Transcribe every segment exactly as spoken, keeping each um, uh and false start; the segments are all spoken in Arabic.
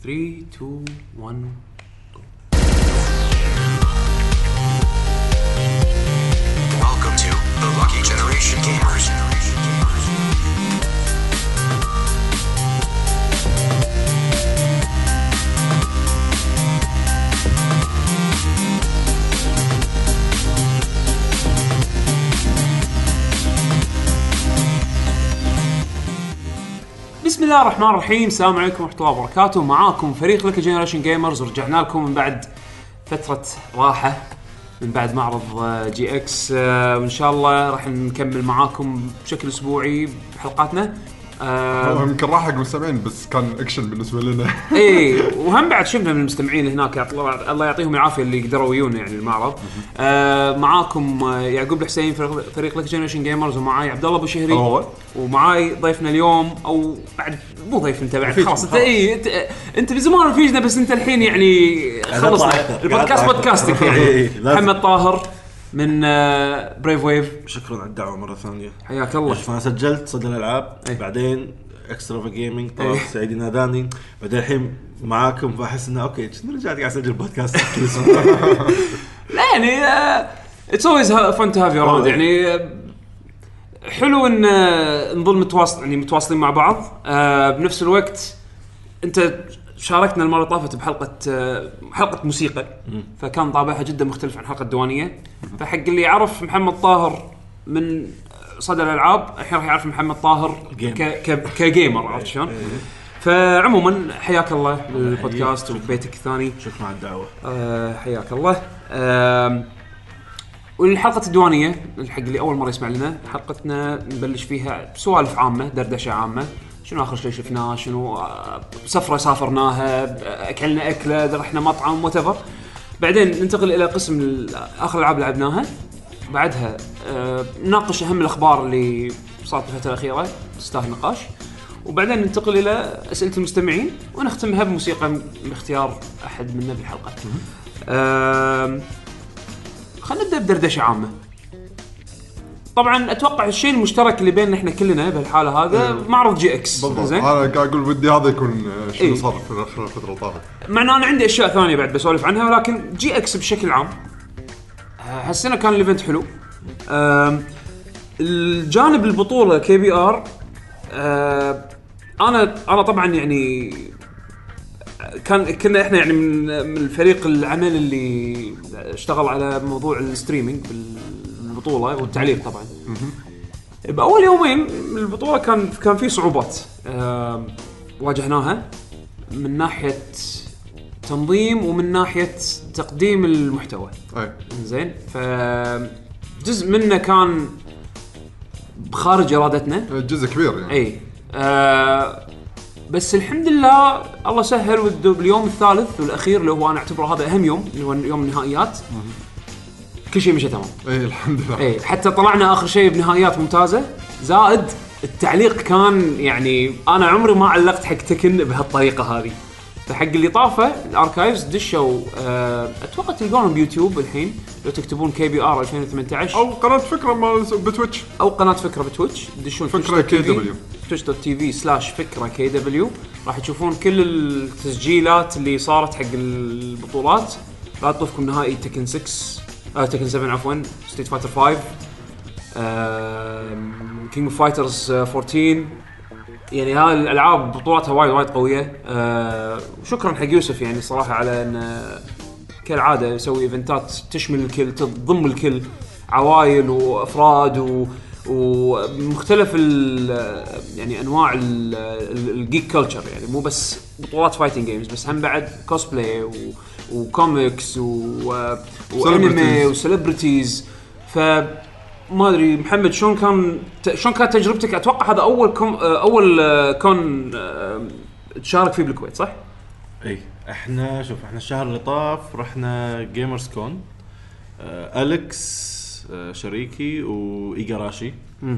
three two one Welcome to the Lucky Generation Gamers. بسم الله الرحمن الرحيم. السلام عليكم ورحمة الله وبركاته. معاكم فريق لك جنريشن جيمرز، ورجعنا لكم من بعد فترة راحة من بعد معرض جي اكس، وإن شاء الله راح نكمل معاكم بشكل أسبوعي بحلقاتنا. آه يمكن راح اقول سبعين بس كان اكشن بالنسبه لنا. اي وهم بعد شفنا من المستمعين هناك، الله يعطيهم العافيه اللي قدروا يجون يعني المعرض. آه معاكم يعقوب الحسين فريق لك جنريشن جيمرز، ومعاي عبد الله ابو شهري، ومعاي ضيفنا اليوم او بعد مو ضيف انت بعد خلاص انت اي انت, انت بزمان فيجنا، بس انت الحين يعني خلصنا البودكاست بودكاستك يعني. محمد طاهر من بريف ويف، شكرا على الدعوه مره ثانيه. حياك الله. انا سجلت صدى الالعاب أيه. بعدين اكسترا في جيمنج طلع أيه. سعيد ناداني، بعدين الحين معاكم فاحس انه اوكي رجعت قاعد اسجل بودكاست. لا يعني اتس اولويز فن تو هاف يور راوند، يعني حلو ان نظل متواصل يعني متواصلين مع بعض. بنفس الوقت انت شاركنا المره طافت بحلقه حلقه موسيقى، فكان طابعها جدا مختلف عن حلقه الديوانيه. فحق اللي يعرف محمد طاهر من صدى الالعاب الحين راح يعرف محمد طاهر كجيمر، عرفت شلون؟ فعموما حياك الله بالبودكاست وبيتك الثاني. شكرا على الدعوه. أه حياك الله. أه والحلقه الديوانيه حق اللي اول مره يسمع لنا، حلقتنا نبلش فيها سوالف عامه، دردشه عامه، شنو آخر شيء شفناه، شنو سفرة سافرناها، أكلنا أكلة، رحنا مطعم وتفر. بعدين ننتقل إلى قسم آخر الألعاب لعبناها، بعدها نناقش أهم الأخبار اللي صارت الفترة الأخيرة تستاهل نقاش، وبعدين ننتقل إلى أسئلة المستمعين، ونختمها بموسيقى باختيار أحد منا بالحلقة. خلينا نبدأ بدردشة عامة. طبعا اتوقع الشيء المشترك اللي بيننا احنا كلنا بهالحاله هذا إيه. معرض جي اكس. زين انا قاعد اقول بدي هذا يكون شنو إيه. صار في الفتره اللي طافت، مع انه انا عندي اشياء ثانيه بعد بسولف عنها، ولكن جي اكس بشكل عام هالسنه كان الايفنت حلو. الجانب البطوله كي بي ار، انا انا طبعا يعني كان كنا احنا يعني من من الفريق العمل اللي اشتغل على موضوع الستريمينج البطولة والتعليق. طبعا بأول يومين من البطولة كان كان في صعوبات أه واجهناها من ناحية تنظيم ومن ناحية تقديم المحتوى. أي. زين، فجزء منه كان بخارج إرادتنا، جزء كبير يعني. أي أه بس الحمد لله الله سهل، واليوم الثالث والأخير اللي هو أنا أعتبره هذا أهم يوم، اللي هو يوم النهائيات، كل شيء مشى تمام. اي الحمد لله. اي حتى طلعنا اخر شيء بنهائيات ممتازه، زائد التعليق كان يعني انا عمري ما علقت حق تكن بهالطريقه هذه. فحق اللي طافه الاركايفز دشوا، أه اتوقع تلقونهم بيوتيوب الحين لو تكتبون كي بي ار ألفين وثمانية عشر، او قناه فكره مال بتويتش، او قناه فكره بتويتش، دشون فكره كي دبليو تويتش دوت تي في سلاش فكره كي دبليو، راح تشوفون كل التسجيلات اللي صارت حق البطولات. لا تطوفكم نهائي تكن ستة آه تكن سبعة عفوا، ستريت فايتر خمسة، كينج اوف فايترز أربعتاشر. يعني هاي الالعاب بطولاتها وايد وايد قويه. آه شكرا حق يوسف يعني صراحه على ان كالعاده يسوي ايفنتات تشمل الكل، تضم الكل، عوائل وافراد و ومختلف يعني انواع الجيك كلتشر، يعني مو بس بطولات فايتنج جيمز بس، هم بعد كوسبلاي و وكوميكس و وانمي وسيلبرتيز. فما ادري محمد شلون كان شلون كانت تجربتك؟ اتوقع هذا اول كوم اول كون تشارك فيه بالكويت صح؟ اي احنا شوف احنا الشهر اللي طاف رحنا جيمرز كون، أليكس شريكي وايغاراشي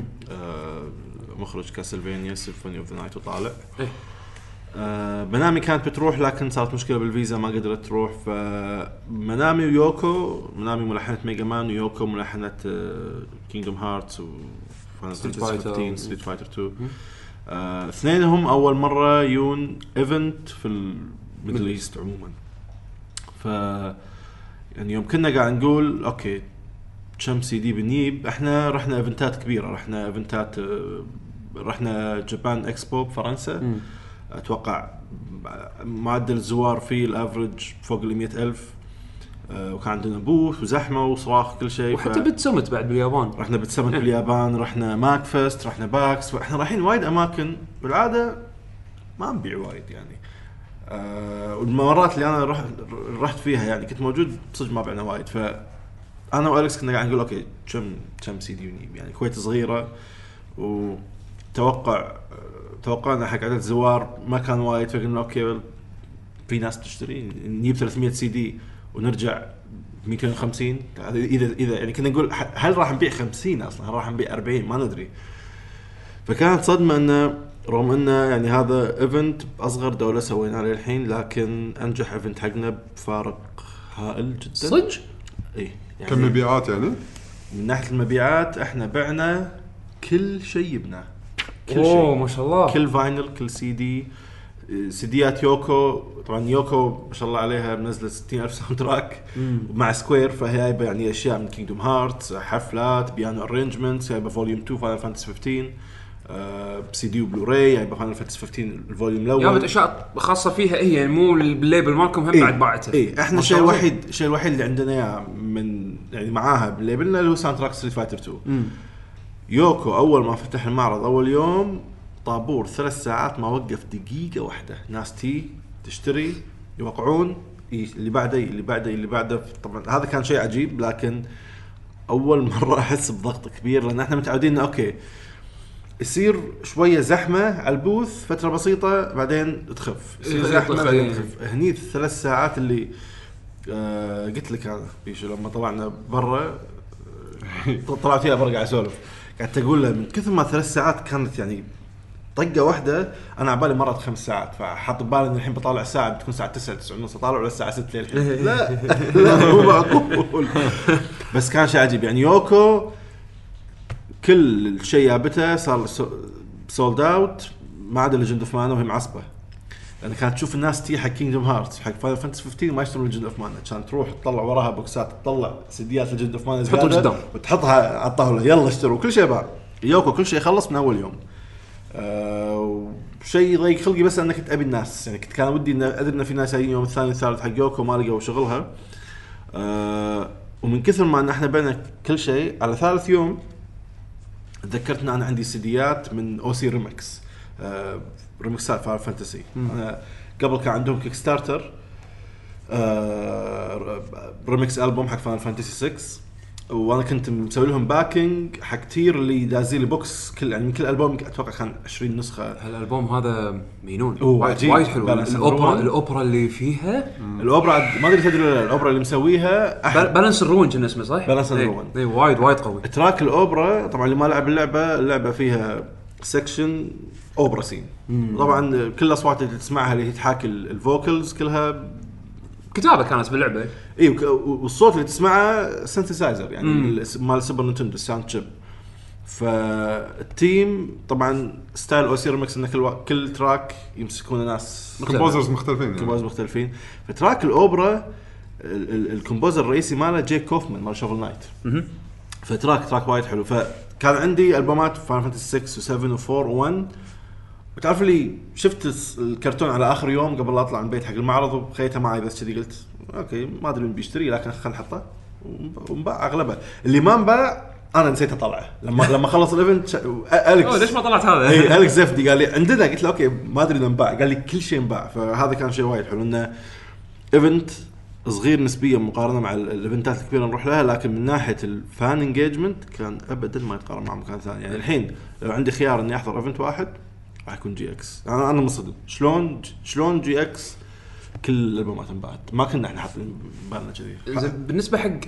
مخرج كاسلفينيا سيمفوني اوف ذا نايت وطالع. إيه. آه منامي كانت بتروح لكن صارت مشكلة بالفيزا ما قدرت تروح. فمنامي ويوكو، منامي ملحنة ميجا مان، ويوكو ملحنة كينغدوم هارتس وفاينل فانتسي خمسة عشر ستريت فايتر اثنين. آه اثنينهم أول مرة يون ايفنت في ميدل ايست عموما. ف يعني يوم كنا قاعد نقول اوكي كم سي دي بنجيب، احنا رحنا ايفنتات كبيره، رحنا ايفنتات رحنا جابان اكسبو بفرنسا. م. اتوقع معدل الزوار فيه الافرج فوق ال مئة ألف، وكان عندنا بوث وزحمه وصراخ كل شيء. وحتى ف... بتسمت بعد باليابان، رحنا بتسمت باليابان، رحنا ماك فيست، رحنا باكس، فاحنا رايحين وايد اماكن بالعاده ما نبيع وايد يعني. أه والمرات اللي انا رحت رحت فيها يعني كنت موجود صدق ما بعنا وايد. فانا والكس كنا قاعد نقول اوكي كم كم سي دي نجيب، يعني كويت صغيره وتوقع توقعنا حق عدد زوار ما كان وايد، فقلنا اوكي في ناس تشتري نجيب ثلاثمية سي دي ونرجع مئتين وخمسين. اذا اذا يعني كنا نقول هل راح نبيع خمسين اصلا، هل راح نبيع أربعين، ما ندري. فكانت صدمه انه رغم انه يعني هذا ايفنت اصغر دوله سوينا عليه الحين، لكن انجح ايفنت حقنا بفارق هائل جدا صدق. اي يعني كم مبيعات يعني من ناحيه المبيعات احنا بعنا كل شيء يبنى، كل شيء. اوه ما شاء الله. كل فاينل، كل سي دي، سيديات يوكو. طبعا يوكو ما شاء الله عليها منزله ستين ألف ساوند تراك مع سكوير، فهي يعني اشياء من كينجدوم هارتس، حفلات، بيانو ارينجمنتس، هي فوليوم اثنين فاينل فانتسي خمستاشر، أه بسي دي وبلوراي، يعني فاينل فانتسي خمستاشر الفوليوم الاول. جابت اشياء خاصه فيها هي يعني مو بالليبل مالكم هم. إيه؟ بعد باعتها. اي احنا الشيء الوحيد الشيء الوحيد اللي عندنا اياه من يعني معاها بالليبلنا اللي هو ساوند تراك ستريت فايتر اثنين. مم. يوكو اول ما فتح المعرض اول يوم طابور ثلاث ساعات ما وقف دقيقة واحدة، ناس تي تشتري يوقعون اللي بعده اللي بعده اللي بعده. طبعا هذا كان شيء عجيب، لكن أول مرة أحس بضغط كبير لأن احنا متعودين أوكي يصير شوية زحمة على البوث فترة بسيطة بعدين تخف، يصير زحمة بعدين تخف. هني الثلاث ساعات اللي آه قلت لك أنا بيشو لما طلعنا برا طلعت فيها برا قاعد أسولف، قاعد تقول له من كثر ما ثلاث ساعات كانت يعني طقة واحدة. أنا عبالي مرت خمس ساعات، فحط بالي إن الحين بطالع الساعة بتكون الساعة تسعة تسعة ونص، طالع ولا الساعة ستة الحين. لا لا مو معقول. بس كان شيء عجيب يعني. يوكو كل الشيء جابته صار سولد أوت ما عدا ليجند أوف مانا وهي معصبة، لأن كانت تشوف الناس تي حق كينجدوم هارتس حق فاينل فانتسي خمستاشر ما يشترون ليجند أوف مانا، كان تروح تطلع وراها بوكسات، تطلع سيديات ليجند أوف مانا زيادة وتحطها على الطاولة يلا اشتروا كل شيء باع. يوكو كل شيء خلص من أول يوم. أه شيء ضيق خلقي بس انك تبي الناس يعني. كنت كان ودي ان ادري ان في ناس جايين يوم الثاني الثالث حق يوكو ما لقوا شغلها. أه ومن كثر ما ان احنا بينا كل شيء على ثالث يوم تذكرتنا انا عندي سيديات من او سي ريمكس، أه ريمكسات فاينل فانتسي. انا قبل كان عندهم كيك ستارتر أه ريمكس البوم حق فاينل فانتسي ستة، وانا كنت مسوي لهم باكينج حق كثير اللي دازي لي بوكس كل يعني من كل البوم اتوقع كان عشرين نسخه. هالالبوم هذا مينون وايد وايد حلو. الاوبرا الاوبرا اللي فيها مم. الاوبرا ما ادري تدري ولا الاوبرا اللي مسويها بالانس الروين كان اسمه صح. بالانس الروين اي وايد وايد قوي. تراك الاوبرا طبعا اللي ما لعب اللعبه اللعبه فيها سكشن اوبرا سين. مم. طبعا كل الاصوات اللي تسمعها اللي تحاكي الفوكلز كلها كتابه كانت باللعبه. اي والصوت اللي تسمعه سينثسايزر يعني مم. مال سوبر نينتندو الساوند شيب. فالتيم طبعا ستايل او سي ريمكس ان كل كل تراك يمسكون ناس كومبوزرز مختلفين كومبوزرز مختلفين. فتراك الاوبرا الكومبوزر الرئيسي ماله جيك كوفمان مال شوفل نايت. فتراك تراك وايد حلو. فكان عندي البومات فاينل فانتسي ستة و7 و4 و1. وتعرف لي شفت الكرتون على اخر يوم قبل لا اطلع من البيت حق المعرض وخيتها معي بس كذي قلت اوكي ما ادري مين بيشتري لكن خلينا نحطه ومباع اغلبه. اللي ما انباع انا نسيت اطلعه لما لما خلص الايفنت. اليكس ليش ما طلعت هذا؟ اي اليكس زفدي قال لي عندنا، قلت له اوكي ما ادري اذا انباع، قال لي كل شيء انباع. فهذا كان شيء وايد حلو انه ايفنت صغير نسبيا مقارنه مع الايفنتات الكبيره نروح لها، لكن من ناحيه الفان انجيجمنت كان ابدا ما يتقارن مع مكان ثاني. يعني الحين لو عندي خيار اني احضر ايفنت واحد راح يكون جي اكس. انا انا منصدم شلون شلون جي اكس كل الالبومات انباعت، ما كنا احنا حاطين بالنا كذي. بالنسبه حق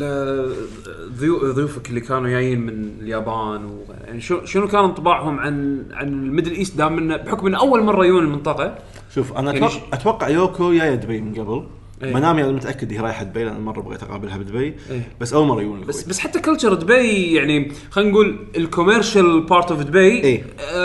ضيوفك اللي كانوا جايين من اليابان و... يعني شو شنو كان انطباعهم عن عن الميدل ايست دام من بحكم ان اول مره يجون المنطقه؟ شوف انا يعني اتوقع, أتوقع يوكو جايه دبي من قبل. أيه. منامي انا متاكد هي رايحه دبي لان مره بغيت اقابلها بدبي. أيه. بس اول مره يجون بس بس حتى كلتشر دبي يعني خلينا نقول الكوميرشال بارت اوف دبي. أيه.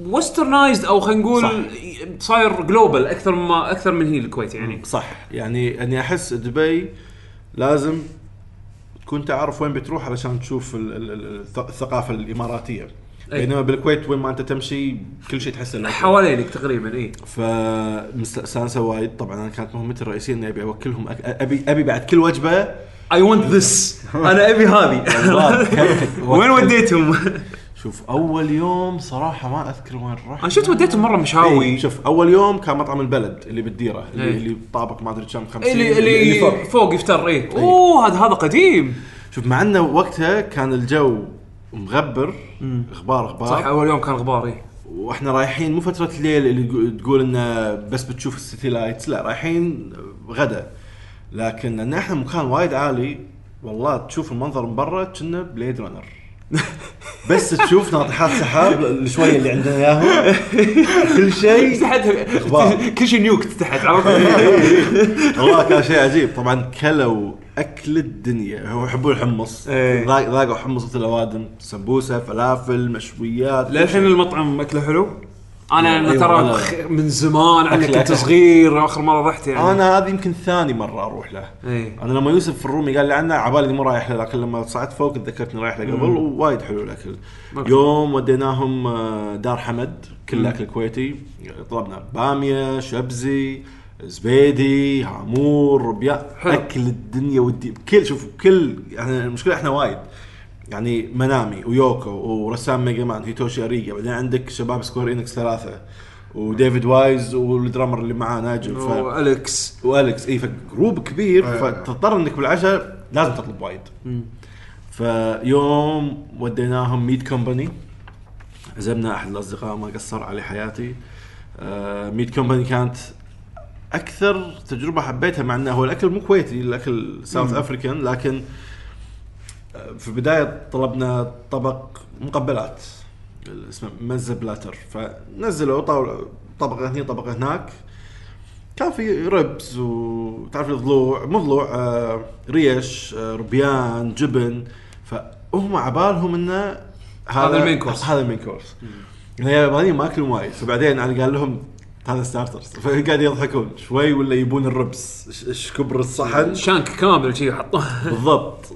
وسترنايزد او خلينا نقول صح. صاير جلوبال اكثر ما اكثر من هي الكويت يعني. صح يعني اني احس دبي لازم تكون تعرف وين بتروح علشان تشوف ال- ال- ال- الثقافه الاماراتيه. بينما بالكويت وين ما انت تمشي كل شيء تحس انه حوالينك تقريبا. اي فمستانسه وايد. طبعا انا كانت مهمتي الرئيسيه اني ابي اوكلهم أك- ابي ابي بعد كل وجبه اي ونت ذس انا ابي هذه. وين وديتهم؟ شوف اول يوم صراحه ما اذكر وين رحت. انا شفت وديتهم مره مشاوي. إيه شوف اول يوم كان مطعم البلد اللي بالديره اللي, إيه. اللي طابق ما ادري كم خمسين اللي اللي فوق. فوق يفتر. ايه اوه هذا هذا قديم. شوف مع انه وقتها كان الجو مغبر غبار غبار صح اول يوم كان غبار. ايه واحنا رايحين مو فتره الليل اللي يقو- تقول انه بس بتشوف السيتي لايتس، لا رايحين غدا. لكن لان احنا مكان وايد عالي والله تشوف المنظر من برا كنا بليد رانر. بس تشوف ناطحات سحاب الشويه اللي عندنا اياهم كل شيء تحت كل شيء نيوك تحت عرفت. والله كان شيء عجيب. طبعا كلوا اكل الدنيا، هو يحبون الحمص. إيه. ذاق ذاقوا حمص الاوادم، سمبوسه، فلافل، مشويات. للحين المطعم اكله حلو. انا أيوة ترى أنا- خ- من زمان انا أكله كنت أكله. صغير اخر مره رحت يعني. انا هذه يمكن ثاني مره اروح له. ايه انا لما يوسف في الرومي قال لي عنه عبالي مو رايح له، لكن لما صعدت فوق تذكرتني رايح له قبل ووايد حلو الاكل. أوكي. يوم وديناهم آه، دار حمد كل اكل كويتي. طلبنا باميه، شبزي، زبيدي، هامور، ربيع، حلو. اكل الدنيا ودي بكل. شوف بكل يعني المشكله احنا وايد يعني منامي ويوكو ورسام ميجا مان هيتوشي اريجا، بعدين عندك شباب سكوير انكس ثلاثه وديفيد وايز والدرامر اللي معاه ناجم ف... والكس والكس. اي فجروب كبير آه. فتضطر انك بالعشاء لازم تطلب وايد. فيوم وديناهم ميت كومباني، عزمنا احد الاصدقاء ما قصر عليه حياتي. آه ميت كومباني كانت اكثر تجربه حبيتها، مع انه هو الاكل مو كويتي، الاكل ساوث افريكان، لكن في البدايه طلبنا طبق مقبلات اسمه مزه بلاتر، فنزلوا طاوله طبقه هنا طبقه هناك. كان في ربز وتعرف الضلوع مو ضلوع آه ريش آه ربيان جبن، فهم عبالهم انه هذا المين كورس. هذا المين كورس. اليابانيين ما اكلوا وايد، فبعدين انا قال لهم هذا ستارترز، فقاعد يضحكون شوي ولا يبون الربز ايش كبر الصحن شانك كامل شيء حطوه. بالضبط.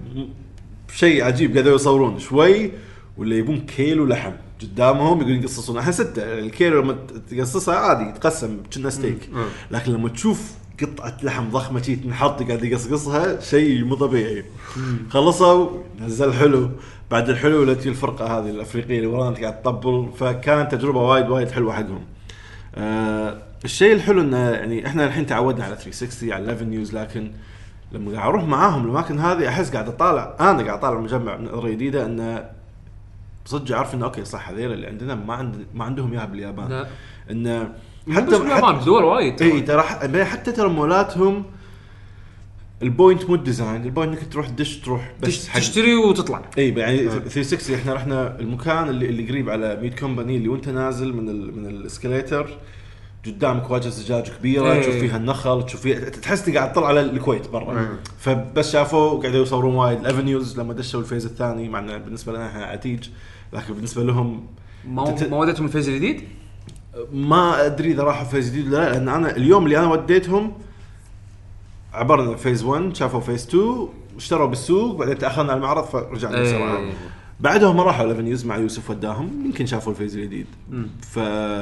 وشيء عجيب قاعدوا يصورون شوي ولا يبون كيلو لحم قدامهم يقولون يقصصون. احنا ستة الكيلو لما تقصصها عادي يتقسم كنا ستيك، لكن لما تشوف قطعة لحم ضخمة شيء تنحط قاعد يقصقصها شيء مو طبيعي. خلصوا نزل حلو، بعد الحلو لتي الفرقة هذه الأفريقية اللي ورانا قاعد تطبل، فكانت تجربة وايد وايد حلوة حقهم. آه الشيء الحلو انه يعني احنا الحين تعودنا على ثلاثمية وستين على إحدى عشر نيوز، لكن لما قاعد اروح معاهم الاماكن هذه احس قاعد اطالع انا قاعد اطالع مجمع نظرة جديدة انه صدق عارف انه اوكي صح هذول اللي عندنا ما عند ما عندهم اياها باليابان. لا. انه حتى باليابان دول وايد. اي ترى حتى ترى مولاتهم البوينت مو ديزاين، البوينت انك تروح دش تروح بس تشتري وتطلع. اي يعني ثلاثمية وستين احنا رحنا المكان اللي اللي قريب على ميت كومباني اللي وانت نازل من ال من الاسكليتر قدامك واجهه زجاج كبيره أي. تشوف فيها النخل تشوف فيها تحس قاعد تطلع على الكويت برا. فبس شافوا قاعدوا يصورون وايد الافنيوز لما دشوا الفيز الثاني، مع انه بالنسبه لنا احنا عتيج لكن بالنسبه لهم ما تت... ما وديتهم الفيز الجديد. ما ادري اذا راحوا فيز جديد ولا لا، لان انا اليوم اللي انا وديتهم عبرنا فيز واحد شافوا فيز اثنين اشتروا بالسوق بعدين تاخرنا على المعرض فرجعنا بسرعه. أي. بعدهم ما راحوا الافنيوز مع يوسف وداهم يمكن شافوا الفيز الجديد. ف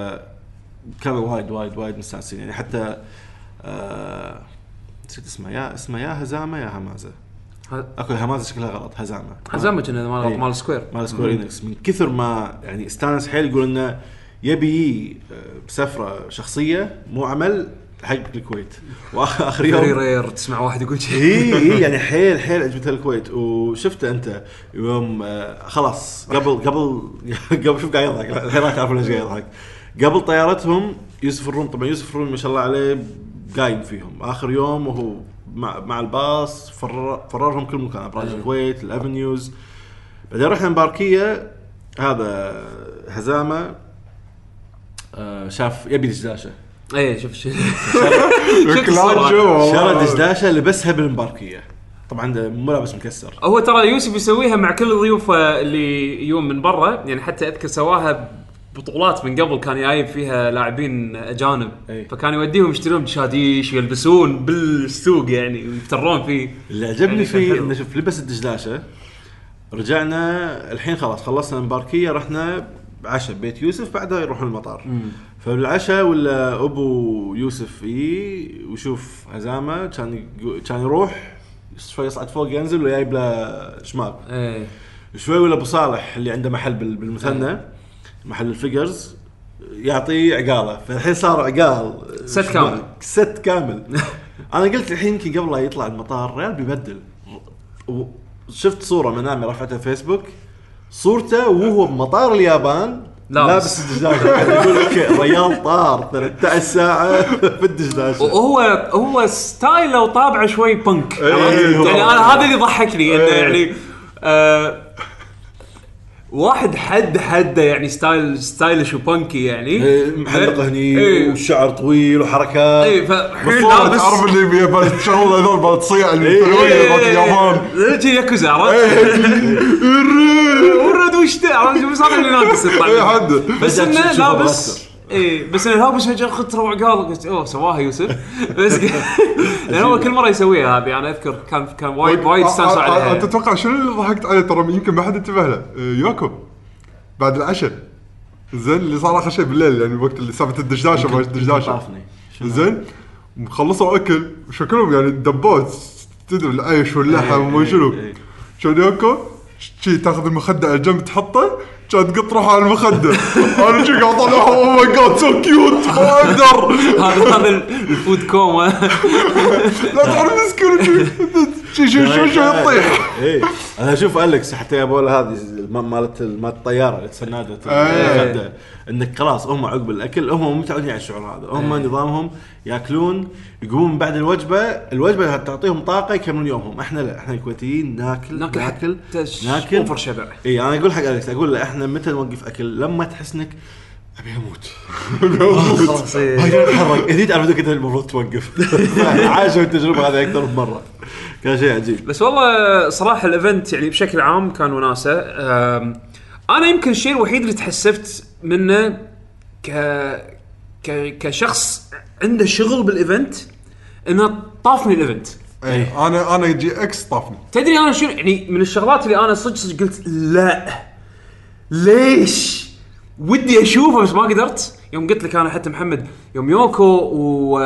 كانوا وايد وايد وايد مستانسين يعني. حتى آه... نسيت اسمه يا اسمه يا هزامه يا همازه اكو همازه شكلها غلط هزامه هزامه كنا مال أي. مال سكوير مال سكوير إنكس. من كثر ما يعني استانس حيل يقول انه يبي بسفره شخصيه مو عمل حق الكويت. واخر يوم رير رير تسمع واحد يقول شيء. اي اي يعني حيل حيل عجبتها الكويت. وشفت انت يوم آه خلاص قبل قبل قبل شوف قاعد يضحك الحين راح تعرفون ليش قاعد يضحك. قبل طيارتهم يوسف الروم طبعا يوسف الروم ما شاء الله عليه قايم فيهم اخر يوم وهو مع مع الباص فرر فررهم كل مكان ابراج الكويت الافنيوز. بعدين رحنا مباركيه هذا هزامه آه شاف يبي دشداشه. ايه شوف شو شرى دشداشه لبسها بالمباركيه طبعا مو لابس مكسر. هو ترى يوسف يسويها مع كل ضيوفه اللي يوم من برا يعني. حتى اذكر سواها بطولات من قبل كان جايب فيها لاعبين اجانب أي. فكان يوديهم يشترون دشاديش ويلبسون بالسوق يعني ويفترون فيه. اللي عجبني يعني فيه حلو. انه شوف لبس الدشداشه. رجعنا الحين خلاص خلصنا المباركيه رحنا عشاء بيت يوسف بعدها يروحون المطار. فبالعشاء ولا ابو يوسف يجي ويشوف هزامه كان يقو- كان يروح شوي يصعد فوق ينزل ويايب له شمال ايه شوي. ولا ابو صالح اللي عنده محل بال- بالمثنى محل الفيجرز يعطيه عقاله. فالحين صار عقال ست شمال- كامل. ست كامل. انا قلت الحين يمكن قبل لا يطلع المطار ريال بيبدل. شفت صوره منامي رفعتها فيسبوك صورته وهو بمطار اليابان لابس. لابس الدشداشه. يقول اوكي ريال طار ثلاثة عشر ساعه في الدشداشه. وهو هو ستايله وطابعه شوي بنك إيه، عرفت؟ إيه، يعني هو- انا هذا اللي ضحكني انه إيه. يعني آه واحد حد حده يعني ستايل ستايلش وبنكي يعني إيه، محلق هني إيه. وشعر طويل وحركات. اي فالحين بالصورة لابس تعرف اللي بيبال شغل هذول بالتصيع اللي إيه، بالفلوية مالت اليابان. رجع ياكوزا عرفت؟ ورد وش عرفت بس هذا اللي ناقص اي يطلع حد بس بدأت انه تشوفه لابس مؤثر. ايه بس انه لابس فجاه خطره وعقال قلت اوه سواها يوسف بس لان هو كل مره يسويها هذه انا اذكر كان كان وايد وايد استانسوا انت عليها تتوقع شنو اللي ضحكت عليه؟ ترى يمكن ما حد انتبه له. إيه، يوكو بعد العشاء زين اللي صار اخر شيء بالليل يعني وقت اللي سالفه الدشداشه ما الدشداشه طافني. شنو؟ زين خلصوا اكل شكلهم يعني دبوت تدري العيش واللحم إيه، وما إيه، شنو إيه. شلون يوكو شي تاخذ المخده على جنب تحطه كان تقط روحه على المخده. انا شي قاعد اطلع اوه ماي جاد سو كيوت ما اقدر. هذا هذا الفود كوما لا تعرف مسكين شي شي شي شي يطيح. ايه انا اشوف اليكس حتى يبول هذه مالت مالت الطياره اللي تسندت إيه. انك خلاص هم عقب الاكل هم مو متعودين على الشعور هذا. هم نظامهم ياكلون يقومون بعد الوجبه الوجبه تعطيهم طاقه يكملون يومهم. احنا لا احنا الكويتيين ناكل ناكل ناكل حتى ناكل اوفر شبع اي انا اقول حق اليكس اقول له احنا متى نوقف اكل لما تحس انك ابي اموت خلاص إيه. هاي اتحرك هديت على بدك انت المفروض توقف. عاشوا التجربه هذه اكثر من مره كان شيء عجيب. بس والله صراحه الايفنت يعني بشكل عام كان وناسه. أم، انا يمكن الشيء الوحيد اللي تحسفت منه ك ك كشخص عنده شغل بالايفنت انه طافني الايفنت. ايه انا انا جي اكس طافني. تدري انا شنو يعني من الشغلات اللي انا صدق صدق قلت لا ليش ودي اشوفه بس ما قدرت. يوم قلت لك انا حتى محمد يوم يوكو و...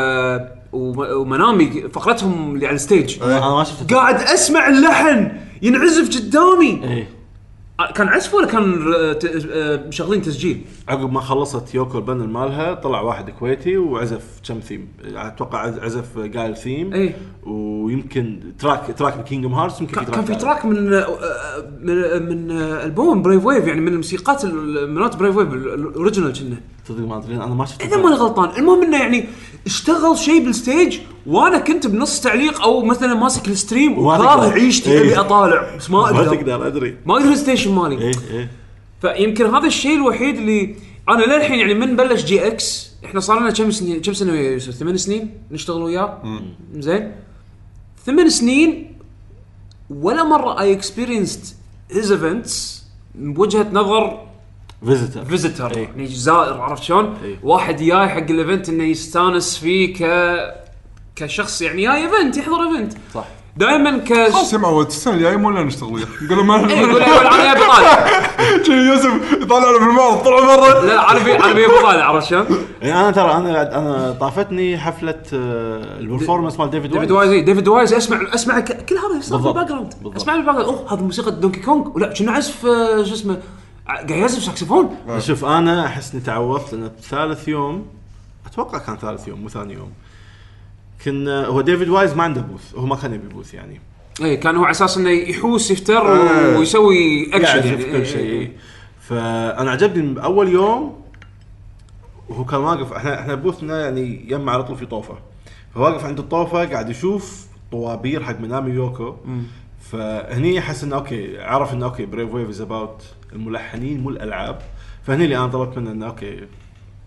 ومنامي فقرتهم اللي على الستيج انا ما شفت قاعد اسمع اللحن ينعزف قدامي. ايه كان عزف ولا كان ر- ت- آه، مشغلين تسجيل؟ عقب ما خلصت يوكو البندل مالها طلع واحد كويتي وعزف كم ثيم اتوقع عزف قال ثيم ايه ويمكن تراك تراك من كينجدم هارتس يمكن كان في كان في ثاني. تراك من آه، من من آه، البوم بريف ويف يعني من الموسيقات ال- منات بريف ويف الاوريجينال كنا تصدق ما ادري انا ما شفت اذا ماني غلطان. المهم انه يعني اشتغل شيء بالستيج وانا كنت بنص تعليق او مثلا ماسك الستريم وما وكاره تقدر. عيشتي إيه. ابي اطالع بس ما ما اقدر تقدر ادري ما اقدر الستيشن مالي. ايه ايه فيمكن هذا الشيء الوحيد اللي انا للحين يعني من بلش جي اكس احنا صار لنا كم سنين كم سنه ويا يوسف ثمان سنين نشتغل وياه زين ثمان سنين ولا مره اي اكسبيرينسد هيز ايفنتس بوجهه نظر فيزيتر فيزيتر إيه. يعني زائر عرفت شلون إيه. واحد جاي حق الايفنت انه يستانس فيه ك كشخص يعني جاي ايفنت يحضر ايفنت صح دائما ك خلاص يا السنه الجايه ولا نشتغل وياه يقولوا ما إيه، يقول يقول انا ابي طالع شي يوسف يطلعنا في المعرض طلع مره. لا عربي عربي ابو طالع عرفت شلون يعني انا ترى انا انا طافتني حفله آه، البرفورمانس مال ديفيد ديفيد وايز وايز ديفيد وايز اسمع اسمع ك- كل هذا يصير في بالضبط. الباك جراوند بالضبط. اسمع الباك جراوند اوه هذا موسيقى دونكي كونغ ولا شنو عزف آه، شو اسمه ع- قاعد يعزف ساكسفون. شوف انا احس اني تعوضت لان ثالث يوم اتوقع كان ثالث يوم مو ثاني يوم كنا هو ديفيد وايز ما عنده بوث هو ما كان يبي بوث يعني اي كان هو على اساس انه يحوس يفتر آه. ويسوي اكشن يعزف يعني كل إيه، شيء إيه، إيه. إيه. فانا عجبني من اول يوم وهو كان واقف احنا احنا بوثنا يعني يم على طول في طوفه فواقف عند الطوفه قاعد يشوف طوابير حق منامي يوكو فهني حس انه اوكي عرف انه اوكي بريف ويف از اباوت الملحنين مو الالعاب فهني اللي انا طلبت منه انه اوكي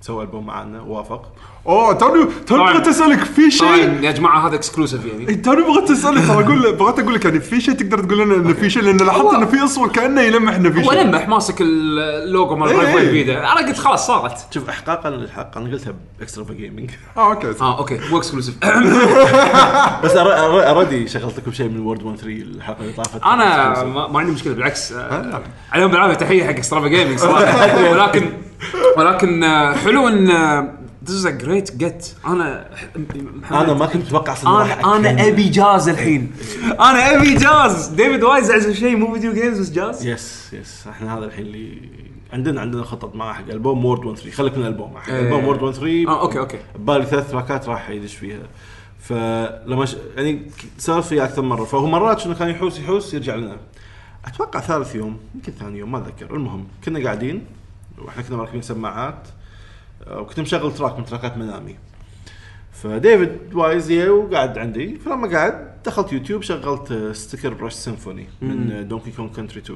سوى البوم معنا ووافق. اوه توني توني بغيت اسالك في شيء يا جماعه هذا اكسكلوسيف يعني. توني بغيت اسالك ترى اقول بغيت اقول لك يعني في شيء تقدر تقول لنا انه في شيء لان لاحظت انه في اصور كانه يلمحنا في هو شيء. لمح ماسك اللوجو مال إيه الرايفل إيه. بيده. انا قلت خلاص صارت. شوف احقاقا للحق انا قلتها باكسترا جيمنج. اه اوكي اه اوكي مو اكسكلوسيف. بس اردي شغلت لكم شيء من وورد واحد ثلاثة الحلقه اللي طافت. انا ما, ما عندي مشكله بالعكس. آه عليهم بالعافيه تحيه حق اكسترا جيمنج صراحه. ولكن ولكن آه حلو ان آه This is a great get. أنا أنا ما كنت أتوقع صراحة. أنا أنا أبي جاز الحين. أنا أبي جاز. ديفيد وايز عايز شيء مو فيديو جيمز بس جاز. يس يس إحنا هذا الحين اللي عندنا عندنا خطط مع حق ألبوم وورد واحد ثلاثة. خليك من الألبوم حق ألبوم وورد واحد ثلاثة. آه أوكي أوكي. بالي ثلاث تراكات راح يدش فيها. فلما ش... يعني صار في أكثر مرة. فهو مرات شنو كان يحوس يحوس يرجع لنا. أتوقع ثالث يوم يمكن ثاني يوم ما أذكر. المهم كنا قاعدين وإحنا كنا مركبين سماعات. وكنت مشغل تراك من تراكات منامي. فديفيد وايز يا وقاعد عندي. فلما قاعد دخلت يوتيوب شغلت ستيكر برش سيمفوني من دونكي كونغ كونتري تو.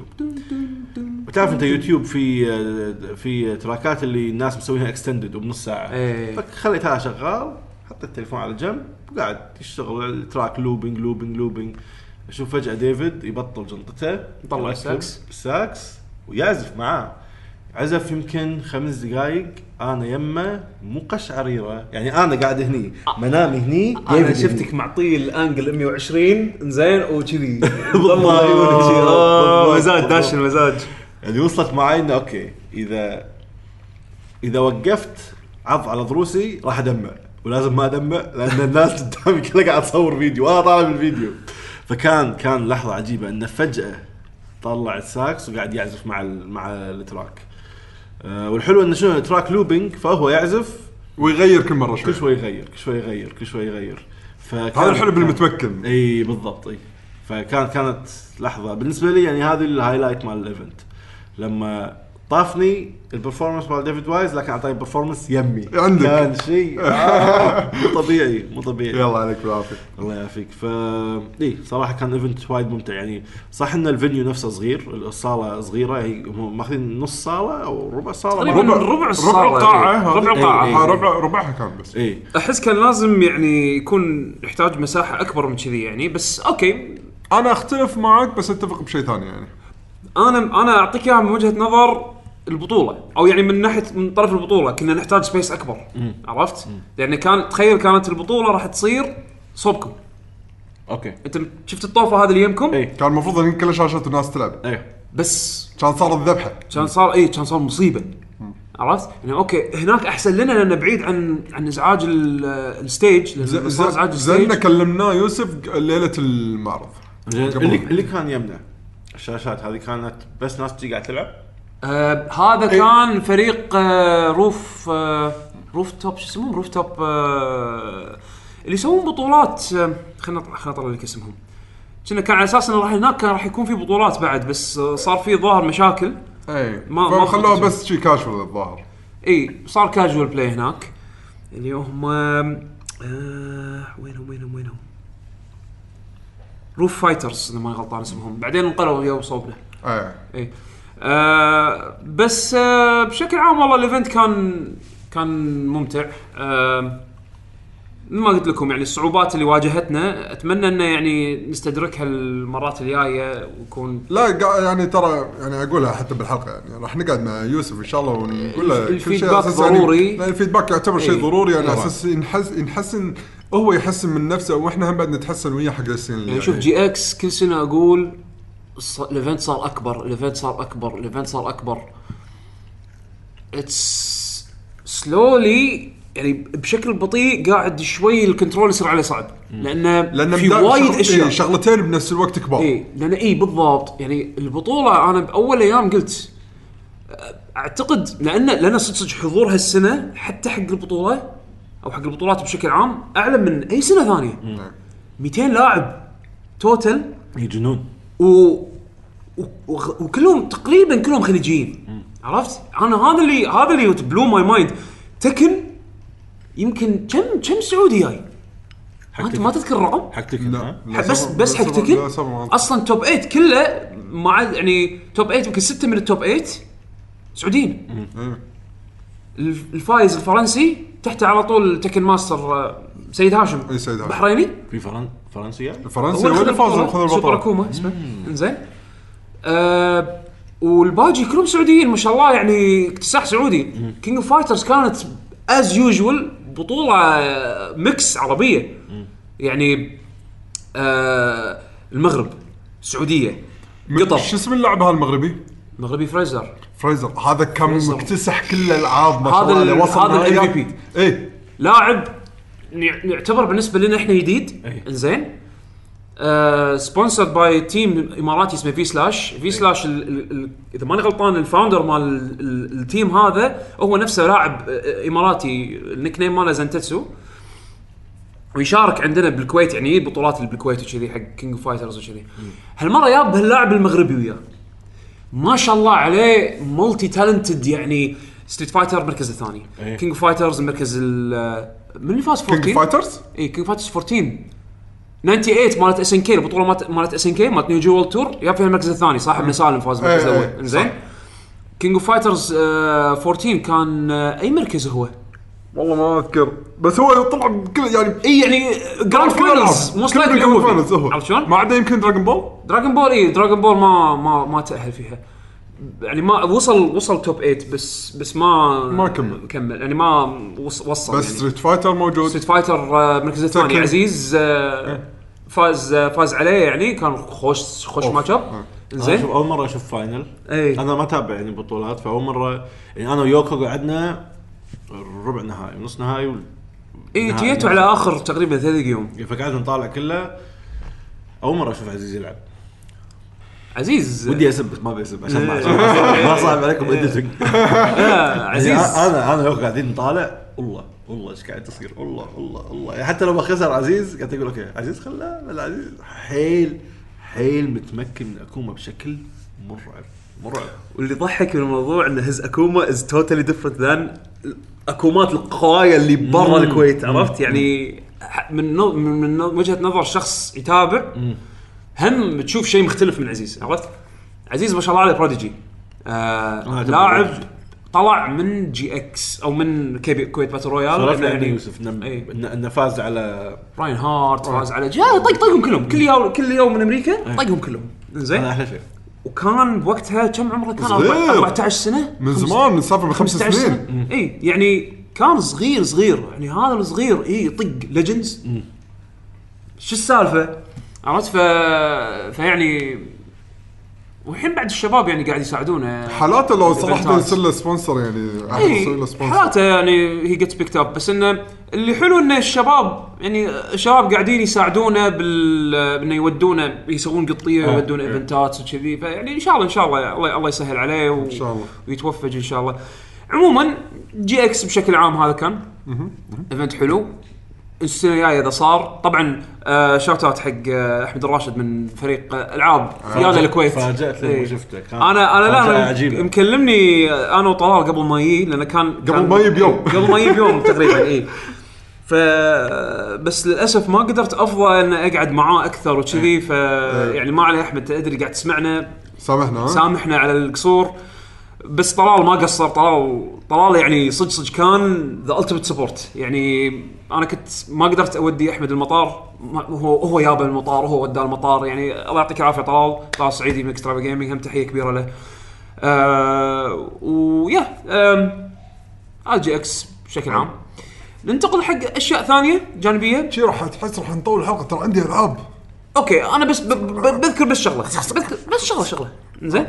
وتعرف انت يوتيوب في في تراكات اللي الناس مسويها اكستندد وبنص ساعه. فخليتها شغال حطيت التليفون على جنب وقاعد يشتغل التراك لوبينج لوبينج لوبينج. اشوف فجاه ديفيد يبطل جنطته يطلع الساكس الساكس ويعزف معاه. عزف يمكن خمس دقائق انا يمه مو قشعريره يعني انا قاعد هني منامي هني. انا شفتك معطيه الانجل مية وعشرين زين وكذي والله عيونك مزاج داش المزاج يعني وصلت معي انه اوكي اذا اذا وقفت عض على ضروسي راح ادمع ولازم ما ادمع لان الناس قدامي كلها قاعد تصور فيديو وانا طالع بالفيديو. فكان كان لحظه عجيبه انه فجاه طلع الساكس وقاعد يعزف مع مع التراك. أه والحلو انه شنو تراك لوبينج فهو يعزف ويغير كل مره شوي كل شوي يغير كل شوي يغير كل شوي يغير. هذا الحلو بالمتمكن. اي بالضبط. اي فكان كانت لحظه بالنسبه لي يعني هذه الهايلايت مال الايفنت لما طافني البرفورمانس مال ديفيد وايز لكن اعطاني برفورمانس يمي عندك كان شيء آه مو طبيعي مو طبيعي. يلا عليك بالعافيه. الله يعافيك. ف اي صراحه كان ايفنت وايد ممتع يعني. صح ان الفينيو نفسه صغير الصاله صغيره هي ماخذين نص صاله او ربع صاله ربع ربع الصاله ربع القاعه ربع القاعه ربع ربعها كان بس. اي احس كان لازم يعني يكون يحتاج مساحه اكبر من كذي يعني. بس اوكي انا اختلف معك بس اتفق بشيء ثاني يعني. انا انا اعطيك اياها من وجهه نظر البطوله او يعني من ناحيه من طرف البطوله كنا نحتاج سبيس اكبر. مم. عرفت مم. لان كان تخيل كانت البطوله راح تصير صوبكم. اوكي انت شفت الطوفه هذه اللي يمكم ايه. كان المفروض ان كل شاشات الناس تلعب ايه. بس كان صار الذبحه كان صار ايه كان صار مصيبه. مم. عرفت يعني اوكي هناك احسن لنا لان بعيد عن عن ازعاج الستيج لان ازعاج الستيج. زلنا كلمناه يوسف ليله المعرض اللي اللي كان يمنع الشاشات هذه كانت بس ناس تجي قاعد تلعب. آه هذا إيه؟ كان فريق آه روف آه روف توب شو اسمهم روف توب آه اللي يسوون بطولات. آه خلنا خلنا اطلع لك اسمهم. كنا كان على اساس انه راح هناك كان راح يكون في بطولات بعد بس آه صار في ظاهر مشاكل. اي ما ما خلوها بس شيء كاجوال الظاهر. اي صار كاجوال بلاي هناك اللي هم آه وينهم وينهم وينهم روف فايترز اذا ما غلطان اسمهم. بعدين انقلبوا ويا صوبنا. اي اي آه بس آه بشكل عام والله الايفنت كان كان ممتع. آه ما قلت لكم يعني الصعوبات اللي واجهتنا اتمنى انه يعني نستدركها المرات الجايه ويكون لا يعني ترى يعني اقولها حتى بالحلقه يعني راح نقعد مع يوسف ان شاء الله ونقول له الفيدباك ضروري. يعني الفيدباك يعتبر شيء ضروري يعني اساس ينحس ينحسن هو يحسن من نفسه واحنا هم بعد نتحسن وياه حق السنين اللي يعني شوف جي اكس كل سنه اقول الايفنت صار اكبر الايفنت صار اكبر الايفنت صار اكبر. اتس سلولي يعني بشكل بطيء قاعد شوي الكنترول يصير عليه صعب لانه لأن في وايد اشياء إيه شغلتين بنفس الوقت كبار. اي لان اي بالضبط يعني البطوله انا باول ايام قلت اعتقد لان لان صدق حضور هالسنه حتى حق البطوله او حق البطولات بشكل عام اعلى من اي سنه ثانيه. مئتين لاعب توتل يجنون و... و... وكلهم تقريبا كلهم خليجيين. عرفت انا هذا اللي هذا اللي بلو ماي مايند. تكن يمكن كم كم سعودي جاي انت ما تذكر الرقم حق تكن لا. بس بس حق تكن اصلا توب ثمانية كله مع يعني توب ثمانية يمكن ستة من التوب ثمانية سعوديين. الفايز الفرنسي تحته على طول تكن ماستر سيد هاشم اي سيد هاشم بحريني في فرن فرنسيا الفرنسي هو اللي فاز خذ سوبر البطوله. اكوما اسمه انزين. آه والباقي كلهم سعوديين ما شاء الله يعني اكتساح سعودي. كينج اوف فايترز كانت از يوجوال بطوله ميكس عربيه يعني آه المغرب السعوديه قطر. شو اسم اللاعب هالمغربي؟ مغربي فريزر فريزر هذا كان فريزر. مكتسح كل الالعاب ما شاء هذا الله ال- اللي وصل هذا ال نهائيات. إم في بي. ايه لاعب نع- نعتبر بالنسبه لنا احنا جديد أي. انزين. آه سبونسرد باي تيم اماراتي اسمه في سلاش. في سلاش ال ال ال اذا ماني غلطان الفاوندر مال ال- ال- التيم هذا هو نفسه لاعب آه، اماراتي النيك نيم ماله زنتاتسو ويشارك عندنا بالكويت يعني يجيب بطولات اللي بالكويت وكذي حق كينج اوف فايترز وكذي. هالمره جاب هاللاعب المغربي وياه ما شاء الله عليه مولتي تالنتد يعني. ستريت فايتر المركز الثاني أيه. كينج اوف فايترز المركز ال- من اللي فاز كينج أربعتاشر فايترز اي كينج فايترز أربعتاشر ثمانية وتسعين مالت اس ان كي البطوله مالت مالت اس ان كي مالت نيو جوال تور ياب فيها المركز الثاني صاحبنا سالم فاز بالمركز إيه، الاول إيه، انزين. صح. كينج اوف فايترز أربعتاشر كان آه، اي مركز هو والله ما اذكر بس هو طلع بكل يعني اي يعني جراند فاينلز موست لايكلي جراند هو فاينلز فيه. هو عرفت شلون؟ ما عدا يمكن دراجون بول. دراغون بول اي دراغون بول ما ما ما تاهل فيها يعني ما وصل وصل توب ثمانية بس بس ما ما كمل. كمل يعني ما وص- وصل بس يعني. ستريت فايتر موجود. ستريت فايتر آه، مركز الثاني سكند. عزيز آه، فاز آه، فاز عليه يعني كان خوش خوش أوف. ماتش اب آه. انا زين. شوف اول مره اشوف فاينل. اي انا ما تابع يعني بطولات فاول مره يعني انا ويوكو قعدنا ربع نهائي ونص نهائي وال... اي نهائي. تيتو على اخر تقريبا ثلاث يوم. فقعدنا نطالع كله. اول مره اشوف عزيز يلعب. عزيز ودي اسب بس ما بيسب عشان ما عشان ما صعب- ما صعب عليكم اديتنج. آه، عزيز عزيز انا انا ويوكو قاعدين نطالع والله والله ايش قاعد تصير والله والله والله يعني حتى لو ما خسر عزيز قاعد يقول اوكي عزيز خلاه العزيز حيل حيل متمكن من اكوما بشكل مرعب مرعب. واللي ضحك من الموضوع ان هز اكوما از توتالي ديفرنت ذان اكومات القوايا اللي برا الكويت عرفت يعني من نو- من من وجهه نظر شخص يتابع هم بتشوف شيء مختلف من عزيز عرفت. عزيز ما شاء الله عليه بروديجي آه آه، لاعب بروديجي. طلع من جي اكس او من كي بي كويت باتل رويال خلاص لأنه يعني يوسف نم إيه. إن- انه فاز على راين هارت فاز على جاي طق طقهم كلهم كل يوم كل يوم من امريكا طقهم كلهم زين. هذا احلى شيء. وكان بوقتها كم عمره كان صغير. أربعة عشر سنه من خمس- زمان من سالفه من خمس خمسة عشر سنين. اي يعني كان صغير صغير يعني هذا الصغير اي يطق ليجندز شو السالفه عرفت. ف فيعني والحين بعد الشباب يعني قاعد يساعدونه حالاته لو صراحه إيفنتات. يصير له سبونسر يعني احد يصير له اي سبونسر. حالاته يعني هي جيتس بيكت اب بس انه اللي حلو انه الشباب يعني الشباب قاعدين يساعدونه بال انه يودونه يسوون قطيه ويودون ايفنتات وكذي فيعني ان شاء الله ان شاء الله الله, الله يسهل عليه و... ان شاء الله. ويتوفج ان شاء الله. عموما جي اكس بشكل عام هذا كان ايفنت حلو. السنه الجايه اذا صار طبعا آه شوت اوت حق آه احمد الراشد من فريق آه العاب يانا الكويت. فاجأت لما إيه. شفته كان انا انا فاجأة لا عجيبة. مكلمني انا وطلال قبل ما يجي لانه كان قبل ما يجي بيوم. قبل ما يجي بيوم تقريبا اي ف بس للاسف ما قدرت افضى ان اقعد معاه اكثر وكذي ف يعني ما عليه احمد تدري قاعد تسمعنا سامحنا ها؟ سامحنا على القصور بس طلال ما قصر. طلال طلال يعني صدق صدق كان ذا التيمت سبورت يعني انا كنت ما قدرت اودي احمد المطار ما- هو هو يابا المطار وهو وداه المطار يعني الله يعطيك العافيه طلال طلال صعيدي من اكسترا جيمنج هم تحيه كبيره له. آه ويا ار جي اكس بشكل عام. ننتقل حق اشياء ثانيه جانبيه. شي راح تحس راح نطول الحلقه ترى عندي العاب. اوكي انا بس ب- ب- بذكر بس شغله بذكر بس شغله شغله زين.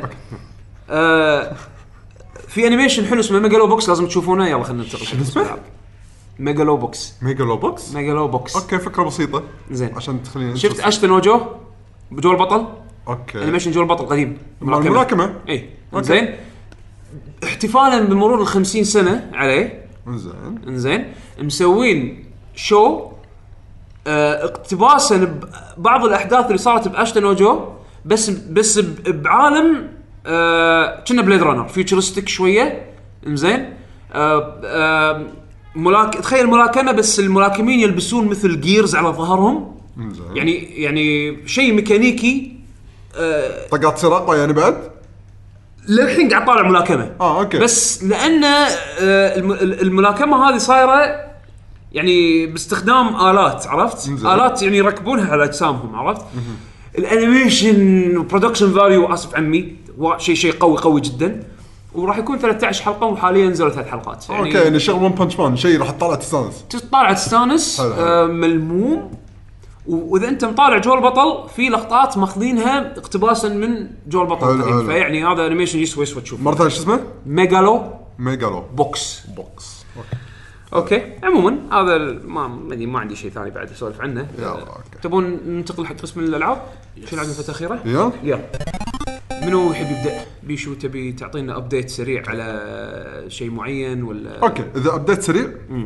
آه في انيميشن حلو اسمه ميجالو بوكس لازم تشوفونه. يلا خلينا ننتقل شو اسمه؟ ميجالو بوكس. ميجالو بوكس. ميجالو بوكس اوكي فكره بسيطه زين. عشان تخليني شفت اشتن وجو جو البطل اوكي انيميشن جو البطل قديم مال الملاكمه. اي أوكي. زين. احتفالا بمرور الخمسين سنه عليه زين انزين مسوين شو آه اقتباسا ببعض الاحداث اللي صارت باشتن وجو بس بس ب- بعالم آه كنا بليد رانر فيوتشرستيك شويه انزين. آه آه ملاك تخيل ملاكمه بس الملاكمين يلبسون مثل جيرز على ظهرهم زين يعني يعني شيء ميكانيكي. آه طقات سراقه يعني بعد. للحين قاعد طالع ملاكمه اه اوكي بس لان آه، الم- الملاكمه هذه صايره يعني باستخدام آلات عرفت إنزين. آلات يعني يركبونها على اجسامهم عرفت الانيميشن وبرودكشن فاليو اسف عمي وا- شيء شيء قوي قوي جدا وراح يكون ثلاثة عشر حلقه وحاليا نزلوا ثلاث حلقات يعني اوكي يعني شغل ون بانش مان شيء راح تطلع تستانس تطالع تستانس حلو، حلو. آه، ملموم و- واذا انت مطالع جو البطل في لقطات ماخذينها اقتباسا من جو البطل حلو، القديم حلو. فيعني هذا انيميشن يسوى يسوى تشوف مره ثانيه شو اسمه؟ ميجالو ميجالو بوكس بوكس اوكي عموما هذا ال- ما ما ما عندي شيء ثاني بعد اسولف عنه يلا، آه، أوكي. تبون ننتقل حق قسم الالعاب شو لعبنا الفتره الاخيره يلا يلا منو يحب يبدا بيشو تبي تعطينا ابديت سريع على شيء معين ولا اوكي اذا ابديت سريع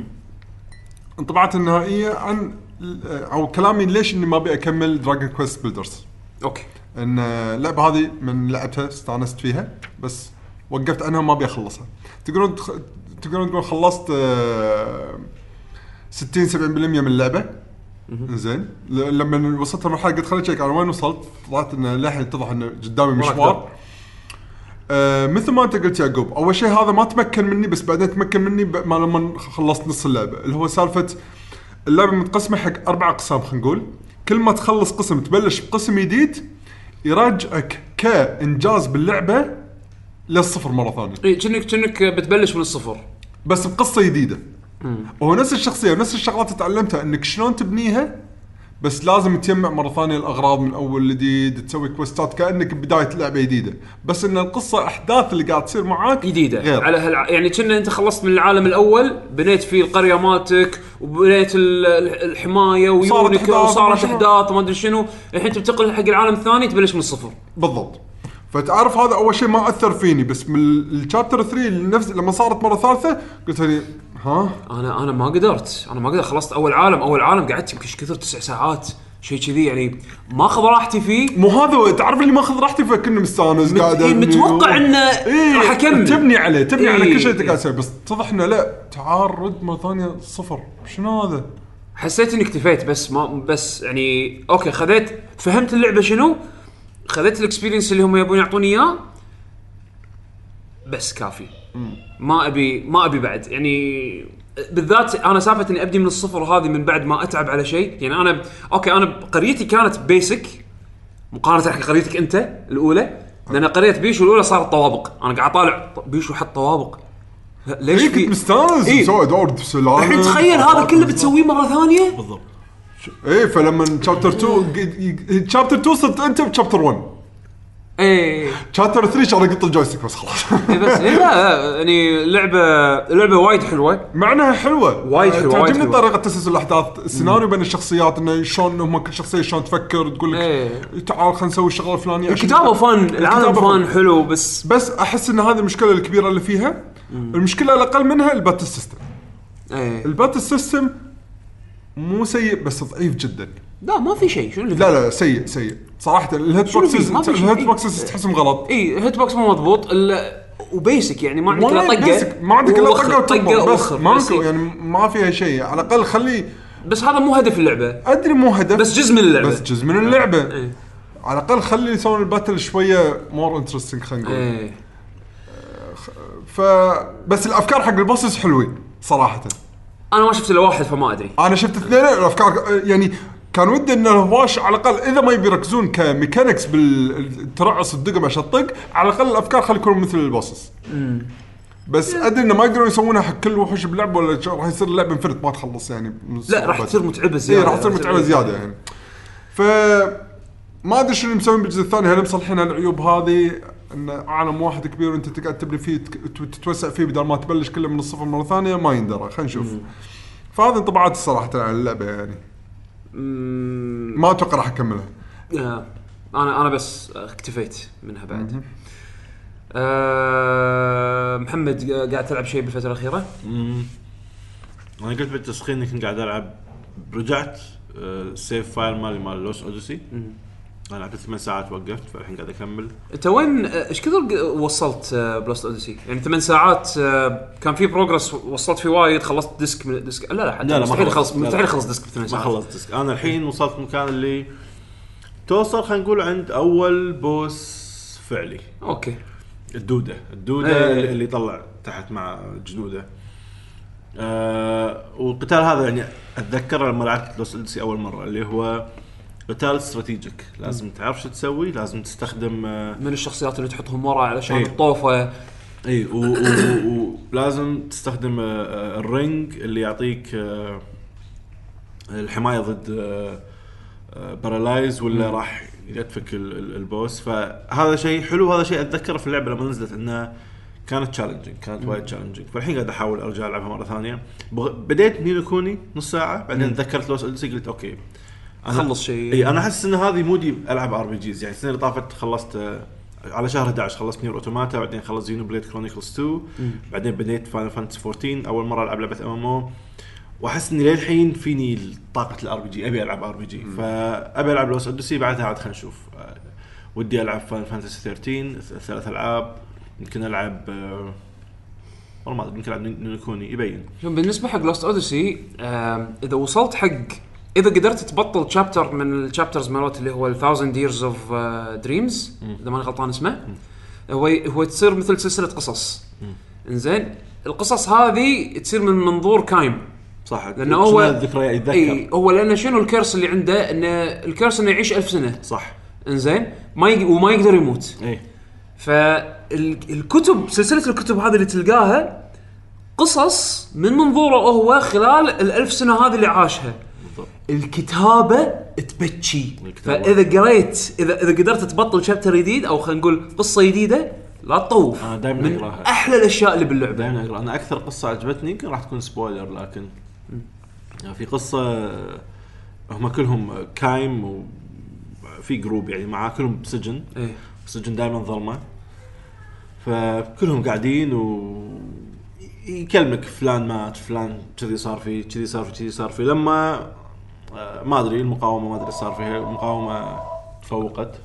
انطباعات النهائيه عن او كلامي ليش اني ما ابي اكمل دراجون كويست بيلدرز اوكي ان اللعبه هذه من لعبتها استانست فيها بس وقفت عنها ما ابي اخلصها تقدرون تخ... تقدرون تقول خلصت آه، ستين سبعين بالمية من اللعبه زين ل- لما وصلت المرحله قلت خليني اشيك على وين وصلت طلعت ان للحين اتضح انه قدامي مشوار آه مثل ما انت قلت يعقوب اول شيء هذا ما تمكن مني بس بعدين تمكن مني ب- ما لما خلصت نص اللعبه اللي هو سالفه اللعبه متقسمه حق اربع اقسام خلينا نقول كل ما تخلص قسم تبلش بقسم جديد يرجعك كانجاز باللعبه للصفر مره ثانيه اي كأنك كأنك بتبلش من الصفر بس بقصه جديده وهو نفس الشخصيه ونفس الشغلات اللي تعلمتها انك شلون تبنيها بس لازم تجمع مره ثانيه الاغراض من اول جديد تسوي كويستات كانك بدايه لعبه جديده بس ان القصه احداث اللي قاعد تصير معاك جديده غير. على هالع... يعني كنا انت خلصت من العالم الاول بنيت فيه القريه مالتك وبنيت ال- ال- الحمايه ويونك أحداث وصارت وما شنو. احداث وما ادري شنو الحين تنتقل حق العالم الثاني تبلش من الصفر بالضبط فتعرف هذا اول شيء ما اثر فيني بس من الشابتر ثلاثة نفس لما صارت مره ثالثه قلت لي ها انا انا ما قدرت انا ما قدرت خلصت اول عالم اول عالم قعدت يمكن إيش كثر تسع ساعات شيء كذي يعني ما اخذ راحتي فيه مو هذا تعرف اللي ما اخذ راحتي فكني مستانس مت- قاعد إيه، أبني متوقع و- إنه إيه راح أكمل. تبني عليه تبني إيه. على كل شيء انت قاعد تسوي بس اتضح انه لا تعال رد مره ثانيه صفر شنو هذا حسيت اني اكتفيت بس ما بس يعني اوكي خذيت فهمت اللعبه شنو خذيت الاكسبيرينس اللي هم يبون يعطوني اياه بس كافي ما ابي ما ابي بعد يعني بالذات انا سالفه اني ابدي من الصفر هذه من بعد ما اتعب على شيء يعني انا اوكي انا قريتي كانت بيسك مقارنه حق قريتك انت الاولى لان قريه بيشو الاولى صارت طوابق انا قاعد طالع بيشو حط طوابق لا، ليش ايه كنت في مستانس إيه. مسوي دور بسلالة الحين تخيل هذا كله بتسويه مره ثانيه بالضبط. ايه فلما شابتر اثنين شابتر اثنين صرت انت بشابتر واحد ايه شابتر ثلاثة شغله قط الجويستيك بس خلاص إيه بس إيه لا يعني لعبه لعبه وايد حلوه معناها حلوه وايد حلوة، وايد تعجبني حلوة. طريقه تسلسل الاحداث السيناريو بين الشخصيات انه شلون هم كل شخصيه شلون تفكر تقول لك إيه. تعال خلينا نسوي الشغله الفلانيه عشان- الكتابه فن العالم الكتابة فن حلو بس بس احس ان هذه المشكله الكبيره اللي فيها المشكله الاقل منها الباتل سيستم ايه الباتل سيستم مو سيء بس ضعيف جدا لا ما في شيء شنو اللي لا لا سيء سيء صراحه الهيد شنو بوكسز في؟ ما في شيء. الهيد بوكسز تحسهم غلط اي هيت بوكس مو مضبوط ال- وبيسك يعني ما عندك الا والله طقه بيسك، ما عندك الا ووخر، طقه وتطبق بس ووخر، ما بس, ماكو يعني ما فيها شيء على الاقل خلي بس هذا مو هدف اللعبه ادري مو هدف بس جزء من اللعبه بس جزء من اللعبه ايه على الاقل خلي يسوون الباتل شويه مور انترستنج خلينا نقول ايه ف بس الافكار حق البوسز حلوين صراحه انا ما شفت الا واحد فما ادري انا شفت اثنين الافكار يعني كان ودي ان الهواش على الاقل اذا ما يبي يركزون كميكانكس بالترعص الدقم عشان تطق على الاقل الافكار خلي يكونوا مثل البوسز بس ادري انه ما يقدرون يسوونها حق كل وحوش باللعبه ولا شو- راح يصير اللعبه انفرد ما تخلص يعني لا راح تصير متعبه اي زياده راح تصير متعبه زياده يعني ف ما ادري شنو مسوين بالجزء الثاني هل مصلحين العيوب هذه ان عالم واحد كبير وانت تقعد تبني فيه تك- تتوسع فيه بدل ما تبلش كله من الصفر مره ثانيه ما يندرى خلينا نشوف فهذه انطباعاتي صراحه عن اللعبه يعني مم، ما اتوقع راح اكملها آه، انا انا بس اكتفيت منها بعد آه، محمد قاعد تلعب شيء بالفتره الاخيره انا قلت بالتسخين اني كنت قاعد العب رجعت آه، سيف فايل مالي مال لوس اوديسي انا لعبت ثمان ساعات وقفت فالحين قاعد اكمل. انت وين ايش كثر ق- وصلت بلوست اوديسي يعني ثمان ساعات آه، كان في بروجرس وصلت في وايد خلصت ديسك من ديسك لا لا حتى لا لا ما مستحيل خلصت. خلص لا لا. مستحيل خلص ديسك بثمان ما ساعات خلصت ديسك. انا الحين وصلت مكان اللي توصل خلينا نقول عند اول بوس فعلي اوكي الدوده الدوده إيه. اللي يطلع تحت مع جنوده. آه والقتال هذا يعني اتذكر لما لعبت لوس أوديسي اول مره اللي هو قتال استراتيجيك، لازم تعرف شو تسوي، لازم تستخدم آه من الشخصيات اللي تحطهم ورا علشان إيه. الطوفه. اي ولازم تستخدم آه الرينج اللي يعطيك آه الحمايه ضد آه آه بارالايز ولا راح يدفك البوس. فهذا شيء حلو، هذا شيء اتذكره في اللعبه لما نزلت انها كانت تشالنجينج، كانت وايد تشالنجينج. فالحين قاعد احاول ارجع العبها مره ثانيه. بديت نينو كوني نص ساعه بعدين تذكرت لوس أوديسي قلت اوكي انا خلص شيء. اي انا احس ان هذه مودي العب ار بي جيز. يعني السنه اللي طافت خلصت آه على شهر أحد عشر خلصت نير اوتوماتا، بعدين خلصت زينو بليد كرونيكلز اثنين، بعدين بديت فاينل فانتسي أربعة عشر اول مره العب لعبه ام ام او. واحس اني للحين فيني طاقه الار بي جي، ابي العب ار بي جي. فابي العب لوس أوديسي بعدها عاد خلينا نشوف. آه ودي العب فاينل فانتسي ثلاثة عشر ثلاث العاب، يمكن العب آه والله ما ادري، يمكن العب نينوكوني يبين. بالنسبه حق لوست اوديسي اذا وصلت حق اذا قدرت تبطل شابتر من الشابترز مالت اللي هو ثاوزند ييرز اوف دريمز اذا ماني غلطان اسمه، هو هو تصير مثل سلسله قصص. انزين القصص هذه تصير من منظور كايم صح، لانه هو الذكريات يتذكر. اي هو لانه شنو الكرس اللي عنده، انه الكرس انه يعيش ألف سنه صح. انزين ما يق... وما يقدر يموت. اي فالكتب سلسله الكتب هذه اللي تلقاها قصص من منظوره هو خلال الألف سنه هذه اللي عاشها. الكتابه تبكي. فاذا قريت اذا اذا قدرت تبطل شابتر جديد او خلينا نقول قصه جديده لا تطوف. انا دائما من اقراها، احلى الاشياء اللي باللعبه دائما اقرا. انا اكثر قصه عجبتني يمكن راح تكون سبويلر، لكن يعني في قصه هم كلهم كايم وفي جروب يعني معاه كلهم بسجن. إيه؟ سجن دائما ظلمه، فكلهم قاعدين ويكلمك فلان مات فلان كذي صار فيه كذي صار فيه كذي صار فيه. لما ما ادري المقاومه ما ادري صار فيها المقاومه تفوقت.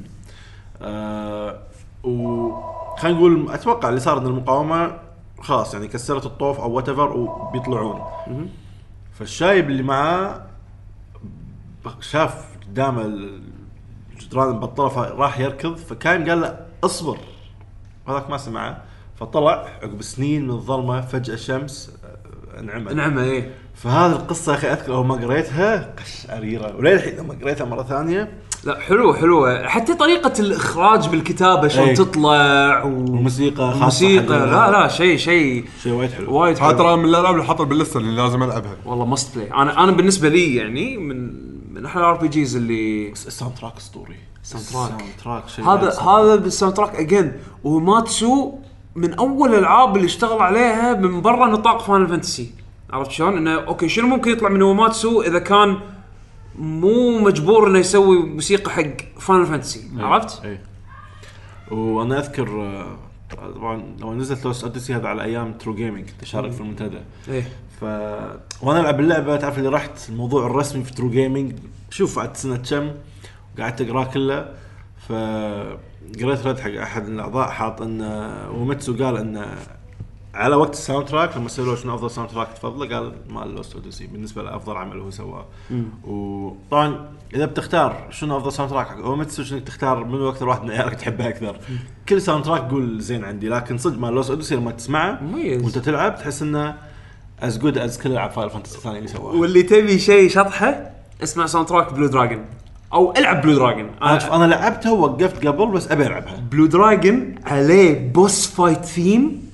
آه وخلينا نقول اتوقع اللي صار ان المقاومه خلاص يعني كسرت الطوف او وات ايفر وبيطلعون. فالشايب اللي معاه شاف قدامه الجدران مبطله راح يركض، فكايم قال له اصبر، هذاك ما سمعه فطلع عقب سنين من الظلمه فجأة الشمس انعمت نعمه. ايه فهذه القصه يا اخي اذكر اول ما قريتها قشعريره، وللحين لما قريتها مره ثانيه لا حلوه حلوه. حتى طريقه الاخراج بالكتابه شلون تطلع والموسيقى خاصه موسيقى لا لا شيء شيء شيء وايد حلو. وايد حلو. ترى من الالعاب اللي حاطه باللسته اللي لازم العبها والله ماست بلاي. انا انا بالنسبه لي يعني من من احلى الار بي جيز اللي الساوند تراك اسطوري. الساوند تراك شيء هذا هذا بالساوند تراك اجين. وماتسو من اول الالعاب اللي اشتغل عليها من برا نطاق فاينل فانتسي. عرفت شلون انه اوكي شنو ممكن يطلع من وماتسو اذا كان مو مجبور انه يسوي موسيقى حق فاينل فانتسي. عرفت اي. وانا اذكر طبعا لما نزلت لوس أوديسي هذا على ايام ترو جيمنج تشارك في المنتدى. ايه ف وانا العب اللعبه تعرف اللي رحت الموضوع الرسمي في ترو جيمنج شوف عاد سنه كم وقعدت اقرا كله. فقريت رد حق احد الاعضاء حاط ان ومتسو قال ان على وقت الساوند تراك لما سألوه شنو افضل ساوند تراك تفضله قال مال لوست أوديسي بالنسبه له افضل عمل هو سواه. وطبعا اذا بتختار شنو افضل ساوند تراك او متسو شنو تختار من اكثر واحد من عيالك تحبه اكثر. كل ساوند تراك قول زين عندي، لكن صدق مال لوست أوديسي لما تسمعه وانت تلعب تحس انه از جود از كل العاب فاينل فانتسي الثانيه اللي سواها. واللي تبي شيء شطحه اسمع ساوند تراك بلو دراجون او العب بلو دراجون. انا, أنا لعبتها ووقفت قبل بس ابي العبها. بلو دراجون عليه بوس فايت ثيم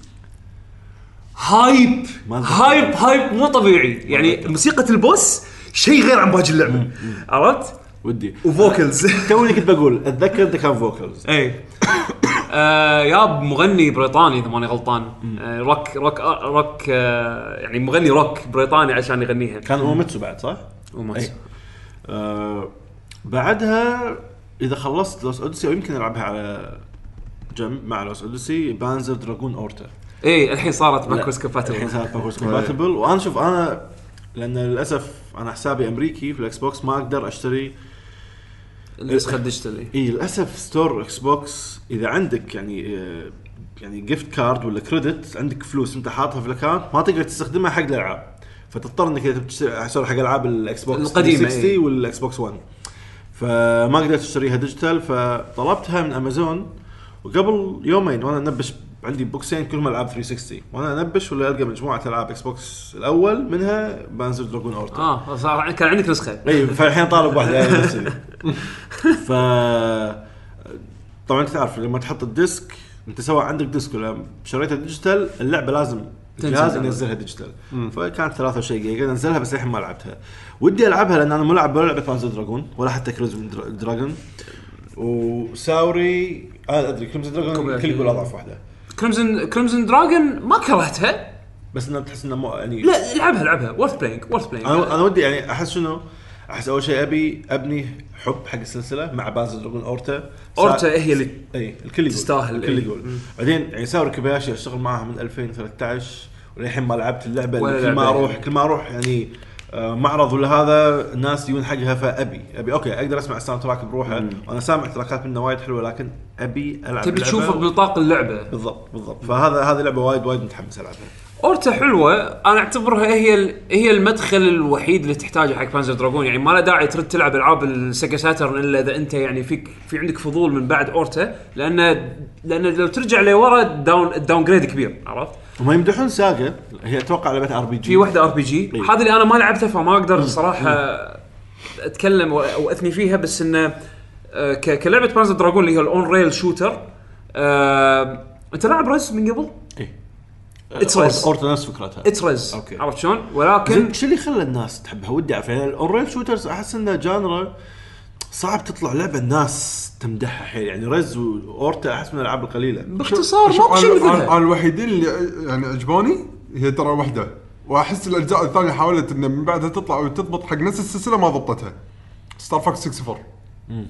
هايب هايب هايب مو طبيعي. يعني موسيقى البوس شيء غير عن باقي اللعبه. عرفت ودي وفوكلز توني كنت بقول اتذكر ده كان فوكلز. اي آه يا مغني بريطاني اذا ماني غلطان. آه روك روك آه روك آه يعني مغني روك بريطاني عشان يغنيها. كان اوميتسو بعد صح؟ اوميتسو. آه بعدها اذا خلصت لوس أوديسي او يمكن العبها على جنب مع لوس أوديسي بانزر دراجون اورتا. ايه الحين صارت باكورس كومباتبل. الحين صارت باكورس كومباتبل. وانا شوف انا لان للاسف انا حسابي امريكي في الاكس بوكس ما اقدر اشتري النسخه الديجيتال. اي للاسف ستور اكس بوكس اذا عندك يعني يعني جيفت كارد ولا كريدت عندك فلوس انت حاطها في الاكونت ما تقدر تستخدمها حق الالعاب، فتضطر انك تشتري حق العاب الاكس بوكس القديمه ستين والاكس بوكس واحد. فما قدرت اشتريها ديجيتال فطلبتها من امازون وقبل يومين وانا انبش عندي بوكسين كلهم العاب ثلاثمية وستين وانا انبش ولا القى مجموعه العاب اكس بوكس الاول منها بانزر دراجون اورتا. اه صار كان عندك نسخه. اي فالحين طالب واحد يعني نفسي. ف طبعا انت تعرف لما تحط الديسك انت سواء عندك ديسك ولا شريتها ديجيتال اللعبه لازم الجهاز ينزلها ديجيتال. فكانت ثلاثة وشيء جيجا نزلها بس الحين ما لعبتها. ودي العبها لان انا ما لعب ولا لعبه بانزر دراجون ولا حتى كريمزون دراجون وساوري انا ادري كريمزون دراجون الكل يقول اضعف واحده. كريمزون كريمزون دراجون ما كرهتها بس انها تحس انه مو يعني لا العبها العبها وورث بلاينج وورث بلاينج. انا انا ودي يعني احس شنو احس اول شيء ابي ابني حب حق السلسله مع بانزر دراجون اورتا. اورتا هي اللي اي الكل يقول تستاهل الكل يقول. بعدين يعني ساوري كوباياشي اشتغل معها من ألفين وثلاثة عشر وللحين ما لعبت اللعبه. كل ما اروح كل ما اروح يعني معرض ولا هذا الناس يجون حقها فابي ابي اوكي اقدر اسمع الساوند تراك بروحه وانا سامع تراكات منه وايد حلوه لكن ابي العب تبي تشوفه بنطاق اللعبه بالضبط بالضبط. فهذا هذه لعبه وايد وايد متحمس العبها. اورتا حلوه انا اعتبرها هي هي المدخل الوحيد اللي تحتاجه حق بانزر دراجون. يعني ما له داعي ترد تلعب العاب السيجا ساترن الا اذا انت يعني فيك في عندك فضول من بعد اورتا لان لان لو ترجع لورا داون الداون جريد كبير عرفت. وما يمدحون ساجا هي اتوقع لعبه ار بي جي في واحده ار بي جي هذه اللي انا ما لعبتها فما اقدر صراحه اتكلم او اثني فيها بس انه كلعبه بانزر دراجون اللي هي الاون ريل شوتر. أه انت لاعب رز من قبل؟ ايه اترز اورتا نفس فكرتها اترز عرفت شلون ولكن شو اللي خلى الناس تحبها ودي اعرف. يعني الاون ريل شوترز احس انه جانرا صعب تطلع لعبه الناس تمدحها حيل. يعني رز واورتا احس من الالعاب القليله باختصار ماكو شيء مثلها. انا الوحيدين اللي يعني عجبوني هي ترى واحده واحس الاجزاء الثانيه حاولت ان من بعدها تطلع وتضبط حق نفس السلسله ما ضبطتها. ستار فوكس ستة وستين امم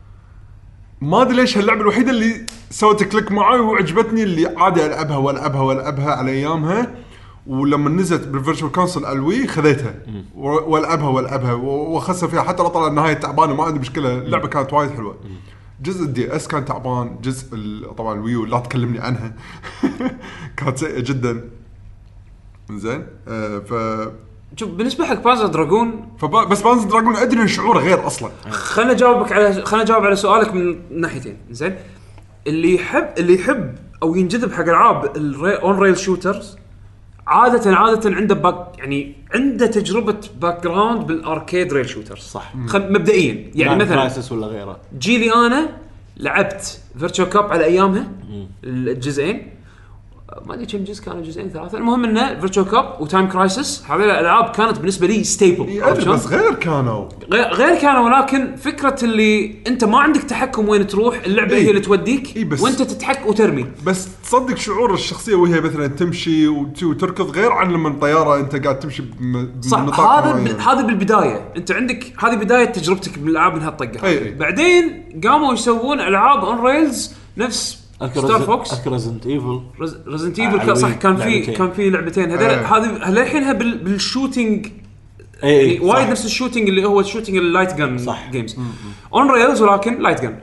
ما ادري ليش هاللعبه الوحيده اللي سوت كليك معي وعجبتني اللي عادي العبها والعبها والعبها على ايامها ولما نزلت بالفيرتشوال كونسول على الوي خذيتها والعبها والعبها واخسر فيها حتى لو طلع النهايه تعبانه ما عندي مشكله. اللعبه كانت وايد حلوه. جزء الدي اس كان تعبان جزء طبعا الويو لا تكلمني عنها كانت سيئه جدا. زين أه ف شوف بالنسبه حق بانزر دراجون فب... بس بانزر دراجون ادري ان شعوره غير اصلا. خلنا اجاوبك على خلنا اجاوب على سؤالك من ناحيتين. زين اللي يحب اللي يحب او ينجذب حق العاب الاون ريل شوترز عاده عاده عنده باك يعني عنده تجربه باك جراوند بالاركيد ريل شوترز صح مبدئيا. يعني مثلا كرايسس ولا غيره جيلي انا لعبت فيرتشوال كاب على ايامها الجزئين ما ادري كم جزء كانوا جزئين ثلاثه المهم انه فيرتشوال كاب وتايم كرايسس هذه الالعاب كانت بالنسبه لي ستيبل بس غير كانوا غير, غير كانوا ولكن فكره اللي انت ما عندك تحكم وين تروح اللعبه إيه؟ هي اللي توديك إيه وانت تتحك وترمي بس تصدق شعور الشخصيه وهي مثلا تمشي وتركض غير عن لما طياره انت قاعد تمشي صح. هذا هذا بالبدايه انت عندك هذه بدايه تجربتك بالالعاب من هالطقه إيه؟ بعدين قاموا يسوون العاب اون ريلز نفس ستار فوكس اذكر ريزنت ايفل ريزنت ايفل صح كان في كان في لعبتين هذول هذه للحينها بالشوتينج يعني وايد نفس الشوتينج اللي هو الشوتينج اللايت جن جيمز اون ريلز ولكن لايت جن.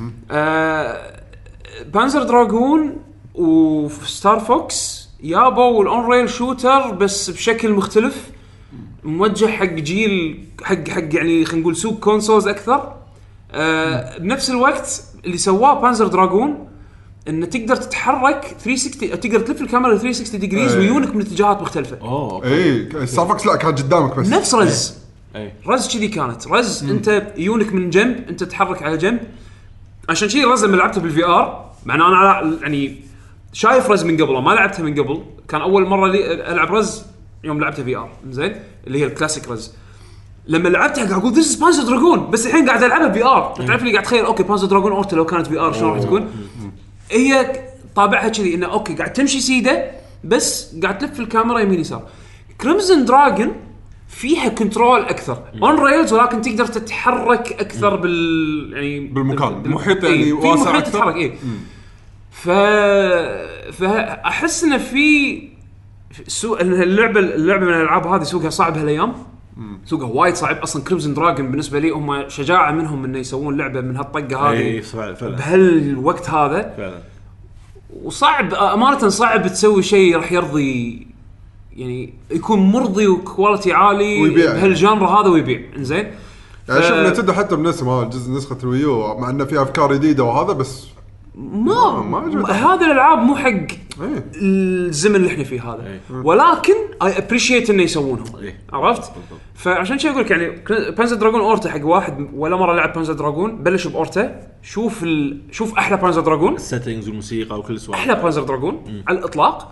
بانزر دراجون وستار فوكس يابوا الاون ريل شوتر بس بشكل مختلف موجه حق جيل حق حق يعني خلينا نقول سوق كونسولز اكثر. أه بنفس الوقت اللي سواه بانزر دراجون ان تقدر تتحرك ثلاثمية وستين تقدر تلف الكاميرا ثلاثمية وستين ديجريز ويونك من اتجاهات مختلفه. اوه اي ستار فوكس لا كان قدامك بس نفس رز اي رز كذي كانت رز مم. انت يونك من جنب انت تتحرك على جنب عشان شيء رز لما لعبته بالفي ار معناه انا يعني شايف رز من قبل ما لعبتها من قبل كان اول مره لي العب رز يوم لعبتها في ار زين اللي هي الكلاسيك رز لما لعبتها قاعد اقول ذيس بانزر دراجون بس الحين قاعد العبها في ار تعرف لي قاعد اتخيل اوكي بانزر دراجون اورتا لو كانت في ار شلون راح تكون هي طابعها كذي انه اوكي قاعد تمشي سيده بس قاعد تلف الكاميرا يمين يسار. كريمزون دراجون فيها كنترول اكثر اون ريلز ولكن تقدر تتحرك اكثر بال يعني بالمكان المحيط يعني إيه واسع اكثر تتحرك ايه ف فاحس انه في سوق اللعبه اللعبه من الالعاب هذه سوقها صعب هالايام سوقها وايد صعب اصلا. كريمزون دراجون بالنسبه لي هم شجاعه منهم انه يسوون لعبه من هالطقه هذه بهالوقت هذا فعلا. وصعب امانه صعب تسوي شيء راح يرضي يعني يكون مرضي وكواليتي عالي بهالجانر هذا ويبيع انزين. يعني ف... شفنا تدو حتى بنفس ما الجزء نسخه الويو مع انه فيها افكار جديده وهذا بس ما, ما عجبتني. ما هذا الالعاب مو حق إيه. الزمن اللي احنا فيه هذا. إيه. ولكن اي ابريشيت انه يسوونهم. إيه. عرفت؟ بالضبط. فعشان شي اقول لك يعني بانزر دراجون اورتا حق واحد ولا مره لعب بانزر دراجون بلش باورتا. شوف ال... شوف احلى بانزر دراجون، السيتنجز والموسيقى وكل سوالف. احلى بانزر دراجون على الاطلاق.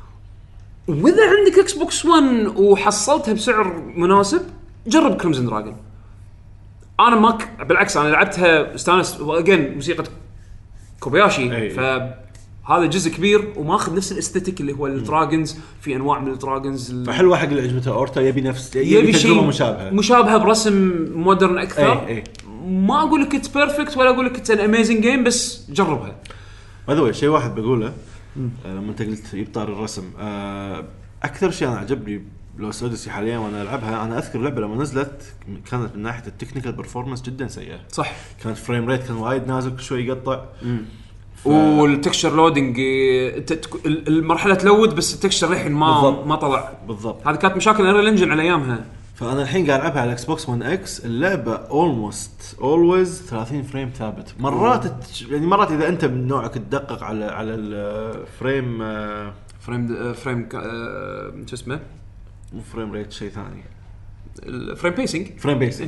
واذا عندك اكس بوكس ون وحصلتها بسعر مناسب جرب كريمزن دراجون. انا ماك بالعكس انا لعبتها استانس اجين موسيقى كوبياشي. أي. فهذا جزء كبير وماخذ نفس الاستيتيك اللي هو الدراجونز. في انواع من الدراجونز ال... فحلوه حق اللي عجبته اورتا يبي نفس يبي, يبي تجربه شيء مشابهه مشابهه برسم مودرن اكثر. اي اي ما اقول لك اتس بيرفكت ولا اقول لك اتس ان اميزنج جيم بس جربها. باي ذا شيء واحد بقوله آه لما انت قلت يبطل الرسم آه اكثر شيء انا عجبني لوست اوديسي حاليا وانا العبها. انا اذكر لعبه لما نزلت كانت من ناحيه التكنيكال برفورمانس جدا سيئه. صح. كانت فريم ريت كان وايد نازل كل شوي يقطع. ف... والتكشر لودنج المرحله تلود بس التكشر للحين ما بالضبط. ما طلع بالضبط. هذه كانت مشاكل انريل انجن على ايامها. فانا الحين قاعد العبها على الاكس بوكس ون اكس. اللعبه اولموست اولويز ثلاثين فريم ثابت. مرات تش... يعني مرات اذا انت من نوعك تدقق على على الفريم آه... فريم فريم آه... شو اسمه مو فريم ريت شيء ثاني الفريم بيسنج فريم بيسنج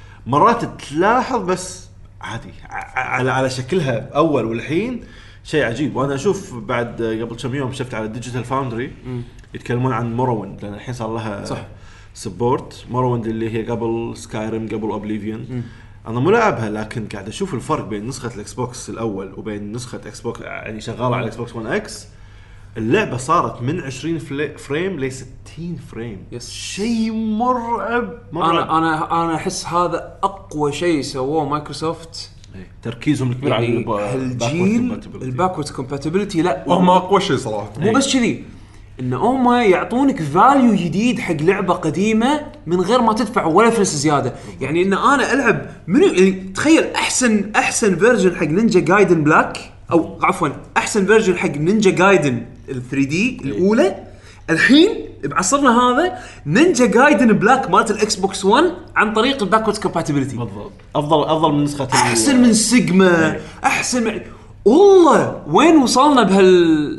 مرات تلاحظ بس عادي على على شكلها اول والحين شيء عجيب. وانا اشوف بعد قبل كم يوم شفت على الديجيتال فاوندري يتكلمون عن مورويند لان الحين صار لها صح سبورت. مورويند اللي هي قبل سكايريم قبل اوبليفيون. انا مو لاعبها لكن قاعد اشوف الفرق بين نسخه الاكس بوكس الاول وبين نسخه اكس بوكس يعني شغاله على الاكس بوكس ون اكس. اللعبه صارت من عشرين فريم ل ستين فريم. يس. شيء مرعب مرعب. انا انا انا احس هذا اقوى شيء سووه مايكروسوفت. تركيزهم الكبير يعني على هالجيل الباكورد كومباتيبلتي. لا هم اقوى شيء صراحه. مو بس كذي ان هم يعطونك فاليو جديد حق لعبه قديمه من غير ما تدفع ولا فلوس زياده. يعني ان انا العب منو يعني تخيل احسن احسن فيرجن حق نينجا جايدن بلاك او عفوا احسن فيرجن حق نينجا جايدن ال ثري دي الاولى الحين بعصرنا هذا نينجا جايدن بلاك مالت الاكس بوكس ون عن طريق الباكورد كومباتيبلتي. بالضبط. افضل افضل من نسخه احسن من سيجما احسن من... والله وين وصلنا بهال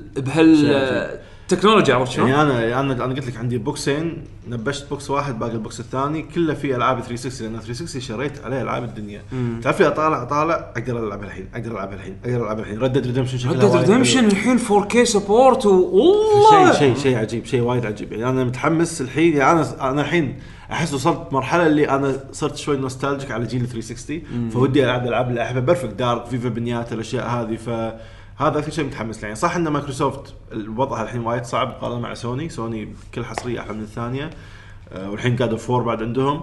بهال تكنولوجيا. عرفت شلون؟ يعني انا انا انا قلت لك عندي بوكسين نبشت بوكس واحد باقي البوكس الثاني كله فيه العاب ثري سكستي لان ثري سكستي شريت عليه العاب الدنيا. تعرف لي اطالع اطالع اقدر العب الحين اقدر العب الحين اقدر العب الحين ريد ديد ريدمشن شكلها ريد ديد ريدمشن الحين فور كي سبورت والله شيء شيء شيء عجيب شيء وايد عجيب. يعني انا متحمس الحين. يعني انا انا الحين احس وصلت مرحله اللي انا صرت شوي نوستالجيك على جيل ثري سكستي فودي العب العاب اللي احبها بيرفكت دارك فيفا بنيات الاشياء هذه. ف هذا اكثر شيء متحمس له. يعني صح ان مايكروسوفت الوضع الحين وايد صعب مقارنه مع سوني. سوني كل حصريه احلى من الثانيه أه والحين قاعد فور بعد عندهم.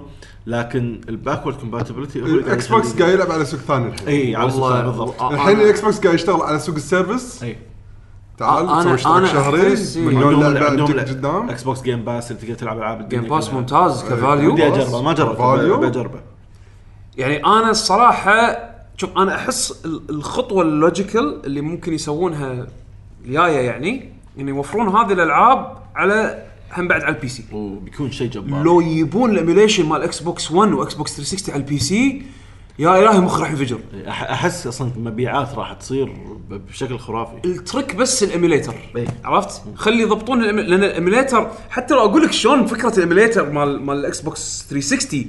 لكن الباكورد كومباتيبلتي الاكس بوكس قاعد يلعب على سوق ثاني الحين. اي على سوق ثاني بالضبط. الحين الاكس بوكس قاعد يشتغل على سوق السيرفيس. اي تعال أنا- تسوي اشتراك أنا شهري أحس- مليون عندهم لعبه عندهم عندك قدام. اكس بوكس جيم باس اللي تقدر تلعب العاب الدنيا جيم باس كلها. ممتاز كفاليو. ودي اجربه ما جربته فاليو. بجربه. يعني انا الصراحه شوف انا احس ال- الخطوه اللوجيكال اللي ممكن يسوونها الجايه يعني ان يوفرون هذه الالعاب على هم بعد على البي سي. وبيكون شيء جبار. لو يبون الايميليشن مال اكس بوكس ون واكس بوكس ثري سكستي على البي سي يا الهي مخ راح ينفجر. أح- احس اصلا مبيعات راح تصير ب- بشكل خرافي. الترك بس الايميليتر. إيه. عرفت خلي يضبطون الإيمي... لان الايميليتر حتى لو اقول لك شلون فكره الايميليتر مال مال الاكس بوكس ثري سكستي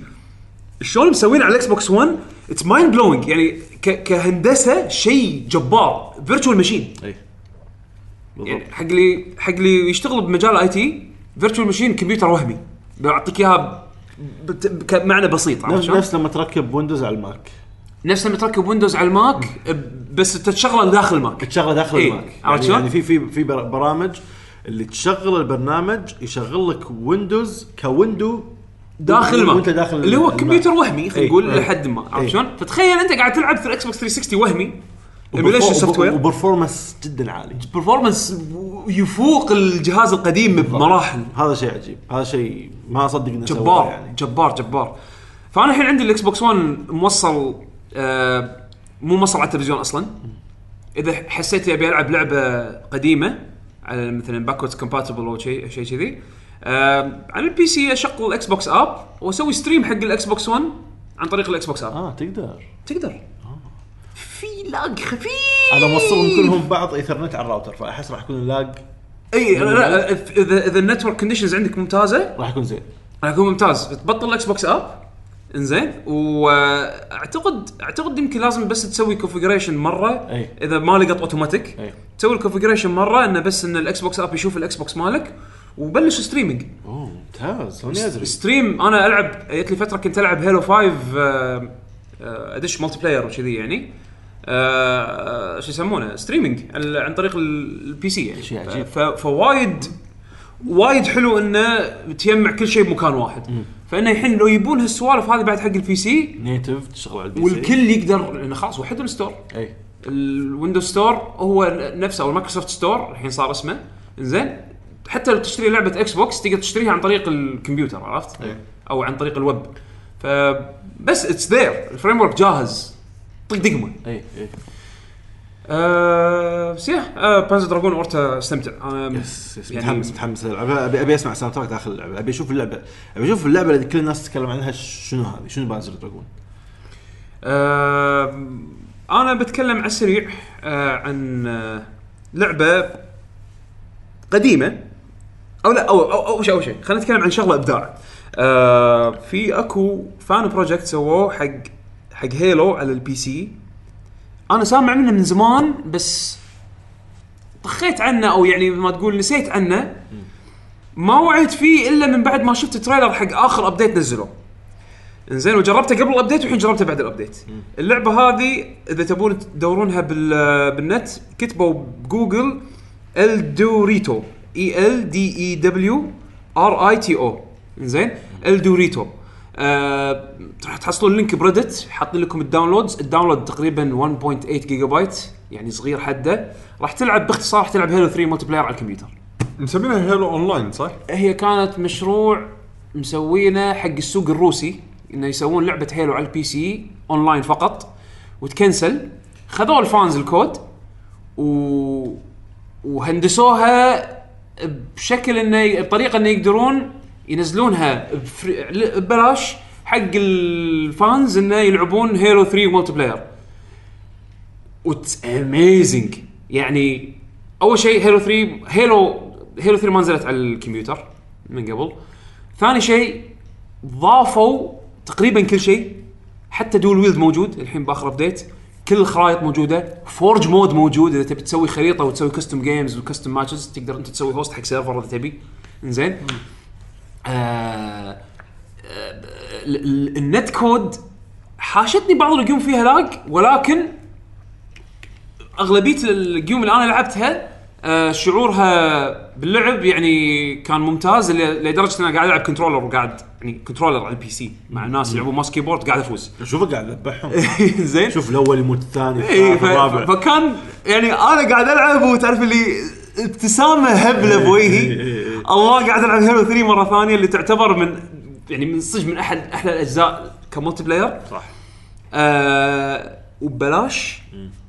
شلون مسوين على الاكس بوكس ون اتس مايند بلوينج. يعني ك... كهندسه شيء جبار فيرتشوال ماشين. اي بالضبط. يعني حق لي حق لي يشتغل بمجال اي تي فيرتشوال ماشين كمبيوتر وهمي بعطيك اياها بت... بمعنى بسيط. عرفت نفس, شلون؟ نفس لما تركب ويندوز على الماك نفس لما تركب ويندوز على الماك بس تشغله داخل الماك. تشغله داخل إيه. الماك. عرفت يعني, شلون؟ يعني في في في بر- برامج اللي تشغل البرنامج يشغل لك ويندوز كويندو داخل الماك وانت داخل اللي هو الماك. كمبيوتر وهمي خلينا إيه. نقول إيه. لحد ما. عرفت إيه. شلون؟ فتخيل انت قاعد تلعب في الاكس بوكس ثري سكستي وهمي ايميليشن وبرفو- سوفت وير وبرفورمانس جدا عالي. برفورمانس يفوق الجهاز القديم بمراحل. هذا شيء عجيب. هذا شيء ما اصدق انه سواه جبار يعني. جبار جبار. فانا الحين عندي الاكس بوكس ون موصل آه مو موصل على التلفزيون اصلا. اذا حسيت ابي العب لعبه قديمه على مثلا باكورد كومباتبل او شيء شيء كذي آه على البي سي اشغل الاكس بوكس اب واسوي ستريم حق الاكس بوكس ون عن طريق الاكس بوكس اب. اه تقدر تقدر في لاج خفيف انا موصلهم كلهم بعض ايثرنت على الراوتر فاحس راح يكون اللاج اي لا اذا اذا النتورك كونديشنز عندك ممتازه راح يكون زين راح يكون ممتاز. تبطل الاكس بوكس اب انزين واعتقد اعتقد يمكن لازم بس تسوي كونفيجريشن مره أي. اذا ما لقط اوتوماتيك أي. تسوي الكونفيجريشن مره انه بس ان الاكس بوكس اب يشوف الاكس بوكس مالك وبلش ستريمينج. اوه ممتاز هوني ازري ستريم. انا العب جت لي فتره كنت العب هيلو فايف ادش مالتي بلاير وكذي يعني آه شو يسمونه ستريمينج عن طريق البي سي يعني. شيء عجيب. فوايد وايد حلو انه تجمع كل شيء بمكان واحد. م. فانه الحين لو يبون هالسوالف هذه بعد حق البي سي نيتف تشتغل على البي سي والكل يقدر لانه خلاص وحده الستور. اي الويندوز ستور هو نفسه او المايكروسوفت ستور الحين صار اسمه انزين. حتى لو تشتري لعبه اكس بوكس تقدر تشتريها عن طريق الكمبيوتر عرفت أي. او عن طريق الويب. فبس اتس ذير الفريم ورك جاهز طق دقمه. اي اي أه سيح أه بانزر دراجون اورتا استمتع انا يس يس يعني متحمس متحمس للعبه ابي ابي اسمع ساوند تراك داخل اللعبه ابي اشوف اللعبه ابي اشوف اللعبه اللي كل الناس تتكلم عنها شنو هذه شنو بانزر دراجون. أه انا بتكلم على السريع أه عن أه لعبه قديمه او لا او او, أو شيء او شيء خلينا نتكلم عن شغله ابداع. أه في اكو فان بروجكت سووه حق حق هيلو على البي سي. انا سامع منه من زمان بس طخيت عنه او يعني ما تقول نسيت عنه ما وعيت فيه الا من بعد ما شفت تريلر حق اخر ابديت نزلوه انزين وجربته قبل الابديت والحين جربته بعد الابديت. اللعبه هذه اذا تبون تدورونها بالنت كتبوا بجوجل الدوريتو اي ال دي اي دبليو ار اي تي او انزين الدوريتو. أه راح تحصلون لينك بريدت حاطين لكم الداونلودز. الداونلود تقريبا واحد فاصلة ثمانية جيجا بايت يعني صغير حده. راح تلعب باختصار راح تلعب هيلو ثري ملتي بلاير على الكمبيوتر. مسمينها هيلو اونلاين صح؟ هي كانت مشروع مسوينه حق السوق الروسي انه يسوون لعبه هيلو على البي سي اونلاين فقط وتكنسل. خذوا الفانز الكود و... وهندسوها بشكل انه بطريقه انه يقدرون ينزلونها ببلاش حق الفانز انه يلعبون هيلو ثري ملتي بلاير. واتس اميزنج يعني. اول شيء هيلو ثري هيلو هيلو ثري ما نزلت على الكمبيوتر من قبل. ثاني شيء ضافوا تقريبا كل شيء حتى دول ويلد موجود الحين باخر ابديت. كل الخرائط موجوده. فورج مود موجود اذا تبي تسوي خريطه وتسوي كاستم جيمز وكاستم ماتشز تقدر انت تسوي هوست حق سيرفر اذا تبي انزين. آه آه النت كود حاشتني بعض الجيوم فيها لاج ولكن اغلبيه الجيوم اللي انا لعبتها آه شعورها باللعب يعني كان ممتاز لدرجه ان انا قاعد العب كنترولر وقاعد يعني كنترولر على البي سي مع الناس يلعبون ماوس كيبورد قاعد افوز. شوفه قاعد اذبحهم زين. شوف الاول يموت الثاني ايه الرابع. فكان يعني انا قاعد العب وتعرف اللي ابتسامه هبله بوجهي. الله قاعد العب هيلو ثري مره ثانيه اللي تعتبر من يعني من صدق من احد احلى الاجزاء كمولتي بلاير صح. آه وببلاش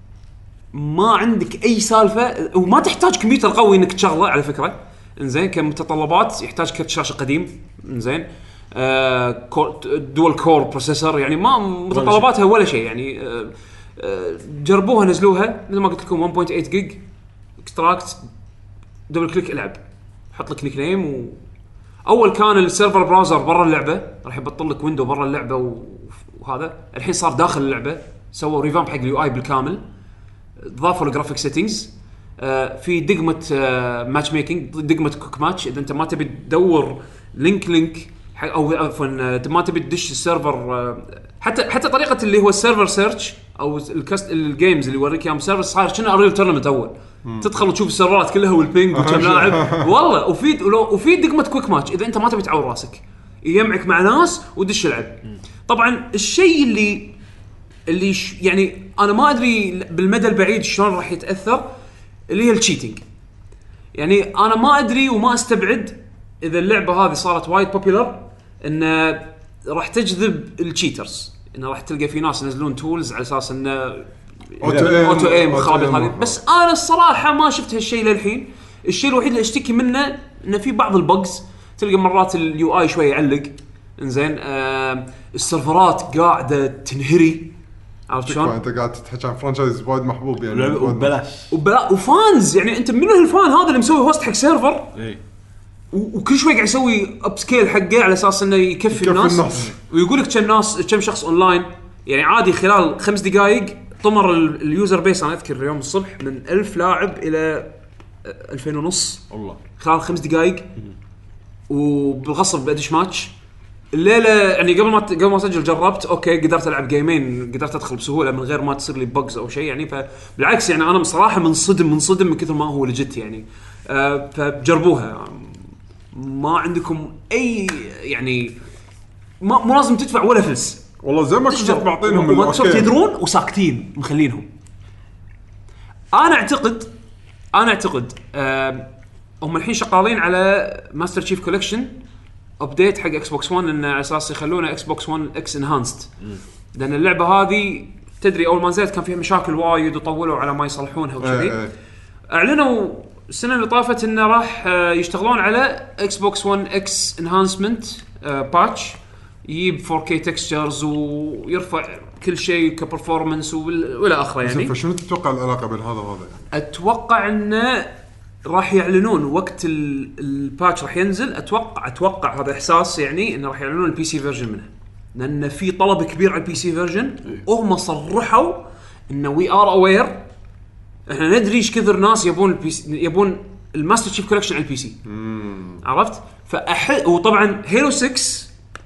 ما عندك اي سالفه وما تحتاج كمبيوتر قوي انك تشغله على فكره انزين. كمتطلبات يحتاج كرت شاشه قديم انزين. آه كور دول كور بروسيسور يعني ما متطلباتها ولا شيء يعني. آه آه جربوها نزلوها مثل ما قلت لكم واحد فاصلة ثمانية جيج اكستراكت دبل كليك العب حط لك نيك نيم. و اول كان السيرفر براوزر برا اللعبه راح يبطل لك ويندو برا اللعبه وهذا الحين صار داخل اللعبه. سووا ريفامب حق اليو اي بالكامل. ضافوا الجرافيك سيتنجز. آه في دقمه آه ماتش ميكينج دقمه كوك ماتش اذا انت ما تبي تدور لينك لينك او عفوا ما تبي تدش السيرفر. آه حتى حتى طريقه اللي هو السيرفر سيرش او الكاست الجيمز اللي يوريك اياهم سيرفر صار شنو اريل تورنمنت اول تدخل وتشوف السيرفرات كلها والبينج وكم لاعب والله. وفي وفي دقمه كويك ماتش اذا انت ما تبي تعور راسك يجمعك مع ناس ودش العب. طبعا الشيء اللي اللي يعني انا ما ادري بالمدى البعيد شلون راح يتاثر اللي هي التشيتنج. يعني انا ما ادري وما استبعد اذا اللعبه هذه صارت وايد بوبيلر ان راح تجذب التشيترز. انه راح تلقى في ناس ينزلون تولز على اساس انه اوتو ايم خرابيط هذه. بس انا الصراحه ما شفت هالشيء للحين. الشيء الوحيد اللي اشتكي منه انه في بعض البجز تلقى مرات اليو اي شوي يعلق انزين. آه السيرفرات قاعده تنهري عرفت شلون؟ انت قاعد تحكي عن فرانشايز وايد محبوب يعني لعبة وايد وببلاش. وبلا وفانز يعني انت منو هالفان هذا اللي مسوي هوست حق سيرفر اي و- وكل شوي قاعد يسوي اب سكيل حقه على اساس انه يكفي, يكفي الناس, الناس. ويقول لك كم ناس كم شخص اونلاين يعني عادي خلال خمس دقائق طمر ال- اليوزر بيس. انا اذكر اليوم الصبح من ألف لاعب الى ألفين ونص والله خلال خمس دقائق وبالغصب بدش ماتش الليله يعني قبل ما قبل ما اسجل جربت اوكي قدرت العب جيمين قدرت ادخل بسهوله من غير ما تصير لي بجز او شيء يعني فبالعكس يعني انا بصراحه منصدم منصدم من كثر ما هو لجت يعني أه فجربوها ما عندكم اي يعني ما مو لازم تدفع ولا فلس والله زي ما كنت معطينهم مايكروسوفت يدرون وساكتين مخلينهم. انا اعتقد انا اعتقد أه هم الحين شغالين على ماستر تشيف كولكشن ابديت حق اكس بوكس ون انه على اساس يخلونه اكس بوكس ون اكس انهانسد لان اللعبه هذه تدري اول ما نزلت كان فيها مشاكل وايد وطولوا على ما يصلحونها وكذي. ايه ايه. اعلنوا السنه اللي طافت انه راح آه، يشتغلون على اكس بوكس ون اكس انهانسمنت باتش يجيب فور كي تكستشرز ويرفع كل شيء كبرفورمانس والى اخره يعني. فشنو تتوقع العلاقه بين هذا وهذا؟ اتوقع انه راح يعلنون وقت ال- الباتش راح ينزل. اتوقع اتوقع هذا احساس يعني انه راح يعلنون البي سي فيرجن منه لان في طلب كبير على البي سي فيرجن وهم صرحوا انه وي ار اوير احنا ندري ايش كثر ناس يبون البي سي يبون الماستر تشيف كولكشن على البي سي. عرفت فأحل وطبعا هيلو ستة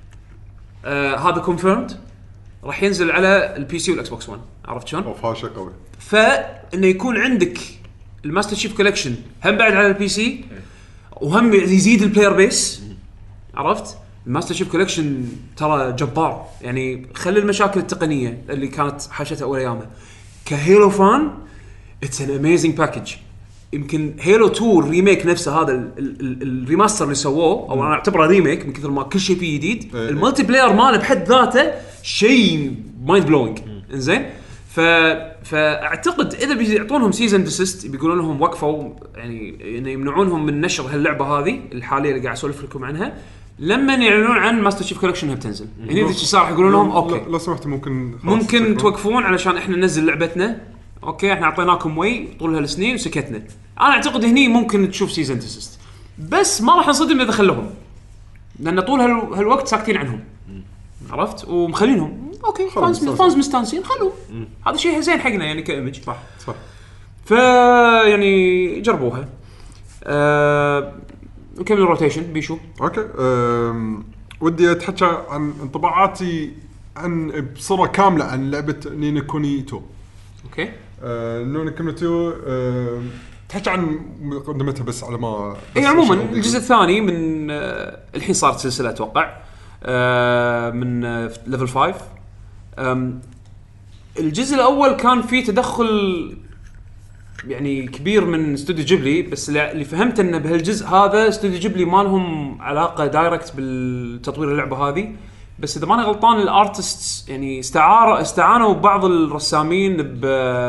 آه هذا كونفيرمد راح ينزل على البي سي والاكس بوكس ون. عرفت شلون؟ اوف هذا شيء قوي. فانه يكون عندك الماستر شيف كولكشن هم بعد على البي سي وهم يزيد البلاير بيس. عرفت الماستر شيف كولكشن ترى جبار يعني خلي المشاكل التقنيه اللي كانت حاشتها اول ايامها كهيلو فان اتس ان اميزنج باكج. يمكن هيلو تو الريميك نفسه هذا ال- ال- ال- الريماستر اللي سووه او انا اعتبره ريميك من كثر ما كل شيء فيه جديد. إيه. الملتي بلاير ماله بحد ذاته شيء مايند بلوينج. انزين ف فاعتقد اذا بيعطونهم سيزن ديسيست بيقولون لهم وقفوا يعني انه يمنعونهم من نشر هاللعبه هذه الحاليه اللي قاعد اسولف لكم عنها لما يعلنون عن ماستر شيف كولكشن هي بتنزل. يعني اذا شي صار يقولون لهم اوكي لا سمحت ممكن خلاص ممكن تسكرون. توقفون علشان احنا ننزل لعبتنا. اوكي احنا اعطيناكم وي طول هالسنين وسكتنا. انا اعتقد هني ممكن تشوف سيزن ديسيست بس ما راح نصدم اذا خلوهم لان طول هال... هالوقت ساكتين عنهم. عرفت ومخلينهم اوكي خلاص، فانز خلاص. فانز مستانسين خلوه هذا شيء زين حقنا يعني كايمج. صح صح. ف يعني جربوها. أه... نكمل الروتيشن بيشو. اوكي أم... ودي اتحكى عن انطباعاتي عن بصوره كامله عن لعبه نينو كوني تو. اوكي أه... نينو كوني تو أه... تحكي عن مقدمتها بس على ما اي عموما الجزء الثاني من آه الحين صارت سلسله اتوقع آه من آه ليفل خمسة. آم، الجزء الاول كان فيه تدخل يعني كبير من استوديو جيبلي بس اللي فهمت انه بهالجزء هذا استوديو جيبلي ما لهم علاقه دايركت بالتطوير اللعبه هذه بس اذا ماني غلطان الارتستس يعني استعاروا استعانوا ببعض الرسامين ب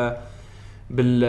بال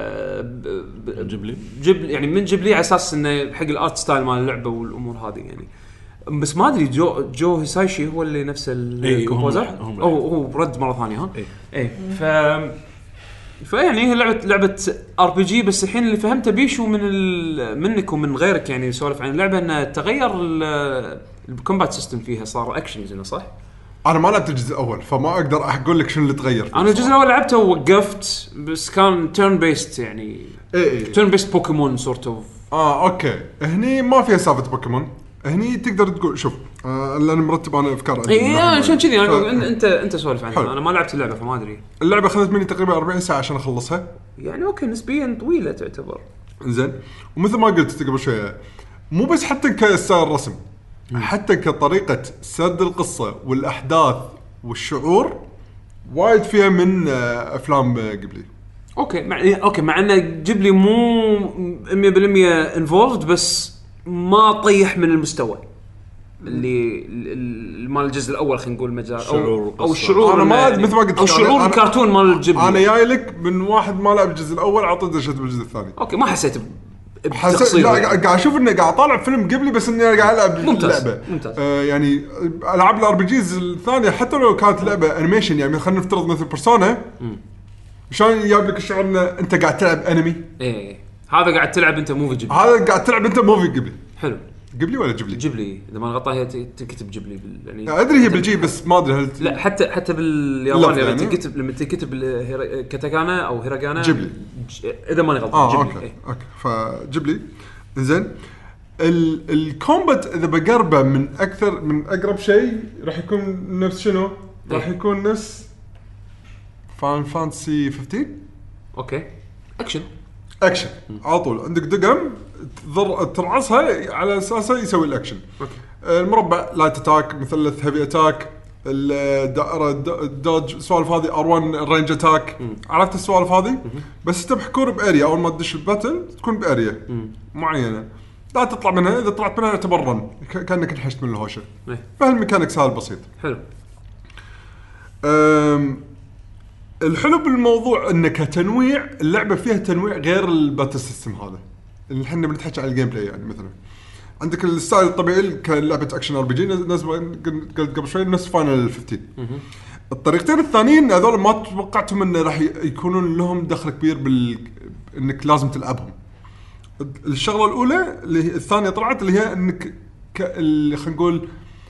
ب- جيبلي جيب يعني من جيبلي على اساس انه حق الارت ستايل مال اللعبه والامور هذه يعني بس ما ادري جو جو هيسايشي هو اللي نفس الكومبوزر هم- هم- او هو رد مره ثانيه ها إيه. اي ف فيعني هي لعبه لعبه ار بي جي بس الحين اللي فهمته بيشو من ال... منك ومن غيرك يعني يسولف عن اللعبه انه تغير ال- الكومبات سيستم فيها صار اكشنز انه صح. انا ما لعبت الجزء الاول فما اقدر اقول لك شنو اللي تغير فيه انا الجزء صراحة. الاول لعبته ووقفت بس كان تيرن بيست يعني اي اي تيرن بيست بوكيمون سورت اوف. اه اوكي هني ما فيها سالفه بوكيمون. هني تقدر تقول شوف آه لان مرتب انا افكار عندي اي عشان كذي انا ف- أقول إن- انت انت سولف حلو. عنها انا ما لعبت اللعبه فما ادري اللعبه اخذت مني تقريبا أربعين ساعه عشان اخلصها. يعني اوكي نسبيا طويله تعتبر. زين ومثل ما قلت قبل شويه مو بس حتى كستايل الرسم حتى كطريقه سرد القصه والاحداث والشعور وايد فيها من آه، افلام آه، قبلي. اوكي مع اوكي مع انه جيب لي مو مية بالمية انفولد بس ما طيح من المستوى اللي ال- مال الجزء الاول خلينا نقول مجال شعور او القصة. او الشعور أنا ما إنه- مثل ما قلت او لك، شعور أنا- الكرتون مال جيب انا لي. جاي لك من واحد ما لعب الجزء الاول عطيته دشيت بالجزء الثاني. اوكي ما حسيت حس... بتقصير لا يعني. قاعد اشوف اني قاعد اطالع فيلم قبلي بس اني قاعد العب ممتاز. اللعبه ممتاز. آه يعني العاب الار بي جيز الثانيه حتى لو كانت لعبه انيميشن يعني خلينا نفترض مثل بيرسونا شلون يجيب لك الشعور ان انت قاعد تلعب انمي ايه هذا قاعد تلعب انت موفي جيبلي. هذا قاعد تلعب انت موفي قبلي حلو. قبلي ولا جبلي جيبلي اذا ما غلطان هي تكتب جيبلي بال... يعني ادري هي بالجي بس ما ادري هل لا حتى حتى بالياباني لما يعني. تكتب لما تكتب الهيرا... كاتاكانا او هيراغانا جيبلي. ج... اذا ماني غلطان اه جيبلي. اوكي إيه. اوكي فجبلي زين ال الكومبات اذا بقربه من اكثر من اقرب شيء راح يكون نفس شنو راح إيه. يكون نفس فان فانتسي خمسة عشر اوكي اكشن اكشن على طول عندك دقم تضر ترعصها على اساسه يسوي الاكشن. اوكي. المربع لايت اتاك مثلث هيفي اتاك الدائره الدوج سوالف هذه ار واحد رينج اتاك عرفت السوالف هذه بس انت محكور باريا اول ما تدش الباتل تكون باريا معينه لا تطلع منها اذا طلعت منها يعتبر رن كانك انحشت من الهوشه. إيه. فالميكانيك سهل بسيط. حلو. أم الحلو بالموضوع انه كتنويع اللعبه فيها تنويع غير الباتل سيستم هذا اللي احنا بنتحكي على الجيم بلاي يعني مثلا عندك الستايل الطبيعي كلعبه اكشن ار بي جي نفس قلت قبل شوي نفس فاينل خمستاشر. الطريقتين الثانيين هذول ما توقعتهم انه راح يكونون لهم دخل كبير بال انك لازم تلعبهم. الشغله الاولى اللي هي الثانيه طلعت اللي هي انك ك... اللي خلينا نقول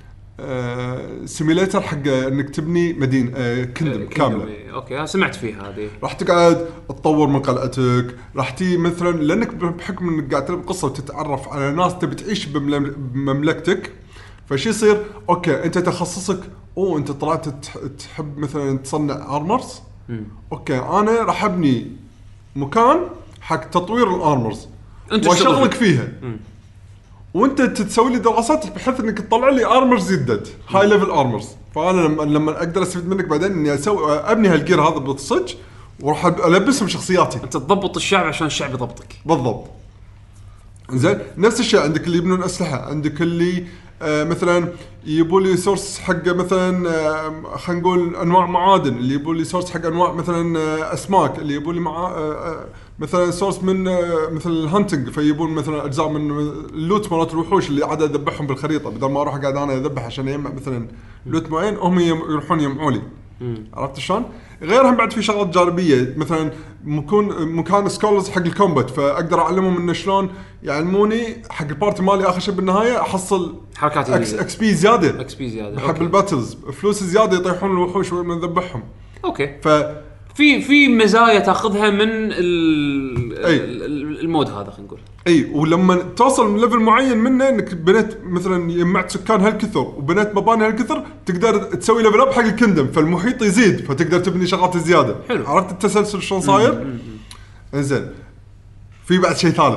آه... سيميليتر حق انك تبني مدينه آه... كندم كامله. اوكي انا سمعت فيها هذه. راح تقعد تطور من قلعتك راح تي مثلا لانك بحكم انك قاعد تلعب قصه وتتعرف على ناس تبي تعيش بممل... بمملكتك فشي يصير اوكي انت تخصصك او انت طلعت تحب مثلا تصنع ارمرز اوكي انا راح ابني مكان حق تطوير الارمرز واشغلك فيها مم. وانت تسوي لي دراسات بحيث انك تطلع لي ارمرز يدد هاي ليفل ارمرز فانا لما لما اقدر استفيد منك بعدين اني اسوي ابني هالجير هذا بالصج وراح البسهم شخصياتي انت تضبط الشعب عشان الشعب يضبطك بالضبط. زين نفس الشيء عندك اللي يبنون اسلحه عندك اللي آه مثلا يبوا لي سورس حق مثلا آه خلينا نقول انواع معادن اللي يبوا لي سورس حق انواع مثلا آه اسماك اللي يبوا لي مع آه آه مثلا سورس من آه مثل الهانتنج فيبون مثلا اجزاء من اللوت مالت الوحوش اللي عاد اذبحهم بالخريطه بدل ما اروح قاعد انا اذبح عشان يجمع مثلا لوت معين هم يروحون يجمعوا لي. عرفت شلون؟ غيرهم بعد في شغلات جانبيه مثلا مكون مكان سكولز حق الكومبات فاقدر اعلمهم انه شلون يعلموني حق البارتي مالي اخر شيء بالنهايه احصل حركات اكس اكس بي زياده اكس بي زياده بحب الباتلز فلوس زياده يطيحون الوحوش ومن نذبحهم. اوكي ف في في مزايا تاخذها من ال أي. المود هذا خلينا نقول. اي ولما توصل من ليفل معين منه انك بنيت مثلا جمعت سكان هالكثر وبنيت مباني هالكثر تقدر تسوي ليفل اب حق الكندم فالمحيط يزيد فتقدر تبني شغلات زياده. حلو. عرفت التسلسل شلون صاير؟ انزين في بعد شيء ثالث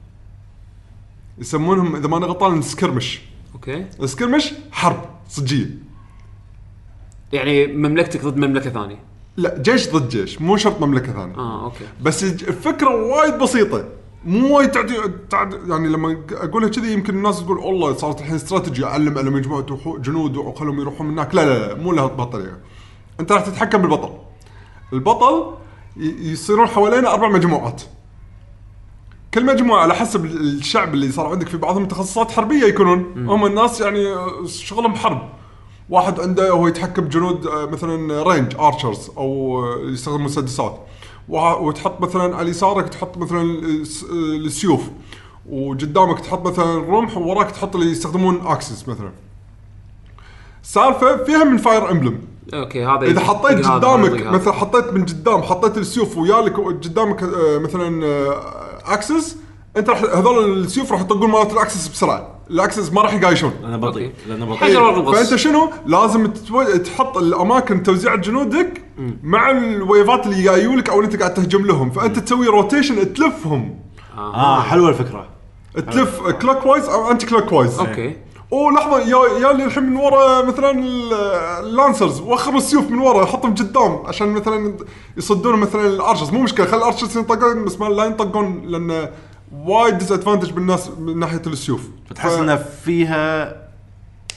يسمونهم اذا ما انا غلطان سكرمش. اوكي السكرمش حرب صجيه يعني مملكتك ضد مملكه ثانيه. لا جيش ضد جيش مو شرط مملكه ثانيه. اه اوكي بس الفكره وايد بسيطه مو وايد تعدي تعد يعني لما اقولها كذي يمكن الناس تقول والله صارت الحين استراتيجي اعلم على مجموعه جنود وخلهم يروحون هناك. لا لا لا مو لها بهالطريقه. انت راح تتحكم بالبطل. البطل يصيرون حوالينا اربع مجموعات كل مجموعه على حسب الشعب اللي صار عندك في بعضهم تخصصات حربيه يكونون م. هم الناس يعني شغلهم حرب. واحد عنده هو يتحكم بجنود مثلا رينج ارشرز او يستخدم مسدسات وتحط مثلا على يسارك تحط مثلا السيوف وقدامك تحط مثلا رمح ووراك تحط اللي يستخدمون اكسس مثلا. سالفه فيها من فاير امبلم. اوكي هذا اذا حطيت قدامك مثلا حطيت من قدام حطيت السيوف ويالك قدامك مثلا اكسس انت راح هذول السيوف راح يطقون مالت الاكسس بسرعه. الاكسس ما راح يقايشون انا بطيء لانه بطيء إيه. فانت شنو لازم تحط الاماكن توزيع جنودك م. مع الويفات اللي جايولك او انت قاعد تهجم لهم فانت م. تسوي روتيشن تلفهم. اه, آه حلوه الفكره تلف كلوك وايز او انتي كلوك وايز. اوكي او لحظه يا يا اللي الحين من ورا مثلا اللانسرز واخر السيوف من ورا حطهم قدام عشان مثلا يصدون مثلا الارشرز مو مشكله خلي الارشرز ينطقون بس ما لا ينطقون لان وايد ديس ادفانتج بالناس من ناحيه السيوف. فتحس ف... انها فيها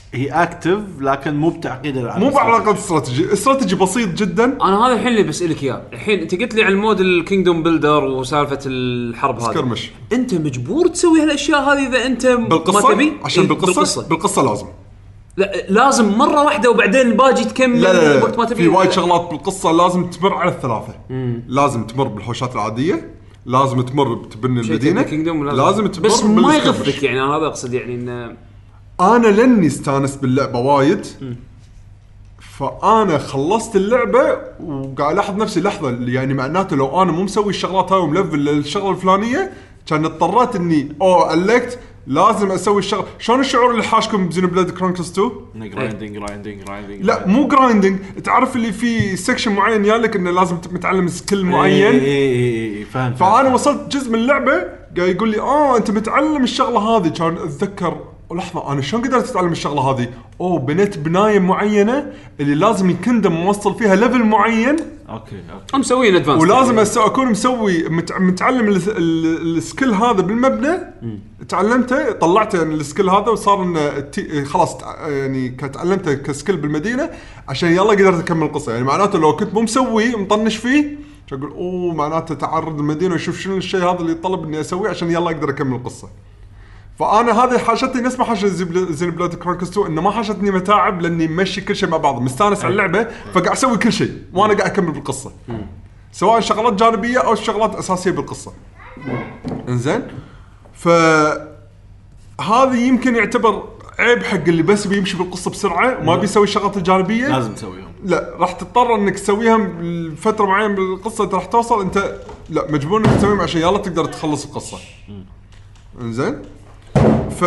هي اكتف لكن مو بتعقيد الالعاب، مو بعلاقه استراتيجي، استراتيجي بسيط جدا. انا هذا الحين اللي بسالك اياه الحين، انت قلت لي عن المود الكينجدوم بيلدر وسالفه الحرب هذه، سكرمش. انت مجبور تسوي هالاشياء هذه اذا انت بالقصه ما تبي عشان إيه بالقصة, بالقصه بالقصه لازم لا لازم مره واحده وبعدين الباقي تكمل لا لا وقت ما تبي. في وايد شغلات بالقصه لازم تمر على الثلاثه. مم. لازم تمر بالحوشات العاديه، لازم تمر بتبني المدينه، لازم, لازم تمر بس ما يغفك يعني. انا هذا اقصد يعني ان انا لاني استانس باللعبه وايد م. فانا خلصت اللعبه وقاعد الاحظ نفسي لحظه اللي يعني معناته لو انا مو مسوي الشغلات هاي وملفل للشغله الفلانيه كان اضطريت اني او علقت لازم اسوي الشغل. شلون الشعور اللي حاشكم بزينوبليد كرونيكلز تو؟ جرايندينج جرايندينج جرايندينج لا مو جرايندينج، تعرف اللي في سكشن معين يالك انه لازم متعلم سكيل معين. اي اي اي فاهم. فانا وصلت جزء من اللعبه قاعد يقول لي اه انت متعلم الشغله هذه. كان اتذكر لحظه انا شلون قدرت اتعلم الشغله هذه؟ اوه بنيت بنايه معينه اللي لازم الكندم موصل فيها ليفل معين. اوكي اوكي ام مسوي ادفانس ولازم يعني. اكون مسوي متعلم السكيل هذا بالمبنى. تعلمته طلعت يعني السكيل هذا وصار ان خلاص يعني كتعلمته كسكيل بالمدينه عشان يلا قدرت اكمل القصه. يعني معناته لو كنت مو مسوي مطنش فيه اقول اوه معناته تعرض المدينه وشوف شنو الشيء هذا اللي يطلب اني اسويه عشان يلا اقدر اكمل القصه. فانا هذه حاشتني نسمع حاشة زين بلاد كرونكلز تو انه ما حاشتني متاعب لاني ماشي كل شيء مع بعض مستانس على اللعبه فقاعد اسوي كل شيء وانا قاعد اكمل بالقصه سواء شغلات جانبيه او شغلات اساسيه بالقصه. انزين ف هذا يمكن يعتبر عيب حق اللي بس بيمشي بالقصه بسرعه وما بيسوي الشغلات الجانبيه. لازم تسويهم. لا راح تضطر انك تسويها لفتره معينه بالقصه انت راح توصل انت لا مجبور انك تسويهم عشان يلا تقدر تخلص القصه. انزين ف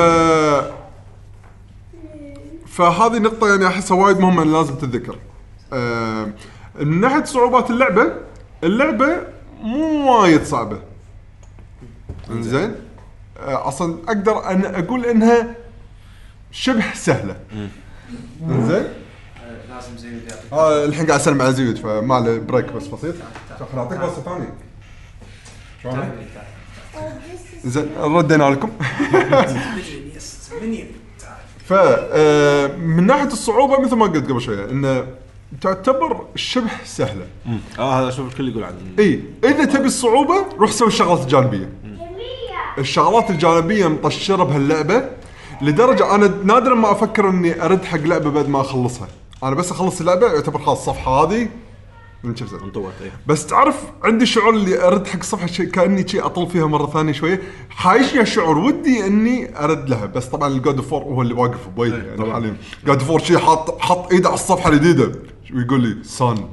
فهذه نقطه يعني احسها وايد مهمه لازم تتذكر. أه... من ناحيه صعوبات اللعبه اللعبه مو وايد صعبه. انزين أه... اصلا اقدر ان اقول انها شبه سهله. انزين لازم زين اه الحين قاعد اسلم على زيود فما له بريك بس بسيط. خليني اعطيك بس ثاني شلون زين ردينا لكم. ف من ناحيه الصعوبه مثل ما قلت قبل شويه انه تعتبر شبه سهله. اه هذا شوف الكل يقول عنه. اي اذا تبي الصعوبه روح سوي الشغلات الجانبيه. الشغلات الجانبيه مطشره بهاللعبه لدرجه انا نادرا ما افكر اني ارد حق لعبه بعد ما اخلصها. انا بس اخلص اللعبه يعتبر خلاص الصفحه هذه من شفت انطوت. ايه بس تعرف عندي شعور اللي ارد حق الصفحه شيء كاني شيء اطل فيها مره ثانيه شويه حايشني الشعور ودي اني ارد لها. بس طبعا الجود فور هو اللي واقف بوجهي يعني حاليا جود فور شيء حاط حط ايده على الصفحه الجديده ويقول لي صن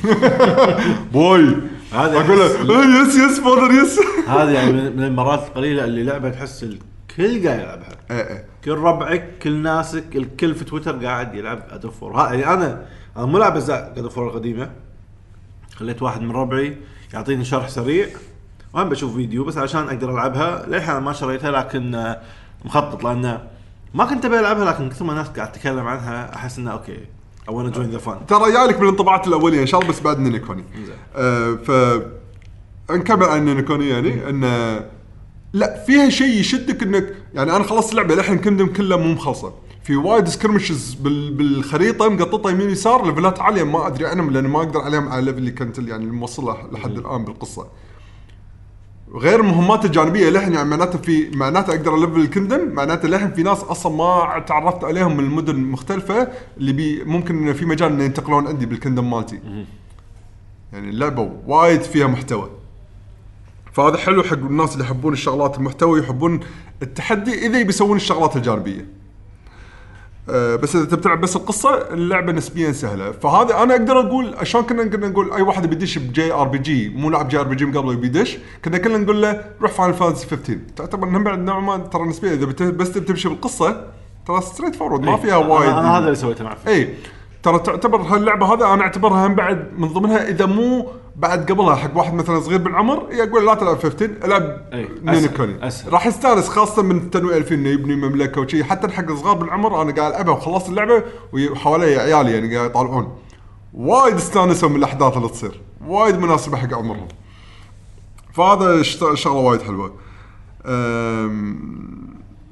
بوي هذا اقول له يس يس فاذر يس. هذه يعني من المرات القليله اللي لعبه تحس الكل قاعد يلعبها. ايه كل ربعك كل ناسك الكل في تويتر قاعد يلعب جود فور. يعني انا انا مو لاعب جود فور القديمه خليت واحد من ربعي يعطيني شرح سريع وانا بشوف فيديو بس عشان اقدر العبها. للحين ما شريتها لكن مخطط لانه ما كنت ابي العبها لكن كثر ما الناس قاعد تتكلم عنها احس انه اوكي I wanna join the fun. ترى جايلك بالانطباعات الاوليه ان شاء الله بس بعد نينيكوني. آه ف نكمل عن نينيكوني يعني انه لا فيها شيء يشدك انك يعني انا خلصت اللعبه للحين كندم كله مو مخلصه. في وايد سكرمشز بالخريطه مقططه يمين يسار ليفلات عاليه ما ادري عنهم لان ما اقدر عليهم على الليفل اللي كنت يعني موصله لحد الان بالقصه. غير المهمات الجانبيه لحن يعني معناته في معناته اقدر ليفل الكندم معناته لحن في ناس اصلا ما تعرفت عليهم من المدن المختلفه اللي بي ممكن في مجال ان ينتقلون عندي بالكندم مالتي. يعني اللعبه وايد فيها محتوى فهذا حلو حق الناس اللي يحبون الشغلات المحتوى يحبون التحدي اذا بيسوون الشغلات الجانبيه. أه بس اذا تبتلعب بس القصه اللعبه نسبيا سهله. فهذا انا اقدر اقول عشان كنا نقدر نقول اي واحد بيدش بجي ار بي جي مو لاعب جي ار بي جي من قبل بيدش كنا كلنا نقول له روح فاينل فانتسي خمسة عشر تعتبر انها بعد نوع ما ترى نسبيا اذا بس تمشي بالقصه ترى ستريت فورورد ما فيها وايد. انا هذا اللي سويته معه. اي ترى تعتبر هاللعبه هذا انا اعتبرها هم بعد من ضمنها اذا مو بعد قبلها حق واحد مثلا صغير بالعمر يقول لا تلعب خمسة عشر العب نينيكوني راح يستانس خاصه من التنويع اللي فيه انه يبني مملكه وشي. حتى حق صغار بالعمر انا قاعد العبها وخلصت اللعبه وحوالي عيالي يعني قاعد يطالعون وايد استانسوا من الاحداث اللي تصير وايد مناسبه حق عمرهم. فهذا شغله وايد حلوه. ف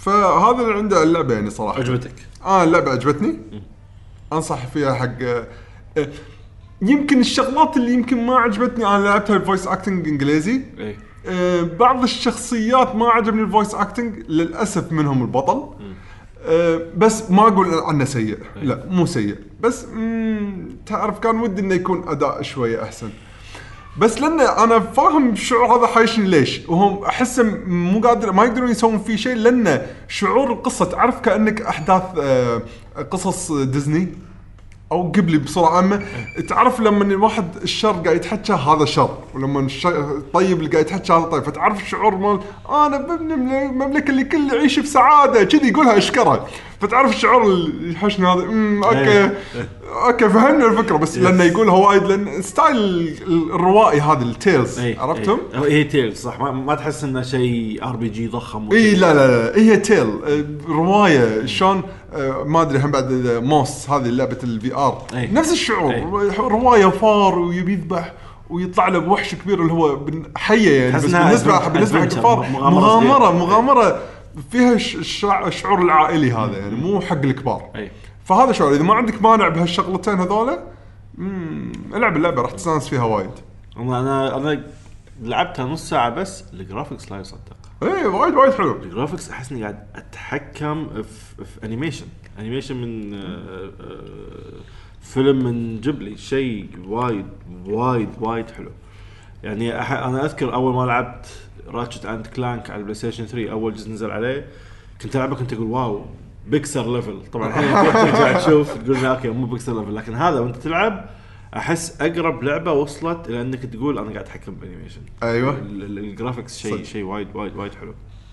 فهذا اللي عنده اللعبه يعني صراحه. عجبتك؟ اه اللعبه عجبتني. انصح فيها حق آه، يمكن الشغلات اللي يمكن ما عجبتني، انا لعبتها الفويس اكتنج انجليزي. اي آه، بعض الشخصيات ما عجبني الفويس اكتنج للاسف، منهم البطل. أه بس ما اقول عنه سيء، لا مو سيء، بس تعرف كان ودي انه يكون اداء شويه احسن. بس لان انا فاهم الشعور هذا حايشني ليش، وهم احسه مو قادر ما يقدرون يسوون فيه شيء، لان شعور القصه تعرف كانك احداث أه قصص ديزني او قبلي بصوره عامه. تعرف لما الواحد الشر قاعد يتحكى هذا شر، ولما الطيب اللي قاعد يتحكى هذا طيب، فتعرف الشعور مال انا ببني المملكه اللي كل يعيش بسعاده كذي يقولها اشكره، فتعرف الشعور اللي يحشني هذا. امم اوكي اوكي فهمنا الفكره، بس لانه يقولها وايد لان ستايل الروائي هذا التيلز عرفتهم. هي تيلز صح، ما, ما تحس انه شيء ار بي جي ضخم. اي لا لا لا هي تيل روايه شلون ما ادري. هم بعد موس هذه لعبه الفي ار نفس الشعور. أي. روايه فار ويبي يذبح ويطلع له بوحش كبير اللي هو حيه يعني، بس بالنسبه بالنسبه حق الفار مغامره مغامره فيها الشعور العائلي هذا يعني، مو حق الكبار. أي. فهذا شعور اذا ما عندك مانع بهالشغلتين هذولا امم العب اللعبه راح تستانس فيها وايد. انا انا لعبتها نص ساعه بس الجرافيكس لا يصدق. ايه وايد وايد حلو الجرافيكس. احس اني قاعد اتحكم في, في انيميشن انيميشن من آه آه فيلم من جبلي. شيء وايد وايد وايد حلو يعني. انا اذكر اول ما لعبت راتشت اند كلانك على البلاي ستيشن ثري اول جزء نزل عليه، كنت العبه كنت اقول واو بيكسر ليفل. طبعا الحين ترجع تشوف تقول اوكي مو بيكسر ليفل، لكن هذا وانت تلعب احس اقرب لعبه وصلت الى انك تقول انا قاعد اتحكم بانيميشن. ايوه الجرافيكس شيء شيء وايد وايد وايد حلو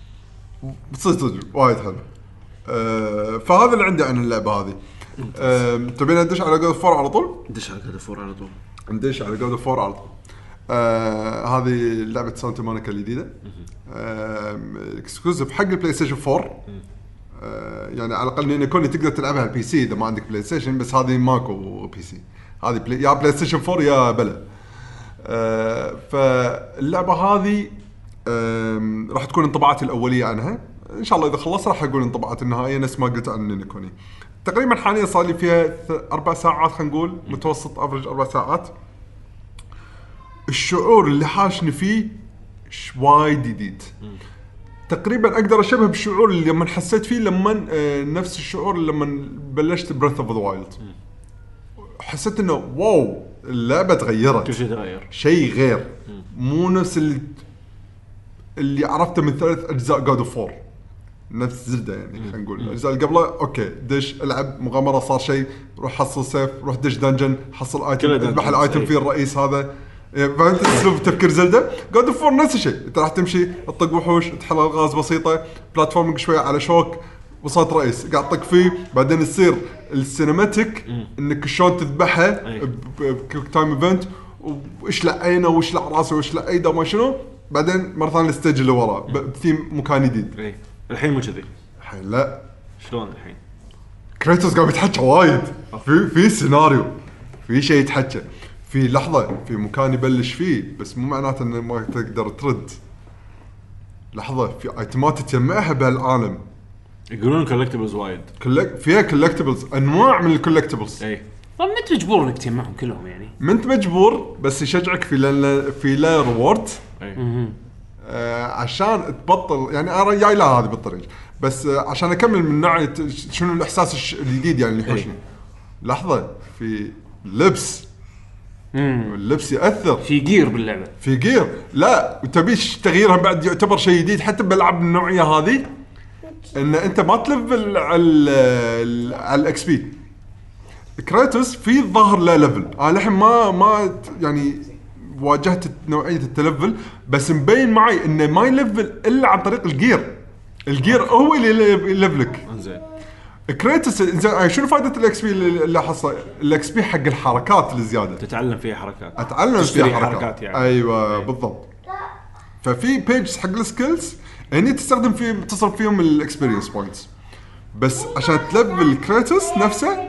صدق صدق وايد حلو. أه فهذا اللي عندي عن اللعبه هذه. أه تبينا ندش على جود فور على طول؟ ندش على جود فور على طول ندش على جود فور على طول. آه هذه لعبه سانتا مونيكا الجديده آه اكسكلوزيف حق البلاي ستيشن فور. آه يعني على الاقل انه كوني تقدر تلعبها على البي سي اذا ما عندك بلاي ستيشن، بس هذه ماكو بي سي، هذه بلاي يا بلاي ستيشن فور يا بلا. آه فاللعبه هذه آه راح تكون انطباعاتي الاوليه عنها. ان شاء الله اذا خلصت راح اقول انطباعاتي النهائيه نفس ما قلت عن نيكوني. تقريبا حاليا صار لي فيها اربع ساعات، خلينا نقول متوسط افرج اربع ساعات. الشعور اللي حاشني فيه وايد جديد. تقريبا اقدر اشبه بالشعور اللي لما حسيت فيه لما آه نفس الشعور اللي لما بلشت بريث اوف ذا وايلد. حسيت انه واو اللعبه تغيرت، شيء تغير، شيء غير. مو نفس اللي اللي عرفته من ثلاث اجزاء جود اوف فور، نفس زلدة يعني. خلينا نقول الاجزاء اللي قبله اوكي دش العب مغامره، صار شيء روح حصل سيف، روح دش دنجن حصل ايتم، اذبح الايتم فيه الرئيس هذا. فهمت اسلوب تفكير زلدة؟ جود اوف فور نفس الشيء، انت راح تمشي تطق وحوش، تحل الغاز بسيطه، بلاتفورمينج شويه على شوك، وصلت رئيس قاعد طق فيه، بعدين يصير السينماتيك انك شلون تذبحها بكويك تايم ايفنت، واشلع عينه واشلع راسه واشلع ايده وما شنو، بعدين مره ثانيه الستيج اللي وراه بثيم مكان جديد. الحين مو كذي، الحين لا. شلون الحين؟ كريتوس قاعد يتحكى وايد في في سيناريو، في شيء يتحكى في لحظه في مكان يبلش فيه، بس مو معناته انه ما تقدر ترد. لحظه في ايتمات تجمعها بهالعالم، يقولون كولكتبلز وايد، كولك فيها كولكتبلز انواع من الكولكتبلز. اي طب انت مجبور انك تجمعهم كلهم يعني؟ ما انت مجبور، بس يشجعك في لا في لا ريورد. اي آه عشان تبطل يعني. انا جاي لها هذه بالطريق، بس آه عشان اكمل من نوع شنو الاحساس الجديد يعني اللي يحوشني. لحظه في لبس، امم اللبس ياثر، في جير باللعبه، في جير. لا وتبيش تغييرها بعد يعتبر شيء جديد حتى بالالعاب النوعيه هذه، ان انت ما تلفل على على الاكس بي. كريتوس في ظهر لا ليفل، انا الحين ما ما يعني واجهت نوعيه التلفل، بس مبين معي انه ما يلفل الا عن طريق الجير. الجير هو اللي يلفلك. زين كريتوس زين شنو فائده الاكس بي اللي حصل؟ الاكس بي حق الحركات الزياده، تتعلم فيها حركات، اتعلم فيها حركات, حركات يعني. ايوه بالضبط. ففي بيجز حق السكيلز هني تستخدم فيه تصرف فيهم الاكسبيرينس بوينتس، بس عشان تلفل كريتوس نفسه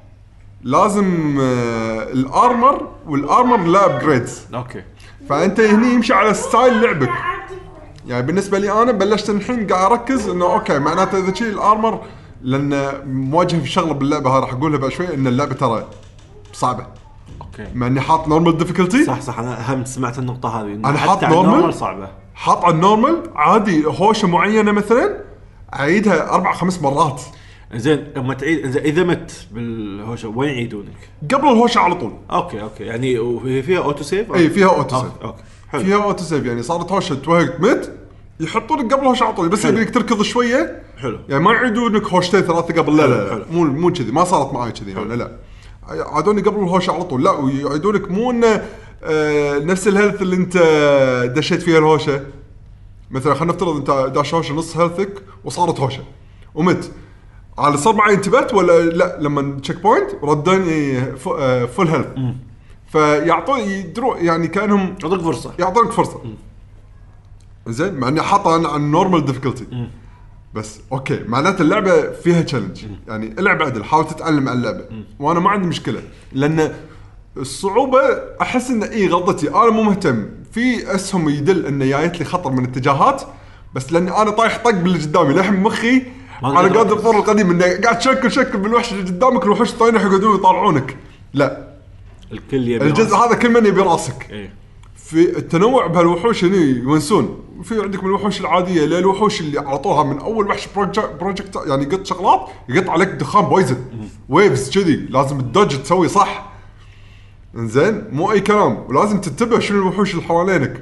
لازم آه الارمر، والارمر لا ابجريدز. اوكي فانت هني يمشي على ستايل لعبك. يعني بالنسبه لي انا بلشت الحين قاعد اركز انه اوكي معناته اذا شيء الارمر لان مواجه في شغله باللعبه هاي راح اقولها بعد شوي ان اللعبه ترى صعبه. اوكي مع اني حاط نورمال ديفيكولتي. صح صح انا هم سمعت النقطه هذه انا حاط نورمال صعبه، حاط على النورمال عادي هوشه معينه مثلا اعيدها اربع خمس مرات. زين لما تعيد اذا مت بالهوشه وين يعيدونك؟ قبل الهوشه على طول. اوكي اوكي يعني وهي فيها اوتو سيف؟ اي فيها اوتو سيف. اوكي حلو. فيها اوتو سيف يعني صارت هوشه توهقت مت يحطونك قبل هوشه على طول بس يبيك تركض شويه. حلو يعني ما يعيدونك هوشتين ثلاثه قبل. لا لا, حلو. لا. مو مو كذي ما صارت معي كذي يعني لا عادوني قبل الهوشه على طول. لا ويعيدونك مو انه آه نفس الهيلث اللي انت دشيت فيها الهوشه. مثلا خلينا نفترض انت داش هوشه نص هيلثك وصارت هوشه ومت على صار معي انتبهت ولا لا لما تشيك بوينت ردوني فول هيلث فيعطوني يدرو يعني كانهم يعطونك فرصه يعطونك فرصه. زين مع اني حاطه على النورمال ديفيكولتي بس اوكي معناته اللعبه فيها تشالنج يعني العب عدل حاول تتعلم على اللعبه وانا ما عندي مشكله لان الصعوبه احس ان اي غلطتي انا مو مهتم في اسهم يدل انه جايت لي خطر من اتجاهات بس لاني انا طايح طق باللي قدامي لحم مخي على قاد الفور القديم انه قاعد تشكل شكل بالوحش اللي قدامك الوحوش الثانيين يقعدون يطالعونك. لا الكل يبي الجزء هذا كل من يبي راسك. ايه. في التنوع بهالوحوش هني يونسون في عندك من الوحوش العاديه للوحوش اللي على طولها من اول وحش بروجكت يعني يقط شغلات يقط عليك دخان بويزن ويفز كذي لازم الدوج تسوي صح. انزين مو اي كلام ولازم تتبع شنو الوحوش اللي حوالينك.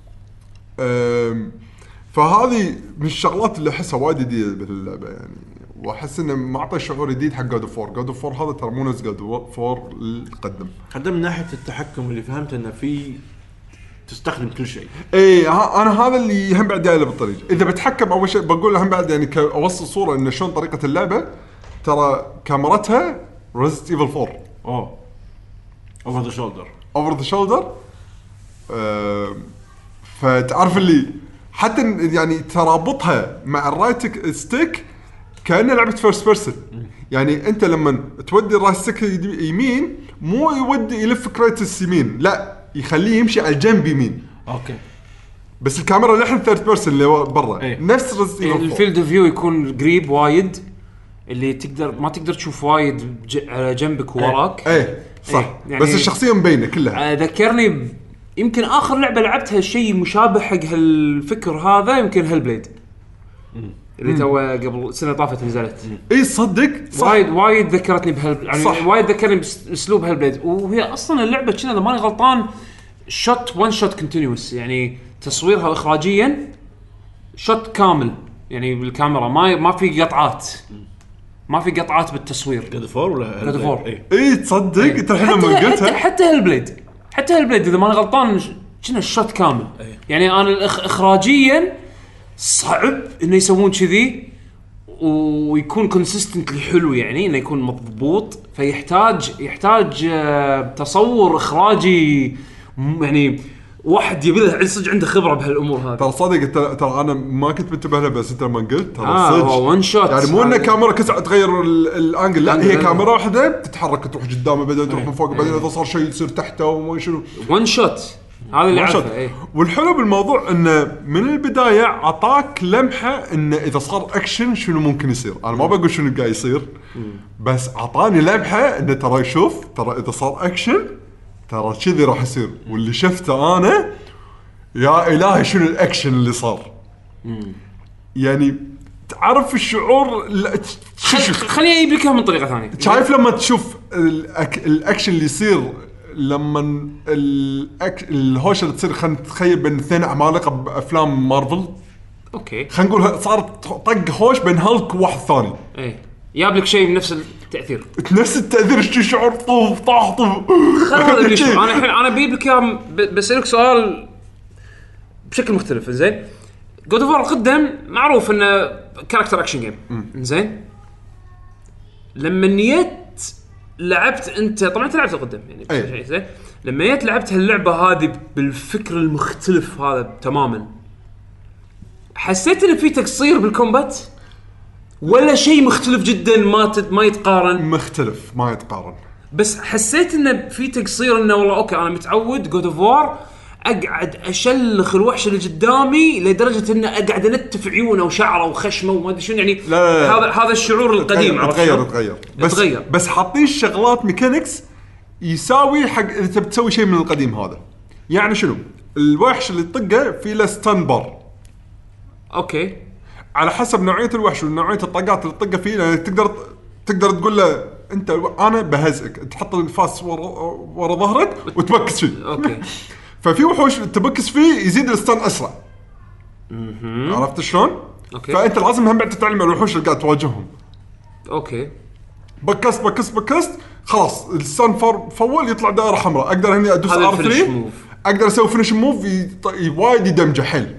فهذه من الشغلات اللي احسها وايد جديده باللعبه يعني واحس انه معطي شعور جديد حق جود اوف وور. جود اوف وور هذا ترى مو نفس جود اوف وور القدم. قدم من ناحيه التحكم اللي فهمت انه في تستخدم كل شيء. ايه انا هذا اللي هم بعد جاي له بالطريق. اذا بتحكم اول شيء بقول هم بعد يعني اوصل صوره انه شلون طريقه اللعبه ترى كاميرتها ريزيدنت ايفل فور. اوه اوفر ذا شولدر اوفر ذا شولدر. فتعرف اللي حتى يعني ترابطها مع الرايت ستيك كأنه لعبة فيرست بيرسون. يعني انت لما تودي الرايت ستيك يمين مو يودي يلف كريتس يمين لا يخليه يمشي على الجنب يمين. اوكي بس الكاميرا اللي احنا ثيرد بيرسون اللي برا ايه. نفس الفيلد فيو يكون قريب وايد اللي تقدر ما تقدر تشوف وايد على جنبك ووراك. ايه, ايه. صح ايه. يعني بس الشخصيه مبينه كلها. ذكرني يمكن اخر لعبه لعبتها شيء مشابه حق هالفكر هذا يمكن هالبليد اللي تو قبل سنه طافت نزلت. اي صدق وايد وايد ذكرتني بهال يعني صح. وايد ذكرني باسلوب هالبليد وهي اصلا اللعبه كنا اذا ماني غلطان شوت وان شوت كونتينيوس يعني تصويرها اخراجيا شوت كامل يعني بالكاميرا ما ما في قطعات ما في قطعات بالتصوير. جود فور ولا جود فور اي ايه تصدق انت الحين لما قلتها حتى, حتى هالبليد حتى هالبليد اذا ماني غلطان كنا الشوت كامل. أيه. يعني انا الإخ... اخراجيا صعب انه يسوون كذي ويكون كونسيستنتلي حلو يعني انه يكون مضبوط فيحتاج يحتاج تصور اخراجي يعني واحد يبي له صدق عنده خبره بهالامور هذه. ترى صدق ترى انا ما كنت منتبه له بس انت لما قلت ترى آه صدق وان شوت يعني مو انه كاميرا كسر تغير الانجل لا هي كاميرا واحده تتحرك تروح قدامه بعدين تروح من فوق بعدين اذا صار شيء يصير تحته وما شنو وان شوت هذا اللي عارفه. ايه. والحلو بالموضوع انه من البدايه عطاك لمحه انه اذا صار اكشن شنو ممكن يصير. انا ما بقول شنو قاعد يصير بس عطاني لمحه انه ترى شوف ترى اذا صار اكشن ترى كذي راح يصير. واللي شفته انا يا الهي شنو الاكشن اللي صار. يعني تعرف الشعور خليني اجيب لك من طريقه ثانيه. شايف لما تشوف الأك... الاكشن اللي يصير لما الأك... الهوشه اللي تصير خلينا نتخيل بين اثنين عمالقه بافلام مارفل. اوكي خلينا نقول صارت طق هوش بين هالك وواحد ثاني. ايه جاب لك شيء بنفس التاثير نفس التاثير شو شعور طوف طاح طوف. انا الحين انا بجيب لك اياه بسالك سؤال بشكل مختلف. زين جود اوف وور القدم معروف انه كاركتر اكشن جيم. زين لما نيت لعبت انت طبعا انت لعبت القدم يعني أيه. زين لما نيت لعبت هاللعبه هذه بالفكر المختلف هذا تماما حسيت ان في تقصير بالكومبات ولا شيء مختلف جدا ما تت ما يتقارن؟ مختلف ما يتقارن. بس حسيت انه في تقصير انه والله اوكي انا متعود جود اوف وور اقعد اشلخ الوحش اللي قدامي لدرجه انه اقعد انتف عيونه وشعره وخشمه وما ادري شنو يعني. لا لا لا. هذا هذا الشعور القديم عرفت تغير شلون؟ تغير بس تغير. بس حاطين شغلات ميكانكس يساوي حق اذا تبي تسوي شيء من القديم هذا. يعني شنو الوحش اللي تطقه في له ستان بار، اوكي على حسب نوعيه الوحش ونوعيه الطاقات اللي تطقه فيه. يعني تقدر تقدر تقول له انت انا بهزك، تحط الفاس ورا ورا ظهرك وتبكس فيه. اوكي ففي وحوش تبكس فيه يزيد الستان اسرع. عرفت شلون؟ أوكي. فانت لازم هم بعد تتعلم الوحوش اللي قاعد تواجههم. اوكي بكست بكست بكست خلاص الستان فور فول يطلع دائره حمراء، اقدر هني ادوس هذا ار الفينش ثلاثة موف. اقدر اسوي فينش موف يط- وايد يدمجه حيل.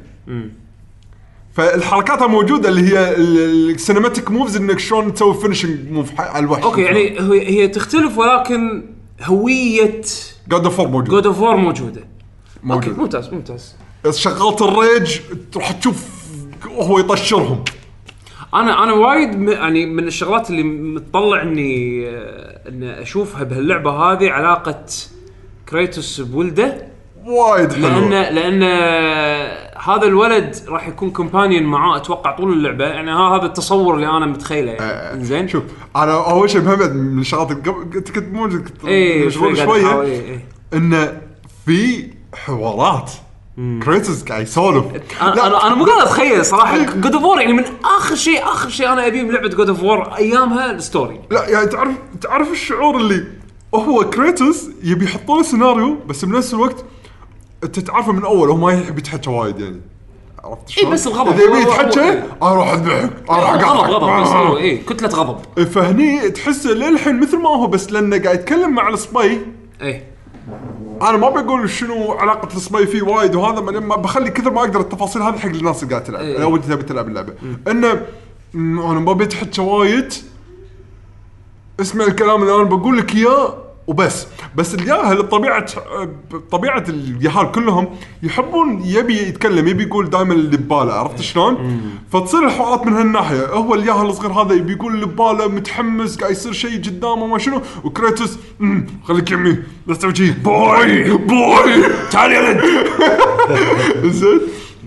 فالحركات موجوده اللي هي السينماتيك موفز انك شلون تسوي فينشنج موف على الوحش. اوكي يعني هي هي تختلف ولكن هويه جود اوف موجود جود اوف وور موجوده. موجود. اوكي ممتاز ممتاز. بس شغلت الريج راح تشوف وهو يطشرهم. انا انا وايد م- يعني من الشغلات اللي متطلع اني آه، ان اشوفها بهاللعبه هذه علاقه كريتوس بولده، وايد حلو. لان لان هذا الولد راح يكون كومبانيون معاه اتوقع طول اللعبه. يعني ها هذا التصور اللي انا متخيله يعني. زين شوف انا اول شيء محمد من الشغلات اللي قبل كنت كنت موجود كنت ايه مشغول شوي شويه شويه إيه. انه في حوارات كريتوس قاعد يسولف. انا انا انا مو قادر اتخيل صراحه جود اوف وور. يعني من اخر شيء اخر شيء انا ابيه بلعبه جود اوف وور ايامها الستوري. لا يعني تعرف تعرف الشعور اللي هو كريتوس يبي يحط له سيناريو بس بنفس الوقت انت تعرفه من اول هو ما يحب يتحكى وايد يعني. عرفت شلون؟ بس الغضب اذا يبي هو- هو- يتحكى إيه. اروح اذبحك اروح غضب اقطعك. غضب بس هو ايه كتله غضب. فهني تحسه للحين مثل ما هو بس لانه قاعد يتكلم مع الصبي. ايه انا ما بقول شنو علاقه الصبي فيه وايد وهذا ما بخلي كثر ما اقدر التفاصيل هذه حق الناس اللي قاعد تلعب إيه. لو انت تبي تلعب اللعبه. انه م- انا ما بتحكي وايد اسمع الكلام اللي انا بقول لك اياه وبس. بس الياهل بطبيعه بطبيعه الياهل كلهم يحبون يبي يتكلم يبي يقول دائما اللي بباله. عرفت شلون؟ فتصير الحوارات من هالناحيه. هو الياهل الصغير هذا يبي يقول اللي بباله متحمس قاعد يصير شيء قدامه ما شنو. وكريتوس "أمم، خليك يمي لا تسوي شيء بوي بوي تعال يا ولد". زين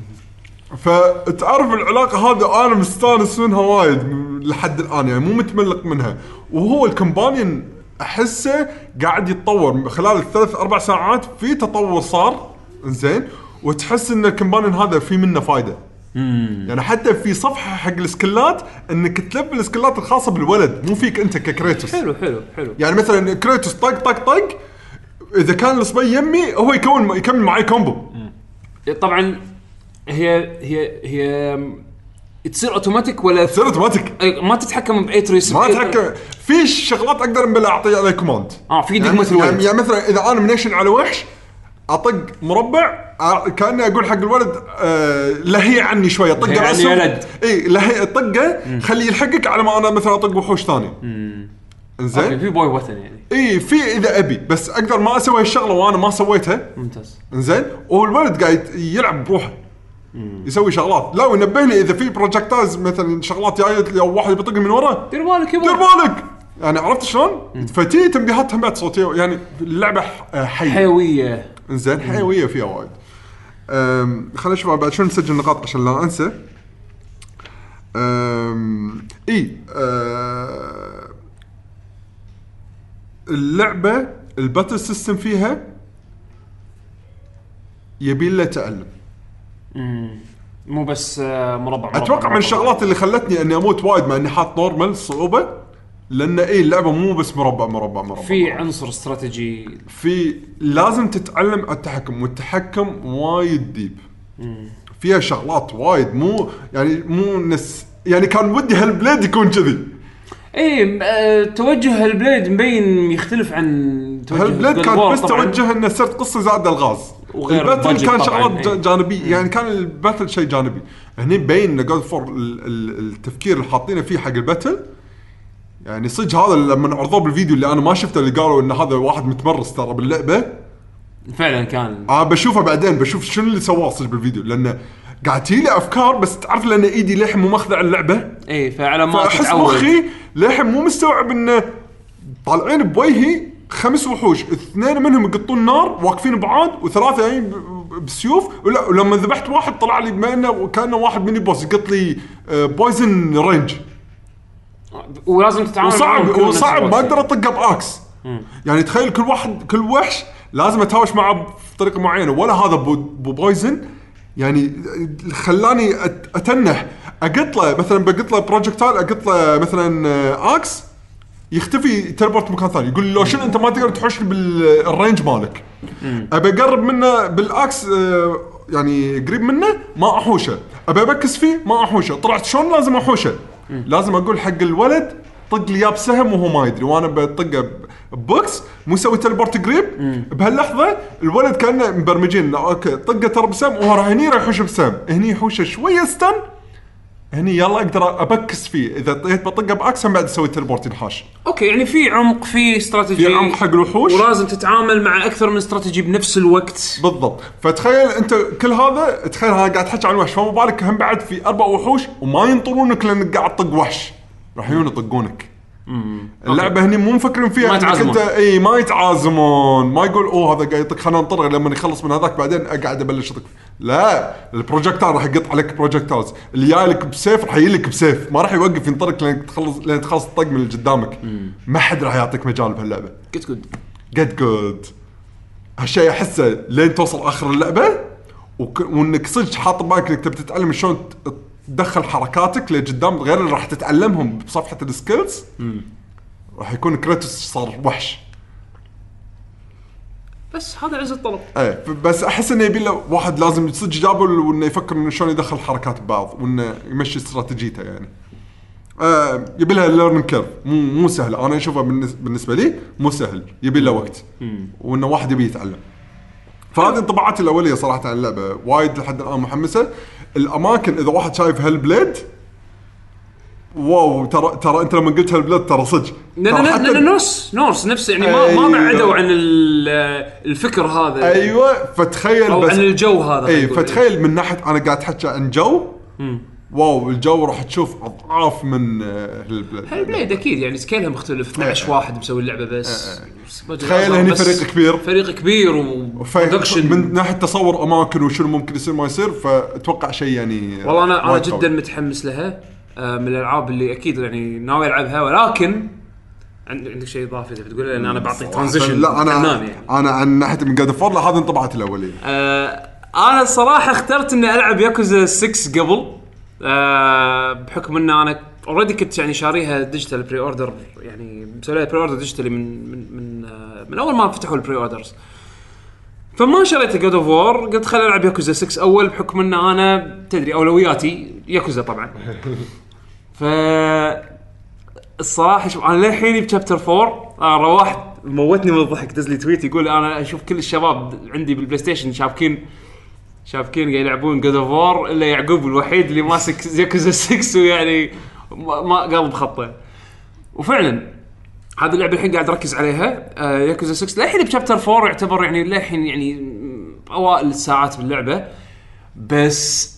فتعرف العلاقه هذه انا مستانس منها وايد لحد الان يعني مو متملق منها. وهو الكمبانيون احسه قاعد يتطور خلال الثلاث اربع ساعات في تطور صار. زين وتحس ان الكمبانيون هذا في منه فايده. يعني حتى في صفحه حق السكلات انك تلبي السكلات الخاصه بالولد مو فيك انت ككريتوس. حلو حلو حلو. يعني مثلا كريتوس طق طق طق اذا كان الصبي يمي هو يكون يكمل معي كومبو. طبعا هي هي هي تصير اوتوماتيك ولا تصير اوتوماتيك أي- ما تتحكم باي تريس ما اتحكم في شغلات اقدر بلا اعطي عليه كوماند. اه في يعني, دقمه الولد. يعني, يعني مثلا اذا انا منيشن على وحش اطق مربع آه، كاني اقول حق الولد آه لهي عني شويه طقه لهي عني راسه. يا ولد. اي لهي طقه خليه يلحقك على ما انا مثلا اطق وحوش ثاني. اوكي زين في بوي وطن يعني. اي في اذا ابي بس اقدر ما اسوي هالشغله وانا ما سويتها. ممتاز. زين والولد قاعد يلعب بروحه يسوي شغلات. لا وينبهني اذا في بروجكتايز مثلا شغلات جايه او واحد بيطق من ورا دير بالك يا دير بوي. بالك. يعني عرفت شلون؟ فتي تنبيهات هم بعد صوتيه يعني اللعبه ح- حيه. حيويه. انزين حيويه فيها وايد. أم، خلينا نشوف بعد شنو نسجل نقاط عشان لا انسى. أم، اي أه، اللعبه الباتل سيستم فيها يبي له تعلم. مو بس آه، مربع, مربع اتوقع من الشغلات اللي خلتني اني اموت وايد مع اني حاط نورمال صعوبه لان ايه اللعبه مو بس مربع مربع مربع في عنصر استراتيجي. في لازم تتعلم التحكم والتحكم وايد ديب. فيها شغلات وايد مو يعني مو نس يعني كان ودي هالبليد يكون كذي. ايه آه، توجه البليد مبين يختلف عن توجه هالبليد God of كان War بس طبعاً. توجه انه سرد قصه زاد الغاز. وغير الباتل البادجت كان طبعاً، شغلات إيه. ج- جانبيه يعني كان الباتل شيء جانبي. هني مبين ان جود فور التفكير اللي حاطينه فيه حق الباتل يعني صدق. هذا لما عرضوه بالفيديو اللي انا ما شفته اللي قالوا ان هذا واحد متمرس ترى باللعبه فعلا كان. اه بشوفه بعدين بشوف شنو اللي سواه صدق بالفيديو لانه قاعد تجيلي افكار بس تعرف لان ايدي للحين مو ماخذه على اللعبه. ايه فعلى ما فاحس تتعود. مخي للحين مو مستوعب انه طالعين بوجهي خمس وحوش اثنين منهم يقطون نار واقفين بعاد وثلاثه يعني بسيوف ولا ولما ذبحت واحد طلع لي بما انه كانه واحد مني بوس قلت لي بويزن رينج ولازم تتعامل وصعب معهم وصعب ما اقدر اطقه باكس. يعني تخيل كل واحد كل وحش لازم اتهاوش معه بطريقه معينه ولا هذا بويزن يعني خلاني اتنح اقط له مثلا بقط له بروجكتايل اقط له مثلا اكس يختفي تلبورت مكان ثاني يقول لي لو شنو انت ما تقدر تحوش بالرينج مالك ابى اقرب منه بالاكس يعني قريب منه ما احوشه ابى ابكس فيه ما احوشه طلعت شلون لازم احوشه لازم اقول حق الولد طق لي ياب سهم وهو ما يدري وانا بطقه بوكس مو يسوي تلبورت قريب بهاللحظه الولد كانه مبرمجين اوكي طقه ترى بسهم وهو هني راح يحوش بسهم هني يحوشه شويه استن هني يلا اقدر ابكس فيه اذا طيت بطقه باكس بعد اسوي تلبورت ينحاش. اوكي يعني في عمق في استراتيجي في عمق حق الوحوش ولازم تتعامل مع اكثر من استراتيجي بنفس الوقت بالضبط. فتخيل انت كل هذا تخيل انا قاعد احكي عن وحش فما بالك هم بعد في اربع وحوش وما ينطرونك لانك قاعد تطق وحش راح يجون يطقونك. اللعبه هني مو مفكرين فيها انك انت اي ما يتعازمون ما يقول اوه هذا قاعد يطق خلينا ننطر لما يخلص من هذاك بعدين اقعد ابلش اطق لا البروجكتار راح يقط عليك بروجكتارز اللي جايلك بسيف راح يجيلك بسيف ما راح يوقف ينطرك لين تخلص لين تخلص الطق من اللي قدامك. ما حد راح يعطيك مجال بهاللعبه جد جود جد جود هالشيء احسه لين توصل اخر اللعبه وك... وانك صدق حاط بالك انك تبي تتعلم شلون تدخل حركاتك لقدام غير اللي راح تتعلمهم بصفحه السكيلز راح يكون كريتوس صار وحش بس هذا عز الطلب. ايه بس احس انه يبي له واحد لازم صدق جابه وانه يفكر انه شلون يدخل حركات ببعض وانه يمشي استراتيجيته يعني آه يبي لها ليرنينج كيرف مو مو سهل انا اشوفه بالنسبه لي مو سهل يبي له وقت وانه واحد يبي يتعلم. فهذه انطباعاتي الاوليه صراحه عن اللعبه وايد لحد الان محمسه. الاماكن اذا واحد شايف هالبليد واو ترى ترى انت لما قلت هالبلد ترى صدق لا لا لا نورس نورس نفس يعني ما أيوة. ما بعدوا عن الفكر هذا ايوه فتخيل أو بس عن الجو هذا اي فتخيل من ناحيه انا قاعد احكي عن جو مم. واو الجو راح تشوف اضعاف من هالبلد هالبلد اكيد يعني سكيلها مختلف اثنا عشر واحد مسوي اللعبه بس تخيل هني فريق كبير فريق كبير وبرودكشن من ناحيه تصور اماكن وشنو ممكن يصير ما يصير فاتوقع شيء يعني والله انا انا جدا متحمس لها من الالعاب اللي اكيد يعني ناوي العبها ولكن عندك شيء اضافي اذا بتقول لي انا بعطي ترانزيشن لا انا يعني. انا عن ناحيه من جاد فور هذه انطباعاتي الاوليه. أه انا الصراحه اخترت اني العب ياكوزا ستة قبل أه بحكم ان انا اوريدي كنت يعني شاريها ديجيتال بري اوردر يعني مسويها بري اوردر ديجيتالي من من من, آه من اول ما فتحوا البري اوردرز فما شريت جاد اوف وور قلت خليني العب ياكوزا ستة اول بحكم ان انا تدري اولوياتي ياكوزا طبعا. ف الصراحه شوف انا للحين بشابتر فور آه روحت موتني من الضحك دز لي تويت يقول انا اشوف كل الشباب عندي بالبلاي ستيشن شابكين شابكين قاعد يلعبون جاد اوف وور الا يعقوب الوحيد اللي ماسك ياكوزا ستة ويعني ما قلب خطه. وفعلا هذه اللعبه الحين قاعد اركز عليها آه ياكوزا ستة للحين بشابتر فور يعتبر يعني للحين يعني اوائل الساعات باللعبه بس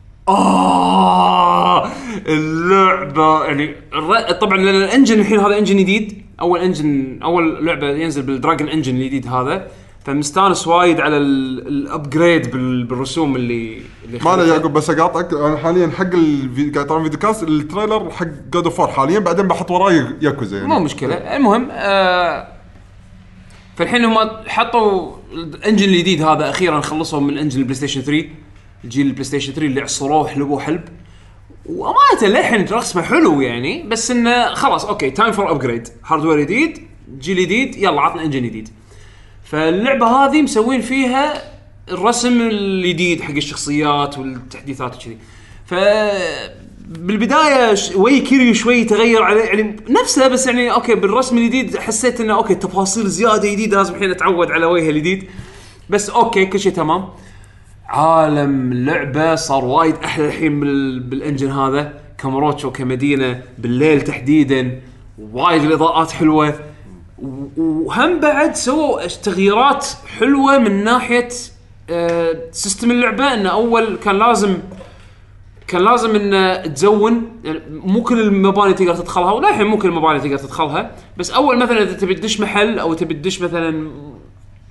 آه اللعبة يعني طبعا لأن الانجن الحين هذا انجن جديد اول انجن اول لعبة ينزل بالدراجون انجن الجديد هذا فمستانس وايد على الابجريد بالرسوم اللي اللي ما انا يعقوب بس اقاطعك انا حاليا حق قاعد اطلع فيديو كاست التريلر حق جاد اوف وور حاليا بعدين بحط وراي ياكوزا يعني مو مشكلة. المهم آه فالحين هم حطوا الانجن الجديد هذا اخيرا خلصوا من انجن البلاي ستيشن ثري الجيل البلاي ستيشن ثري اللي عصروه حلبوا حلب وامانه للحين رسمه حلو يعني بس انه خلاص اوكي تايم فور ابجريد هاردوير جديد جيل جديد يلا عطنا انجن جديد. فاللعبه هذه مسوين فيها الرسم الجديد حق الشخصيات والتحديثات وكذي ف بالبدايه وي كيريو شوي تغير عليه يعني نفسه بس يعني اوكي بالرسم الجديد حسيت انه اوكي تفاصيل زياده جديده لازم الحين اتعود على وجهه الجديد بس اوكي كل شيء تمام. عالم اللعبة صار وايد أحلى الحين بالإنجن هذا كاميروتشو كمدينة بالليل تحديداً وايد الإضاءات حلوة وهم بعد سووا تغييرات حلوة من ناحية سيستم اللعبة إنه أول كان لازم كان لازم إنه تزون يعني مو كل المباني تقدر تدخلها ولا الحين مو كل المباني تقدر تدخلها بس أول مثلاً إذا تبي تدش محل أو تبي تدش مثلاً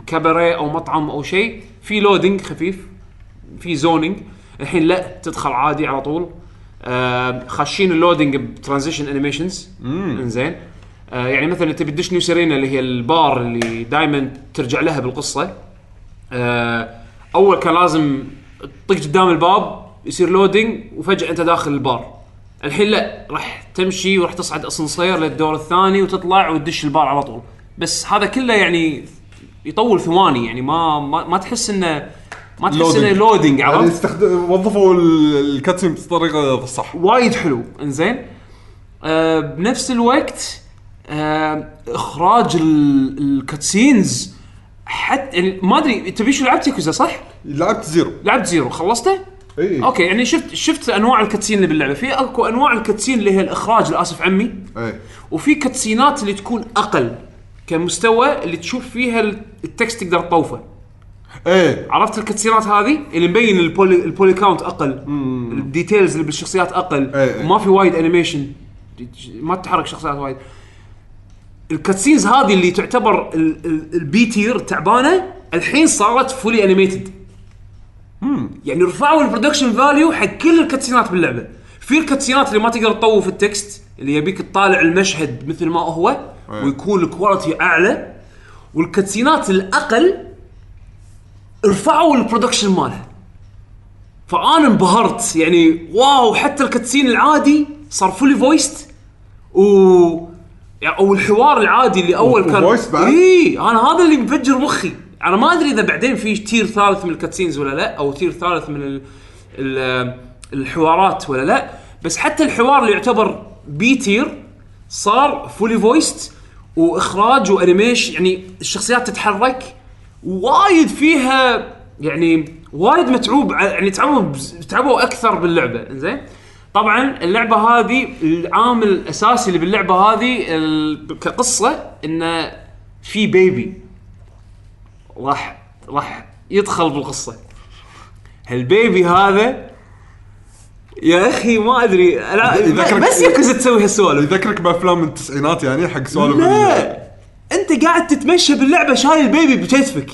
كاباريه او مطعم او شيء في لودينج خفيف في زونينج. الحين لا تدخل عادي على طول. آه خاشين اللودينج بترانزيشن انيميشنز انزين. آه يعني مثلا تبي تدش نيو سيرينا اللي هي البار اللي دائما ترجع لها بالقصه. آه اول كان لازم تطق قدام الباب يصير لودينج وفجاه انت داخل البار. الحين لا راح تمشي وراح تصعد اسانسير للدور الثاني وتطلع وتدش البار على طول. بس هذا كله يعني يطول ثواني يعني ما ما, ما تحس انه ما تحس انه لودينج. يعني عرفت يستخدم وظفوا الكاتسين بطريقه صح وايد حلو انزين. آه بنفس الوقت آه اخراج الكاتسينز حتى يعني ما ادري تبي شو لعبت ياكوزا صح؟ لعبت زيرو. لعبت زيرو خلصته؟ اي اوكي يعني شفت شفت انواع الكاتسين اللي باللعبه. في اكو انواع الكاتسين اللي هي الاخراج الاسف عمي. اي وفي كاتسينات اللي تكون اقل كمستوى اللي تشوف فيها التكست تقدر تطوفه. ايه عرفت الكاتسينات هذه اللي مبين البولي البولي كاونت اقل الديتيلز اللي بالشخصيات اقل ايه. وما في وايد انيميشن ما تتحرك شخصيات وايد. الكاتسينز هذه اللي تعتبر البي تير تعبانه الحين صارت فولي انيميتد. يعني رفعوا البرودكشن فاليو حق كل الكاتسينات باللعبه. في الكاتسينات اللي ما تقدر تطوف التكست اللي يبيك تطالع المشهد مثل ما هو ايه. ويكون الكواليتي اعلى. والكاتسينات الاقل رفعوا البرودكشن مالها. فانا انبهرت يعني واو. حتى الكاتسين العادي صار فولي فويست و يعني او الحوار العادي اللي اول كان اي انا هذا اللي مفجر مخي. انا ما ادري اذا بعدين في تير ثالث من الكاتسينز ولا لا او تير ثالث من ال ال الحوارات ولا لا. بس حتى الحوار اللي يعتبر بي تير صار فولي فويست واخراج وانيميشن. يعني الشخصيات تتحرك وايد فيها يعني وايد متعوب يعني تعبوا تعبوا اكثر باللعبه انزين. طبعا اللعبه هذه العامل الاساسي اللي باللعبه هذه كقصه انه في بيبي راح راح يدخل بالقصه. هالبيبي هذا يا اخي ما ادري بس يكوز تسوي هالسوالف. يذكرك بافلام من التسعينات يعني حق سوالف. لا انت قاعد تتمشى باللعبه شايل البيبي بكتفك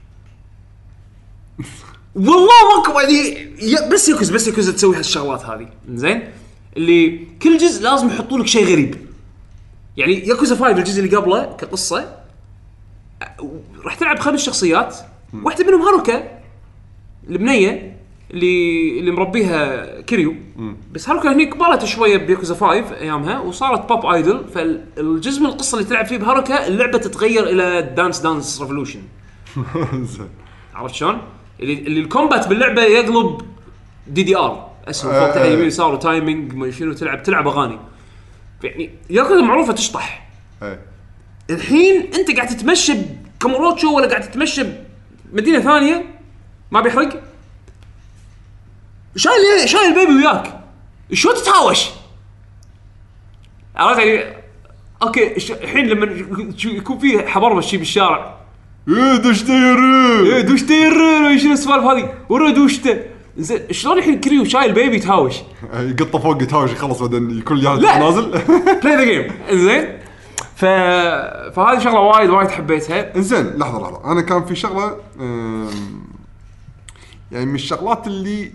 والله ماكو يعني بس يكوز بس يكوز تسوي هالشغلات هذه زين. اللي كل جزء لازم يحطوا لك شيء غريب. يعني ياكوزا خمسة الجزء اللي قبله كقصه راح تلعب خمس شخصيات واحده منهم هاروكا البنيه اللي اللي مربيها كيريو. بس هاروكا هني كبرت شويه بياكوزا خمسة ايامها وصارت بوب ايدل. فالجزء من القصه اللي تلعب فيه بهاروكا اللعبه تتغير الى دانس دانس ريفولوشن. عرفت شلون اللي, اللي الكومبات باللعبه يقلب دي دي ار اسهم فوق تحت يمين يسار وتايمينج ما شنو تلعب تلعب اغاني. يعني ياكوزا معروفه تشطح. الحين انت قاعد تتمشى كاموروتشو ولا قاعد تتمشى بمدينه ثانيه ما بيحرق شايل شايل البيبي وياك شو تتهاوش. عرفت يعني اوكي الحين لما يكون فيه حبربه شيء بالشارع ايه دوشتير ايه دوشتير شنو السوالف هذه ورا دوشته زين. شلون الحين كريو شايل بيبي تهاوش يقطه فوق يتهاوش يخلص بعدين يكون جاهز نازل بلاي ذا جيم زين. ف فهذه شغله وايد وايد حبيتها. انزين لحظه لحظه انا كان في شغله يعني من الشغلات اللي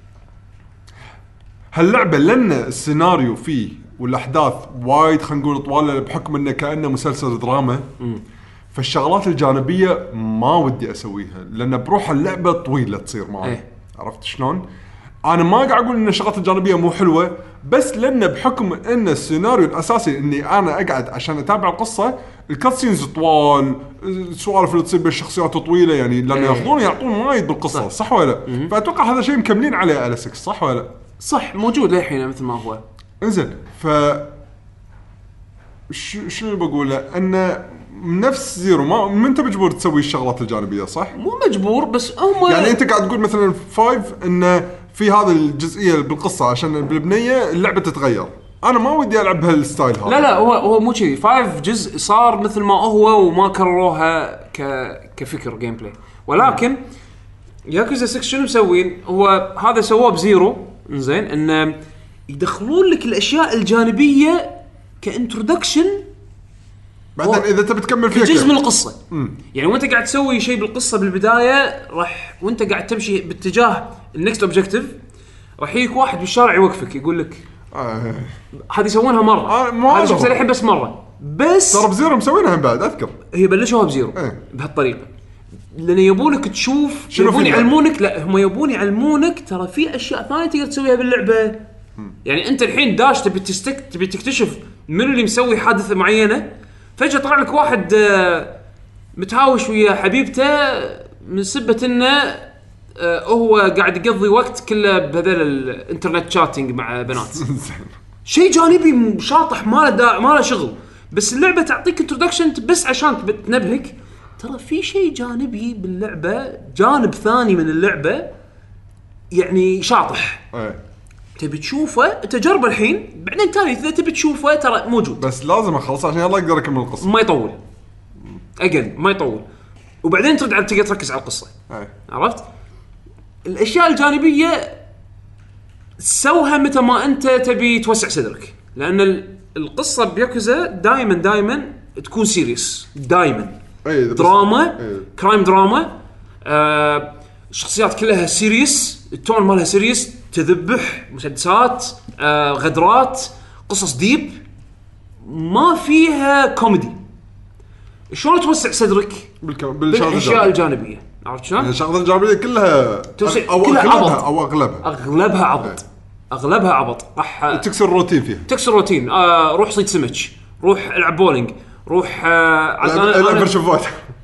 هاللعبه لان السيناريو فيه والاحداث وايد خلينا نقول طوال بحكم انه كانه مسلسل دراما. فالشغلات الجانبيه ما ودي اسويها لان بروح اللعبه طويله تصير معي. ايه. عرفت شلون انا ما قاعد اقول ان الشغلات الجانبيه مو حلوه بس لان بحكم ان السيناريو الاساسي اني انا اقعد عشان اتابع القصه الكاتسينز طوال السوالف اللي تصير بالشخصيات طويله يعني لان ايه. ياخذون يعطون وايد بالقصه صح, صح ولا لا؟ فاتوقع هذا شيء مكملين عليه على ستة صح ولا لا؟ صح موجود للحين مثل ما هو. انزين ف شنو بقوله ان نفس زيرو ما انت مجبور تسوي الشغلات الجانبيه صح؟ مو مجبور بس هم يعني انت قاعد تقول مثلا خمسة انه في هذا الجزئيه بالقصه عشان بالبنيه اللعبه تتغير. انا ما ودي العب بهالستايل هذا. لا لا هو هو مو كذي. خمسة جزء صار مثل ما هو وما كرروها ك كفكر جيم بلاي. ولكن ياكوزا ستة شنو مسوين هو هذا سووه بزيرو زين انه يدخلون لك الاشياء الجانبيه كانترودكشن بعدين اذا تبي تكمل فيها جزء كيف. من القصه. يعني وانت قاعد تسوي شيء بالقصه بالبدايه راح وانت قاعد تمشي باتجاه النكست اوبجيكتيف راح يجيك واحد بالشارع يوقفك يقول لك آه. هذه يسوونها مره آه، ما هذه أدري. شفتها الحين بس مره بس ترى بزيرو مسوينها هم بعد اذكر. هي بلشوها بزيرو إيه. بهالطريقه لان يبونك تشوف شنو يبون في اللعبة؟ يعلمونك لا هم يبون يعلمونك ترى في اشياء ثانيه تقدر تسويها باللعبه. يعني انت الحين داش تبي تستك تبي تكتشف منو اللي مسوي حادثه معينه فجاه طلع لك واحد آه، متهاوش ويا حبيبته من سبه انه آه، هو قاعد يقضي وقت كله بهذول الانترنت شاتنج مع بنات. شيء جانبي شاطح ما له دا... ما له شغل بس اللعبه تعطيك انتروداكشن بس عشان تب- تنبهك ترى في شيء جانبي باللعبه جانب ثاني من اللعبه يعني شاطح ايه تبي تشوفه تجربه الحين بعدين تالي اذا تبي تشوفه ترى موجود بس لازم اخلص عشان الله اقدر اكمل القصه. ما يطول اجل ما يطول وبعدين ترد على تقدر تركز على القصه. ايه عرفت الاشياء الجانبيه سوها متى ما انت تبي توسع صدرك لان ال- القصه بياكوزا دائما دائما تكون سيريس دائما ايه بس- دراما إيه. كرايم دراما آه، الشخصيات كلها سيريس التون مالها سيريس تذبح مسدسات آه، غدرات قصص ديب ما فيها كوميدي. شلون توسع صدرك بالكم بالشغله بالاشياء الجانبيه. الجانبيه عرفت شلون الشغله الجانبيه كلها توسع- او كلها اغلبها عبط. او اغلبها اغلبها عبط اغلبها عبط راح تكسر الروتين فيها. تكسر روتين آه، روح صيد سمك روح العب بولينج روح آه، عاد أنا- العب أنا- فيرتشوال فايت.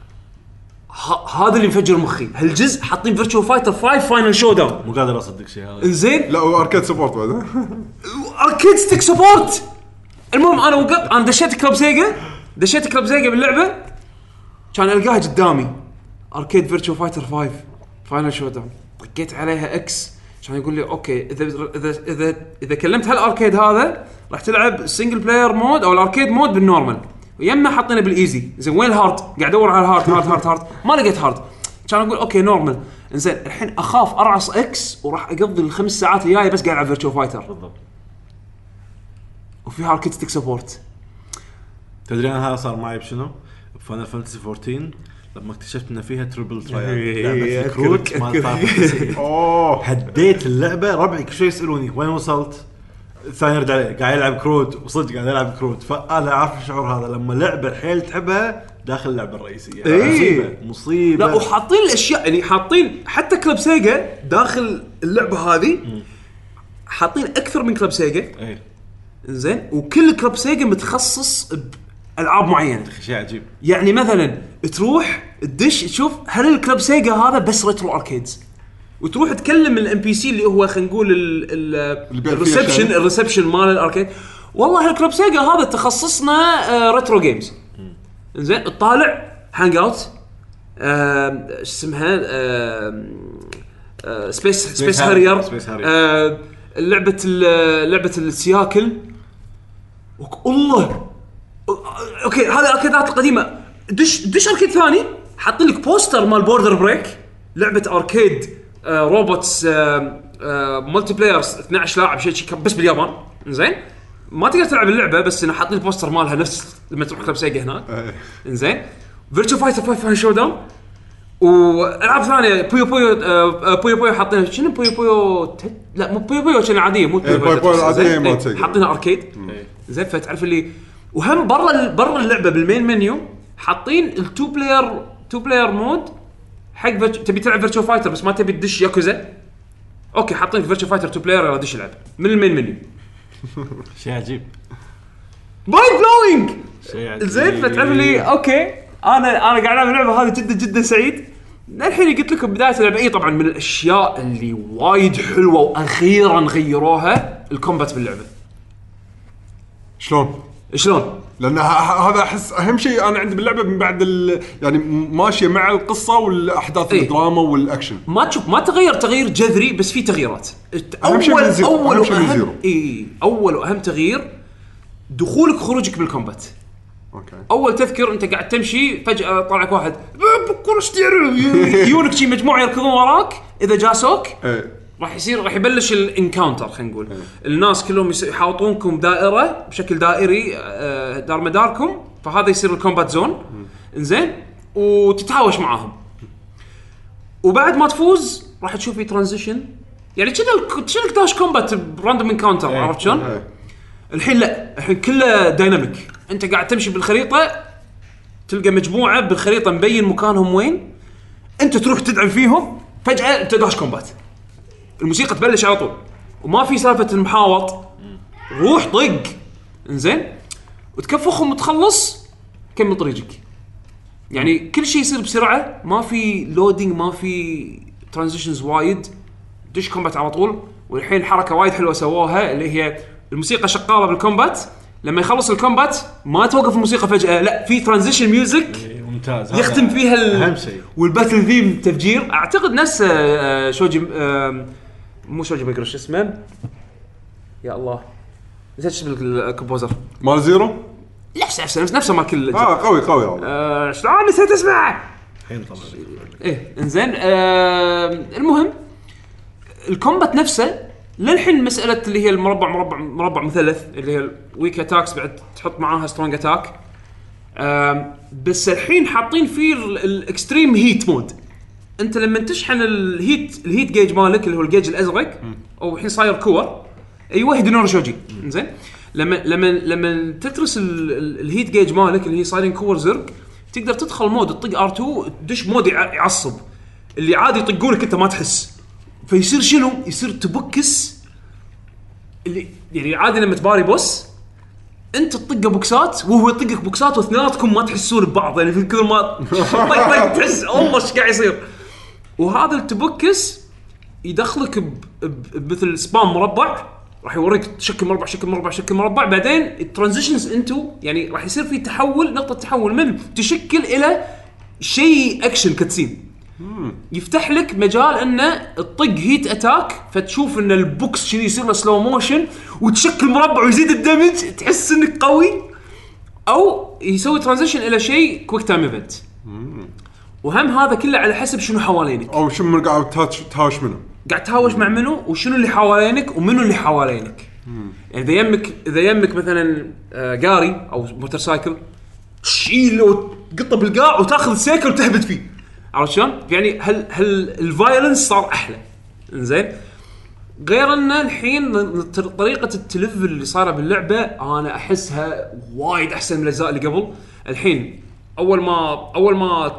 ه- هذا اللي مفجر مخي هالجزء حاطين فيرتشوال فايتر خمسة فاينل شو داون مو قادر اصدق شيء هذا. انزين لا واركاد سبورت بعد. اركيد ستيك سبورت. المهم انا وقفت انا دشيت كلوب سيجا دشيت كلوب سيجا باللعبه كان القاها قدامي اركيد فيرتشوال فايتر خمسة فاينل شو داون طقيت عليها اكس عشان يقول لي اوكي اذا اذا اذا اذا كلمت هالاركيد هذا راح تلعب السنجل بلاير مود او الاركيد مود بالنورمال ويما حاطينه بالايزي. زين وين الهارد؟ قاعد ادور على الهارد هارد هارد هارد ما لقيت هارد كان اقول اوكي نورمال. انزين الحين اخاف ارعص اكس وراح اقضي الخمس ساعات الجايه بس قاعد العب فيرتشوال فايتر بالضبط. وفيها اركيد ستيك سبورت. تدري انا هذا صار معي بشنو؟ بفاينل فانتسي أربعتاشر لما اكتشفت ان فيها تريبل ترايل لعبه الكروت مال فانتسي. اوه هديت اللعبه ربعي كل شوي يسالوني وين وصلت الثاني يرد علي قاعد يلعب كروت وصدق قاعد يلعب كروت فانا عارف الشعور هذا لما لعبه الحيل تحبها داخل اللعبه الرئيسيه. إيه. مصيبه مصيبه. لا وحاطين الاشياء يعني حاطين حتى كلب سيجا داخل اللعبه هذه حاطين اكثر من كلب سيجا. ايه زين وكل كلب سيجا متخصص بالعاب معينه. شيء عجيب. يعني مثلا تروح تدش تشوف هل الكلب سيجا هذا بس ريترو اركيدز وتروح تكلم الام بي سي اللي هو خلينا نقول الريسبشن الريسبشن مال الاركيد والله الكلب سيجا هذا تخصصنا آه ريترو جيمز. زين تطالع هانج اوت آه ايش اسمها آه آه سبيس سبيس هارير آه لعبه لعبه السياكل والله اوكي هذا الاركيدات القديمه. دش دش اركيد ثاني حاطين لك بوستر مال بوردر بريك لعبه اركيد آه روبوتس آه آه ملتي بلايرز اثنا عشر لاعب شيء شي بس باليابان. زين ما تقدر تلعب اللعبه بس انه حاطين البوستر مالها نفس لما تروح كلب سيجا هناك. زين فيرتشوال فايتر خمسة فاين شو داون والعاب ثانيه بويو بويو آه بويو بويو حاطين شنو بويو بويو تت... لا مو بويو بويو كان عاديه مو إيه بويو بويو العاديه ما تسجل حاطينها اركيد. زين فتعرف اللي وهم برا برا اللعبه بالمين منيو حاطين التو بلاير تو بلاير مود حق فيرتش... تبي تلعب فيرتشوال فايتر بس ما تبي تدش ياكوزا اوكي حاطين فيرتشوال فايتر تو بلاير ولا دش العب من المين منيو. شيء عجيب مايند بلوينج. شيء عجيب. زين فتعرف لي اوكي انا انا قاعد العب اللعبه هذه جدا جدا سعيد. الحين قلت لكم بدايه اللعبه اي طبعا من الاشياء اللي وايد حلوه واخيرا غيروها الكومبات باللعبه. شلون؟ شلون؟ لان ه- ه- هذا احس اهم شيء انا عندي باللعبه من بعد ال... يعني ماشيه مع القصه والاحداث إيه. الدراما والاكشن. ما تشوف ما تغير تغيير جذري بس في تغييرات. أهم شيء من زيرو. اول أهم شيء من زيرو. واهم اي اول واهم تغيير دخولك خروجك بالكومبات. اوكي اول تذكر انت قاعد تمشي فجاه طلعك واحد بكره ستيرو يونك شي مجموعه يركضون وراك اذا جاسوك ايه راح يصير راح يبلش الانكاونتر خلينا نقول. الناس كلهم يحاوطونكم دائره بشكل دائري آه، دار مداركم فهذا يصير الكومبات زون انزين وتتهاوش معاهم وبعد ما تفوز راح تشوف في ترانزيشن يعني كذا شنك داش كومبات براندوم انكاونتر عرفت شلون الحين لا الحين كله دايناميك انت قاعد تمشي بالخريطه تلقى مجموعه بالخريطه مبين مكانهم وين انت تروح تدعم فيهم فجاه انت داش كومبات الموسيقى تبلش على طول وما في سالفه المحاوط روح طق انزين وتكفخهم وتخلص كمل طريقك يعني كل شيء يصير بسرعه ما في لودينج ما في ترانزيشنز وايد دش كومبات على طول والحين حركه وايد حلوه سووها اللي هي الموسيقى شغاله بالكومبات لما يخلص الكومبات ما توقف الموسيقى فجاه لا في ترانزيشن ميوزك ممتاز يختم فيها ال... اهم شيء والباتل ثيم تفجير اعتقد نفس شوجي مو شوجي بقرا شو اسمه يا الله نسيت اسم الكومبوزر مال زيرو نفس نفس نفس نفسه ما كل اه قوي قوي والله آه شلون نسيت اسمه الحين طلع ايه انزين آه المهم الكومبات نفسه للحين مساله اللي هي المربع مربع مربع مثلث اللي هي الويك اتاكس بعد تحط معاها سترونج اتاك بس الحين حاطين فيه الاكستريم هيت مود انت لما تشحن الهيت الهيت جيج مالك اللي هو الجيج الازرق او الحين صاير كور ايوه هيدنور شوجي زين لما لما لما تترس الهيت جيج مالك اللي هي صايرين كور زرق تقدر تدخل مود تطق ار اثنين تدش مود يعصب اللي عادي يطقونك انت ما تحس فيصير شنو يصير تبكس اللي يعني عادي لما تباري بوس انت تطق بوكسات وهو يطقك بوكسات واثنيناتكم ما تحسون ببعض يعني في كل ما طق طق تحس الله ايش قاعد يصير وهذا التبكس يدخلك بمثل سبام مربع راح يوريك شكل مربع شكل مربع شكل مربع بعدين الترانزيشنز انتو يعني راح يصير في تحول نقطه تحول من تشكل الى شيء اكشن كاتسين يفتح لك مجال انه تطق هيت اتاك فتشوف ان البوكس شنو يصير له سلو موشن وتشكل مربع ويزيد الدمج تحس انك قوي او يسوي ترانزيشن الى شيء كويك تايم ايفنت وهم هذا كله على حسب شنو حوالينك او شنو من قاعد تهاوش منه قاعد تهاوش مع منو وشنو اللي حوالينك ومنو اللي حوالينك يعني اذا يمك اذا يمك مثلا قاري او موتورسايكل تشيل وتقطه بالقاع وتاخذ السيكل وتهبط فيه عرفت شلون يعني هل هل الفايلنس صار احلى انزين غير ان الحين طريقه التلفل اللي صايره باللعبه انا احسها وايد احسن من الاجزاء اللي قبل الحين اول ما اول ما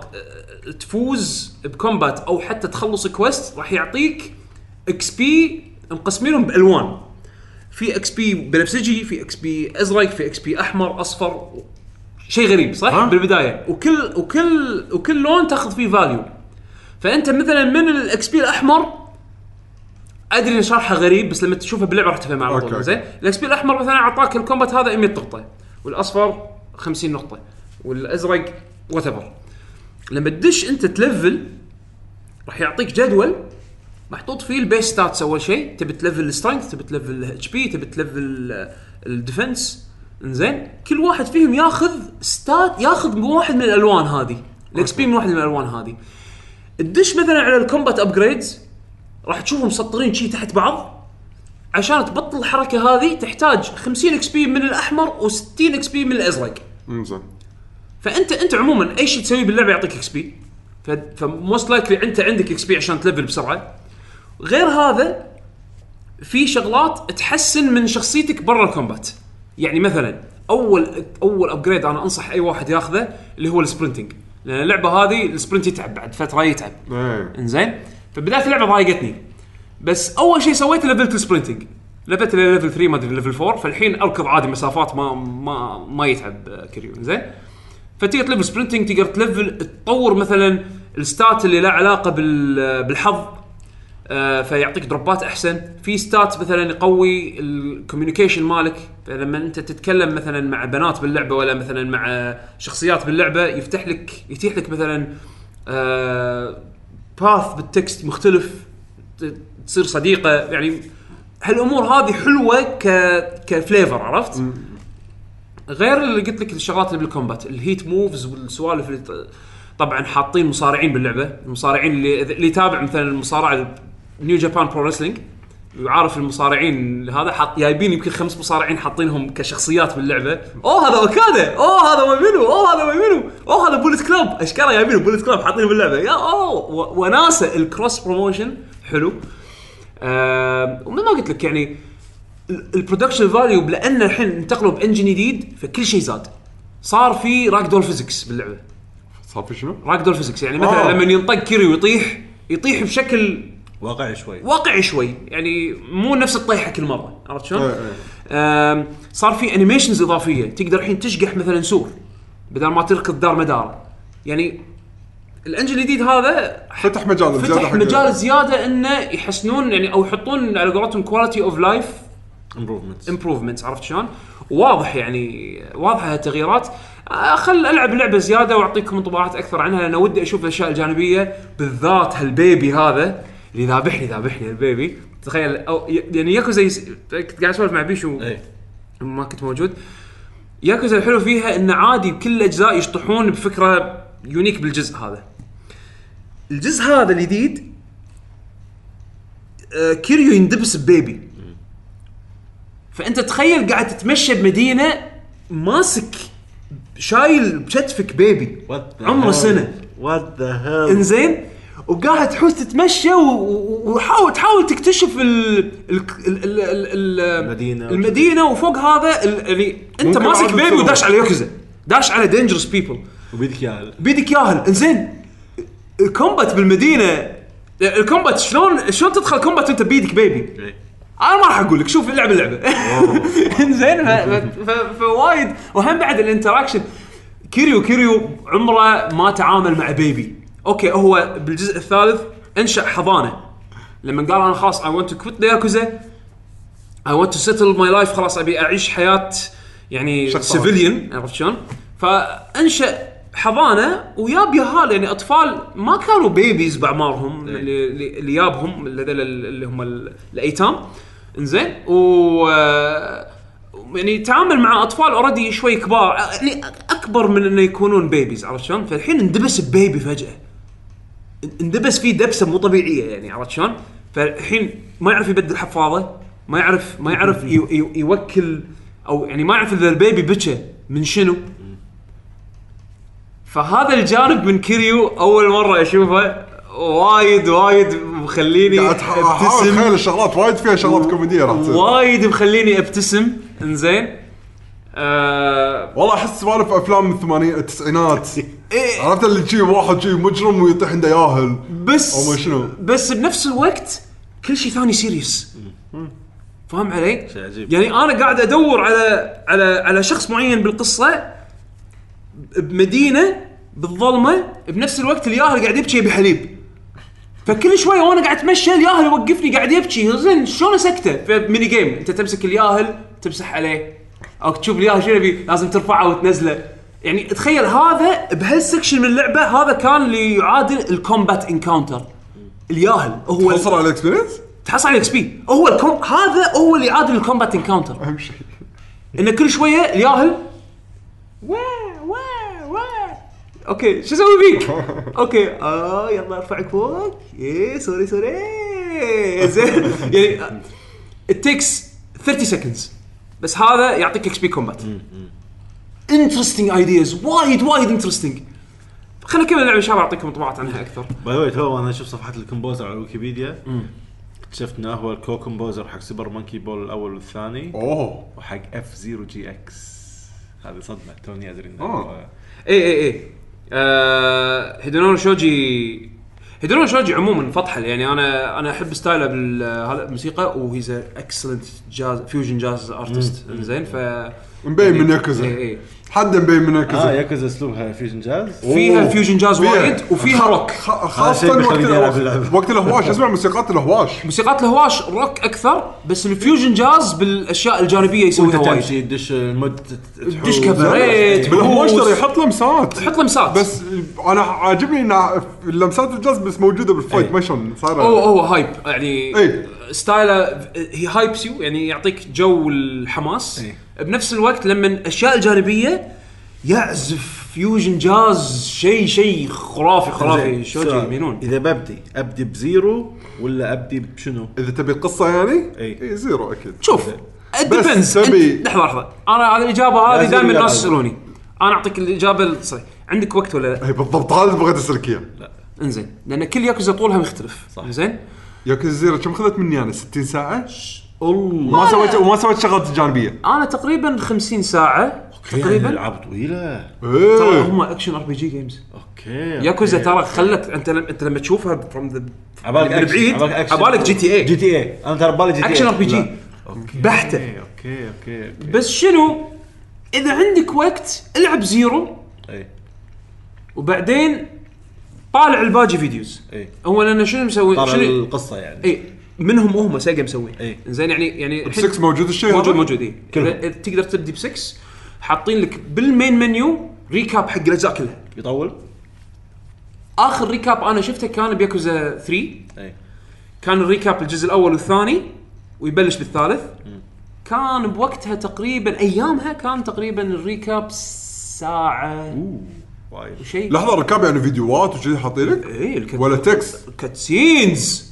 تفوز بكومبات او حتى تخلص كويست راح يعطيك اكس بي مقسمينهم بالوان في اكس بي بنفسجي في اكس بي ازرق في اكس بي احمر اصفر شيء غريب صح ها؟ بالبدايه وكل وكل وكل لون تاخذ فيه فاليو فانت مثلا من الاكس بي الاحمر ادري ان شرحه غريب بس لما تشوفه باللعبه راح تفهم على طول زين الاكس بي الاحمر مثلا اعطاك الكومبات هذا مية نقطه والاصفر خمسين نقطه والازرق واتفر لما تدش انت تلفل راح يعطيك جدول محطوط فيه البيس ستاتس اول شيء تبي تلفل السترينث تبي تلفل الاتش بي تبي تلفل الديفنس انزين كل واحد فيهم ياخذ ستات ياخذ واحد من الالوان هذه الاكس بي من واحد من الالوان هذه الدش مثلا على الكومبات ابجريدز راح تشوفهم مسطرين شيء تحت بعض عشان تبطل الحركه هذه تحتاج خمسين اكس بي من الاحمر وستين اكس بي من الازرق انزين فانت انت عموما اي شيء تسويه باللعبه يعطيك اكس بي فموست لايكلي انت عندك اكس بي عشان تلفل بسرعه غير هذا في شغلات تحسن من شخصيتك برا الكومبات يعني مثلا اول اول ابجريد انا انصح اي واحد ياخذه اللي هو السبرنتنج لان اللعبه هذه السبرنت يتعب بعد فتره يتعب انزين فبدايه اللعبه ضايقتني بس اول شيء سويته ليفلت السبرنتنج ليفلت ليفل ثلاثة ما ادري ليفل أربعة فالحين اركض عادي مسافات ما ما ما يتعب كريو انزين فتيجي تلفل سبرنتنج تقدر تلفل تطور مثلا الستات اللي لا علاقه بالحظ آه فيعطيك دروبات احسن في ستات مثلا يقوي الكوميونيكيشن مالك لما انت تتكلم مثلا مع بنات باللعبه ولا مثلا مع شخصيات باللعبه يفتح لك يتيح لك مثلا آه باث بالتكست مختلف تصير صديقه يعني هالامور هذه حلوه ك كفليفر عرفت غير اللي قلت لك الشغلات اللي بالكومبات الهيت موفز والسوالف اللي طبعا حاطين مصارعين باللعبه المصارعين اللي اللي يتابع مثلا المصارعه نيو جابان برو ريسلينج وعارف المصارعين هذا حاط جايبين يمكن خمس مصارعين حاطينهم كشخصيات باللعبه. اوه هذا اوكادا، اوه هذا ما منو، اوه هذا ما منو، اوه هذا بوليت كلوب، اشكاله جايبين بوليت كلوب حاطينه باللعبه. يا اوه وناسه الكروس بروموشن حلو. أه ومثل ما قلت لك يعني البرودكشن فاليو لان الحين انتقلوا بانجن جديد فكل شيء زاد. صار في راك دول فيزيكس باللعبه. صار في شنو؟ راك دول فيزيكس يعني مثلا آه. لما ينطق كيريو يطيح يطيح بشكل واقعي شوي واقعي شوي يعني مو نفس الطيحه كل مره. عرفت شلون؟ ايه ايه. صار في انيميشنز اضافيه تقدر الحين تشقح مثلا سور بدل ما تركض دار مدار. يعني الانجل الجديد هذا فتح مجال زياده فتح حق مجال زياده انه يحسنون يعني او يحطون على قولتهم كواليتي اوف لايف امبروفمنتس امبروفمنتس. عرفت شلون؟ واضح يعني واضحه التغييرات. خل العب لعبه زياده واعطيكم انطباعات اكثر عنها لان ودي اشوف الاشياء الجانبيه بالذات هالبيبي هذا اللي ذابحني ذابحني البيبي. تخيل أو يعني ياكوزا يس... كنت قاعد اسولف مع بيشو اي ما كنت موجود. ياكوزا الحلو فيها ان عادي كل الاجزاء يشطحون بفكره يونيك بالجزء هذا. الجزء هذا الجديد آه كيريو يندبس ببيبي. فانت تخيل قاعد تتمشى بمدينه ماسك شايل بشتفك بيبي عمره سنه وات ذا هيل انزين وقاعد تحوس تتمشى وحاول تحاول تكتشف ال ال ال ال المدينه المدينه وفوق هذا اللي انت ماسك بيبي وداش على يوكوزا داش على دينجرس بيبل وبيدك ياهل بيدك ياهل انزين. الكومبات بالمدينه الكومبات شلون شلون تدخل كومبات وانت بيدك بيبي. انا ما راح اقول لك شوف اللعبه اللعبه انزين فوايد. وهم بعد الانتراكشن كيريو كيريو عمره ما تعامل مع بيبي. اوكي هو بالجزء الثالث انشأ حضانه لما قال انا خلاص I want to quit the Yakuza I want to settle my life خلاص ابي اعيش حياه يعني سيفيليان. عرفت شلون؟ فانشأ حضانه وياب يهال يعني اطفال ما كانوا بيبيز بعمرهم اللي اللي يابهم اللي هم الايتام انزين و يعني تعامل مع اطفال اوريدي شوي كبار يعني اكبر من انه يكونون بيبيز. عرفت شلون؟ فالحين اندبس ببيبي فجاه اندبس فيه دبسه مو طبيعيه يعني. عرفت شلون؟ فالحين ما يعرف يبدل حفاضه ما يعرف ما يعرف يوكل او يعني ما يعرف اذا البيبي بكى من شنو. فهذا الجانب من كيريو اول مره اشوفه وايد وايد مخليني ابتسم. خيل الشغلات وايد فيها شغلات كوميديه راح تصير وايد مخليني ابتسم انزين. أه والله احس سوالف افلام الثمانينات التسعينات إيه عرفت اللي شيء واحد شيء مجرم ويطيح عنده ياهل بس او ما شنو بس بنفس الوقت كل شيء ثاني سيريس. فاهم علي؟ يعني انا قاعد ادور على على على شخص معين بالقصه بمدينه بالظلمه بنفس الوقت الياهل قاعد يبكي بحليب. فكل شويه وانا قاعد اتمشى الياهل يوقفني قاعد يبكي زين شلون سكته. في ميني جيم انت تمسك الياهل تمسح عليه او تشوف الياهل شنو يبي لازم ترفعه وتنزله. يعني تخيل هذا بهالسكشن من اللعبه هذا كان اللي يعادل الكومبات انكاونتر. الياهل هو تحصل على الاكسبيرينس تحصل على اكس بي هو الكوم هذا هو اللي يعادل الكومبات انكاونتر. اهم شيء انه كل شويه الياهل وا وا وا اوكي شو اسوي فيك اوكي اه يلا ارفعك فوق ايه سوري سوري زين يعني it takes thirty seconds بس هذا يعطيك اكس بي كومبات. interesting ideas وايد وايد انترستينج. خلينا نكمل اللعبه شباب اعطيكم انطباعات عنها اكثر. باي ذا تو انا اشوف صفحه الكومبوزر على ويكيبيديا اكتشفت انه هو الكو كومبوزر حق سوبر مونكي بول الاول والثاني اوه وحق اف زيرو جي اكس. هذه صدمه توني ادري انه آه. اي اي اي آه هيدونورو شوجي هيدونورو شوجي عموما فطحل يعني انا انا احب ستايله بالهذا الموسيقى وهيز اكسلنت جاز فيوجن جاز ارتست زين ف مبين من ياكوزا اي اي حد مبين من اه ياكوزا ياكوزا اسلوبها فيوجن جاز فيها فيوجن جاز وايد وفيها روك خاصه وقت الهواش وقت الهواش اسمع موسيقات الهواش موسيقات الهواش روك اكثر بس الفيوجن جاز بالاشياء الجانبيه يسويها وايد تمشي تدش المود تدش كباريت بالهواش ترى يحط لمسات يحط لمسات بس انا عاجبني ان اللمسات الجاز بس موجوده بالفايت ما شلون صايره هو هو هايب يعني اي ستايله هي هايبس يو يعني يعطيك جو الحماس. أي. بنفس الوقت لما الاشياء الجانبيه يعزف فيوجن جاز شيء شيء خرافي خرافي شوجي يمينون. اذا ببدي ابدي بزيرو ولا ابدي بشنو؟ اذا تبي القصه يعني اي اي زيرو اكيد. شوف بس ديبندز. تبي- لحظه لحظه انا هذه الاجابه هذه لازم دائما يلعب. الناس يسالوني انا اعطيك الاجابه الصحيحه. عندك وقت ولا لا؟ اي بالضبط هذا اللي بغيت اسالك اياه. انزين لان كل ياكوزا طولها مختلف. انزين ياكوزا زيرو كم خذت مني انا؟ ستين ساعه الله وما سويت وما سويت شغلات جانبيه. انا تقريبا خمسين ساعه تقريبا تقريبا. العاب طويله. ترى ايه هم اكشن ار بي جي جيمز. اوكي ياكوزا ترى خلت انت لم... انت لما تشوفها فروم ذا عبالك من بعيد عبالك جي تي اي جي تي اي انا ترى بالي جي تي اي اكشن ار بي جي اوكي بحته. اوكي اوكي اوكي بس شنو اذا عندك وقت العب زيرو اي وبعدين طالع الباقي فيديوز. اي هو لان شنو مسوي طبعا شنو القصه يعني اي منهم هم سيجا مسوي. إيه. زين يعني يعني الحين ستة موجود الشيء موجود هذا؟ موجود. إيه. تقدر تبدي بستة حاطين لك بالمين منيو ريكاب حق الاجزاء كلها. يطول اخر ريكاب انا شفته كان بياكوزا ثلاثة. اي كان الريكاب الجزء الاول والثاني ويبلش بالثالث. كان بوقتها تقريبا ايامها كان تقريبا الريكاب ساعه اوه وايد وشيء. لحظه ركاب يعني فيديوهات وشي حاطين لك ايه الكت... ولا تكست؟ كاتسينز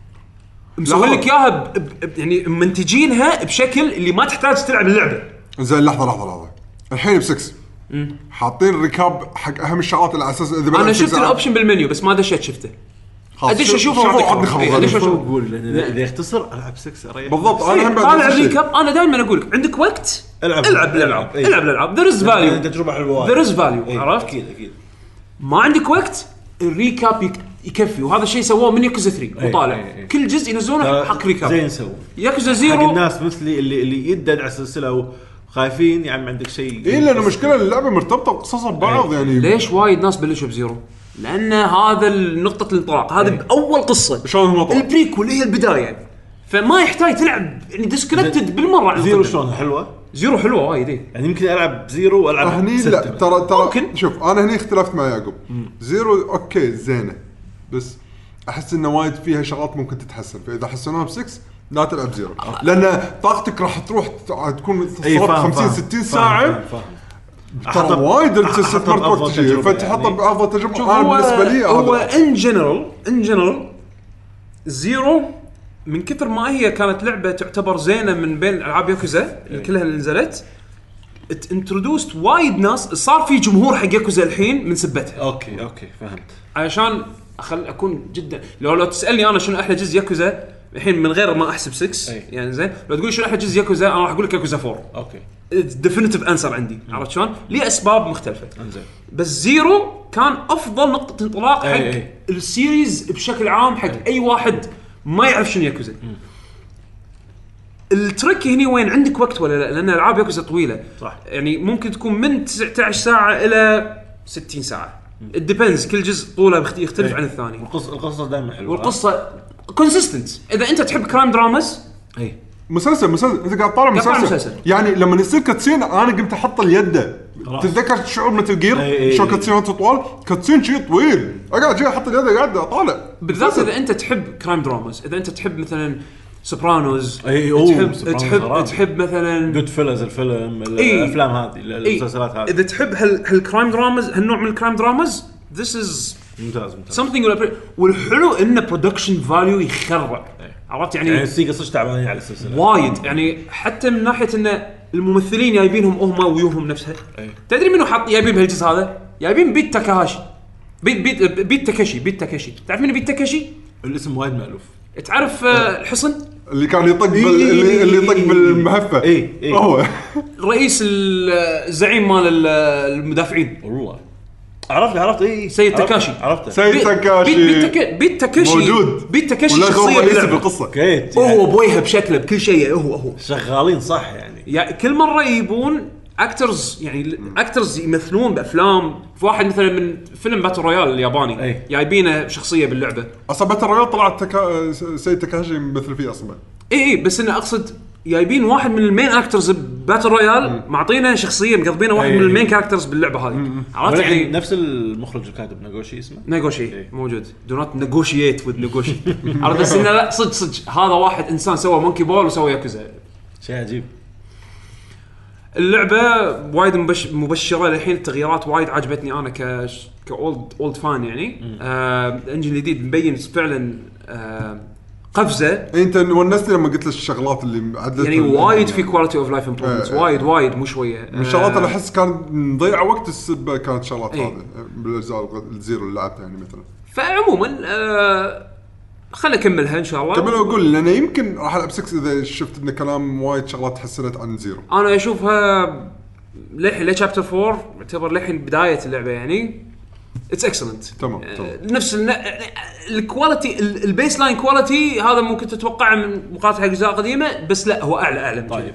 مسوي لك اياها ب... ب... يعني منتجينها بشكل اللي ما تحتاج تلعب اللعبه. زين لحظه لحظه لحظه الحين بسكس حاطين ريكاب حق اهم الشغلات اللي على اساس اذا انا بلعب شفت سكس الاوبشن بالمنيو بس ما دشيت شفته. خلاص، ادش شوف- اشوفه شوفوا واعطيك عطني خبر. خبر. إيه، ادش اشوف اقول لان اذا إذا يختصر العب ستة اريح بالضبط انا هم بعد طالع نفس الشيء. الريكاب انا دائما اقول لك عندك وقت العب العب الالعاب إيه. العب الالعاب ذير از فاليو تجربه حلوه ذير از فاليو إيه، عرفت. اكيد اكيد ما عندك وقت الريكاب يك... يكفي. وهذا الشيء سووه من ياكوزا ثلاثة إيه، وطالع إيه، إيه. كل جزء ينزلونه حق ريكاب. زين سووا ياكوزا حق زيرو الناس مثلي اللي اللي يدد على السلسله وخايفين يعني عندك شيء اي لان المشكله اللعبه مرتبطه بقصصها ببعض يعني. ليش وايد ناس بلشوا بزيرو؟ لان هذا نقطه الانطلاق هذا باول قصه شلون هو طلع؟ البريكول هي البدايه فما يحتاج تلعب يعني ديسكونكتد بالمره عن زيرو القدم. شلون حلوه زيرو حلوه وايد. إيه. يعني يمكن العب زيرو والعب هني ستة لا مثلاً. ترى ترى ممكن. شوف انا هني اختلفت مع يعقوب. زيرو اوكي زينه بس احس انه وايد فيها شغلات ممكن تتحسن فاذا حسنوها بستة لا تلعب زيرو لان طاقتك راح تروح ت- تكون إيه، صرت فاهم، خمسين فاهم، ستين فاهم، ساعه فاهم، فاهم. ترى أحطها- وايد انت أحطها استثمرت بأفضل وقت شيء تجربة فتحطها يعني. بافضل تجربه. شوف انا هو بالنسبه لي هو هذا ان جنرال ان جنرال زيرو من كثر ما هي كانت لعبه تعتبر زينه من بين العاب ياكوزا اللي كلها اللي نزلت انترودوست وايد ناس صار في جمهور حق ياكوزا الحين من سبتها. اوكي اوكي فهمت. علشان أخل اكون جدا لو لو تسالني انا شنو احلى جزء ياكوزا الحين من غير ما احسب ستة أي. يعني زين لو تقول شنو احلى جزء ياكوزا انا راح اقول لك ياكوزا أربعة. اوكي ديفينيتيف انسر عندي عرفت شلون لاسباب مختلفه. انزين بس زيرو كان افضل نقطه انطلاق حق أي أي. السيريز بشكل عام حق اي واحد ما يعرف شنو ياكوزا. التريك هنا وين عندك وقت ولا لا لان العاب ياكوزا طويله صح. يعني ممكن تكون من تسعة عشر ساعه الى ستين ساعه الديبندز كل جزء طوله بخت- يختلف أي. عن الثاني. القصه القصه دائما حلوه والقصه كونسيستنت اذا انت تحب كرايم درامز اي مسلسل مسلسل انت قاعد طالع قاعد طالع مسلسل. مسلسل. يعني لما يصير كاتسين انا قمت احط اليد خلاص. تتذكر شعور متل جير أي أي شو أي. كاتسينات طوال كاتسين شيء طويل اقعد جاي احط اليد قاعد اطالع بالذات مسلسل. اذا انت تحب كرايم درامز اذا انت تحب مثلا سوبرانوز أي، أوه، تحب سوبرانوز تحب غرام. تحب مثلا جود فيلز الفيلم إي. الافلام هذه إيه، المسلسلات هذه اذا تحب هال هالكرايم درامز هالنوع من الكرايم درامز this is ممتاز ممتاز something ولا والحلو انه برودكشن فاليو يخرع عرفت يعني, يعني السيجا صدق تعبانين على السلسله وايد يعني حتى من ناحيه ان الممثلين جايبينهم هم ويوهم نفسها. أي. تدري منو حط جايبين بهالجزء هذا جايبين بيت تاكاهاشي بيت بيت بيت تاكاشي بيت تاكاشي تعرف منو بيت تاكاشي الاسم وايد مألوف. تعرف آه، الحصن اللي كان يطق بال... إي إي اللي, إي اللي إي يطق إي. بالمهفه إي إي. هو رئيس ال- الزعيم مال ال- المدافعين والله عرفت عرفت اي سيد عرفت- تاكاشي. عرفته سيد بيت- تاكاشي بيت تاكا- بيت تاكاشي موجود بيت تاكاشي ولا هو شخصيه رئيسي باللعبة. بالقصه كيت هو يعني بويها بشكله بكل شيء هو هو شغالين صح يعني يعني كل مره يجيبون اكترز يعني اكترز يمثلون بافلام في واحد مثلا من فيلم باتل رويال الياباني أي. جايبينه شخصيه باللعبه. اصلا باتل رويال طلعت تكا... سيد تاكاشي مثل فيه اصلا اي اي بس انه اقصد جايبين واحد من المين اكترز بباتل رويال معطينه شخصيه مقضبينه واحد أي. من المين كاركترز باللعبه هذه عرفت يعني يعني نفس المخرج الكاتب ناغوشي اسمه نيغوشي إيه. موجود دو نوت نيغوشيت وذ نيغوشي عرفت بس انه لا صدق صدق هذا واحد انسان سوى مونكي بول وسوى ياكوزا. شيء عجيب اللعبه وايد مبش... مبشره للحين. التغييرات وايد عجبتني انا ك كاولد اولد فان يعني. آه... الانجن الجديد مبين فعلا آه... قفزه. انت ونستني لما قلت لك الشغلات اللي عدلت يعني وايد في كواليتي اوف لايف امبروفمنتس وايد وايد مو شويه. من الشغلات اللي احس كان نضيع وقت السبه كانت شغلات ايه. هذه بالاجزاء الزيرو اللي لعبتها يعني مثلا. فعموما آه... خلينا نكملها ان شاء الله. كمل واقول لان يمكن راح العب ستة اذا شفت ان كلام وايد شغلات تحسنت عن زيرو. انا اشوفها للحين لشابتر فور يعتبر للحين بدايه اللعبه يعني. اتس اكسلنت. تمام تمام. نفس الكواليتي البيس لاين كواليتي هذا ممكن تتوقعه من مقارنه حق اجزاء قديمه بس لا هو اعلى اعلى. طيب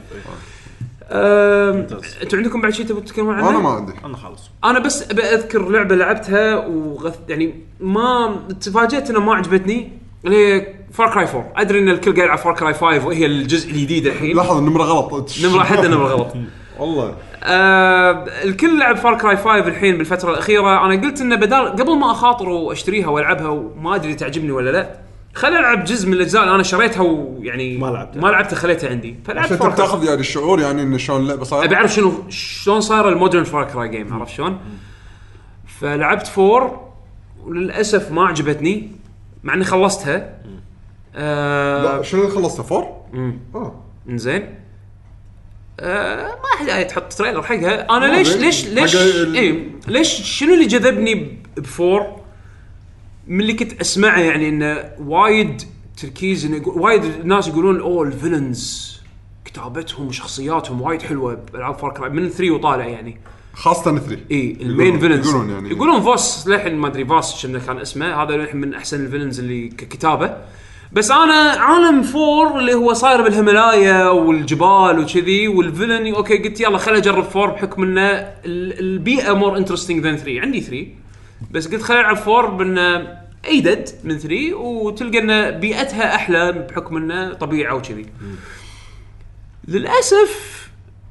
انتوا عندكم بعد شيء تبغوا تتكلمون عنه؟ انا ما عندي. انا خالص. انا بس ابي اذكر لعبه لعبتها وغث يعني ما تفاجأت انها ما عجبتني اللي هي فار كراي فور. ادري ان الكل قاعد يلعب فار كراي فايف وهي الجزء الجديد الحين. لحظه النمره غلط. نمره حد نمره غلط والله. آه الكل لعب فار كراي فايف الحين بالفتره الاخيره. انا قلت انه بدال قبل ما اخاطر واشتريها والعبها وما ادري تعجبني ولا لا خليني العب جزء من الاجزاء اللي انا شريتها ويعني ما لعبتها ما لعبتها خليتها عندي. فلعبت عشان تاخذ يعني الشعور يعني ان شلون اللعبه صايره. ابي اعرف شنو شلون صايره المودرن فار كراي جيم. عرفت شلون؟ فلعبت فور وللاسف ما عجبتني مع اني خلصتها. آه لا شنو اللي خلصته فور؟ امم اه انزين. آه ما حد قاعد يحط تريلر حقها. انا ليش ليش ليش ال... ايه ليش شنو اللي جذبني بفور من اللي كنت اسمعه يعني انه وايد تركيز انه وايد الناس يقولون اوه الفيلنز كتابتهم وشخصياتهم وايد حلوه بالعاب فار كراي من ثري وطالع يعني خاصه ثري. اي المين فيلنز يقولون يعني يقولون فوس للحين ما ادري فاس شنو كان اسمه هذا للحين من احسن الفيلنز اللي ككتابه. بس انا عالم فور اللي هو صاير بالهيمالايا والجبال وكذي والفيلن اوكي قلت يلا خليني اجرب فور بحكم ان البيئه مور انترستينج ذان ثري. عندي ثري بس قلت خليني العب فور بان ايدد من ثري وتلقى ان بيئتها احلى بحكم انه طبيعه وكذي. للاسف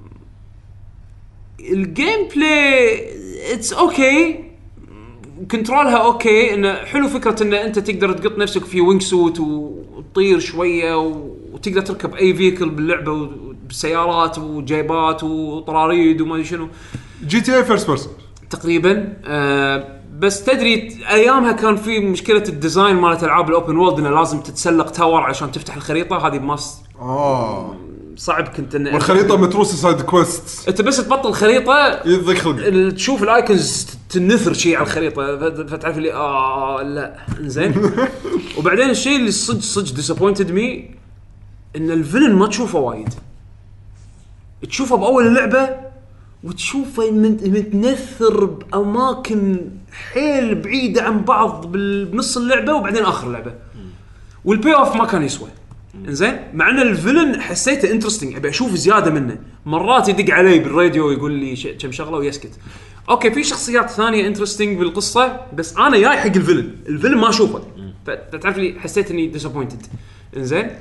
الجيم بلاي اتس اوكي كنترولها اوكي انه حلو فكره ان انت تقدر تقط نفسك في وينج سوت وتطير شويه وتقدر تركب اي فيكل باللعبه وبسيارات وجيبات وطراريد وما ادري شنو. جي تي اي فيرست بيرسون تقريبا. آه بس تدري ايامها كان في مشكله الديزاين مالت العاب الاوبن وورلد انه لازم تتسلق تاور عشان تفتح الخريطه. هذه ماس اه صعب كنت ان والخريطه متروسه سايد كويست. انت بس تبطل خريطه يضيق خلق تشوف الايكونز تنثر شيء على الخريطه فتعرف لي اه لا زين. وبعدين الشيء اللي صدق صدق ديسابوينتد مي ان الفيلن ما تشوفه وايد. تشوفه باول اللعبه وتشوفه متنثر باماكن حيل بعيده عن بعض بنص اللعبه وبعدين اخر اللعبه والبي اوف ما كان يسوى. انزين مع ان الفيلن حسيته انترستينج ابي اشوف زياده منه. مرات يدق علي بالراديو يقول لي كم شغله ويسكت. اوكي في شخصيات ثانيه انترستينج بالقصه بس انا جاي حق الفيلن الفيلن ما اشوفه فتعرف لي حسيت اني ديسابوينتد. انزين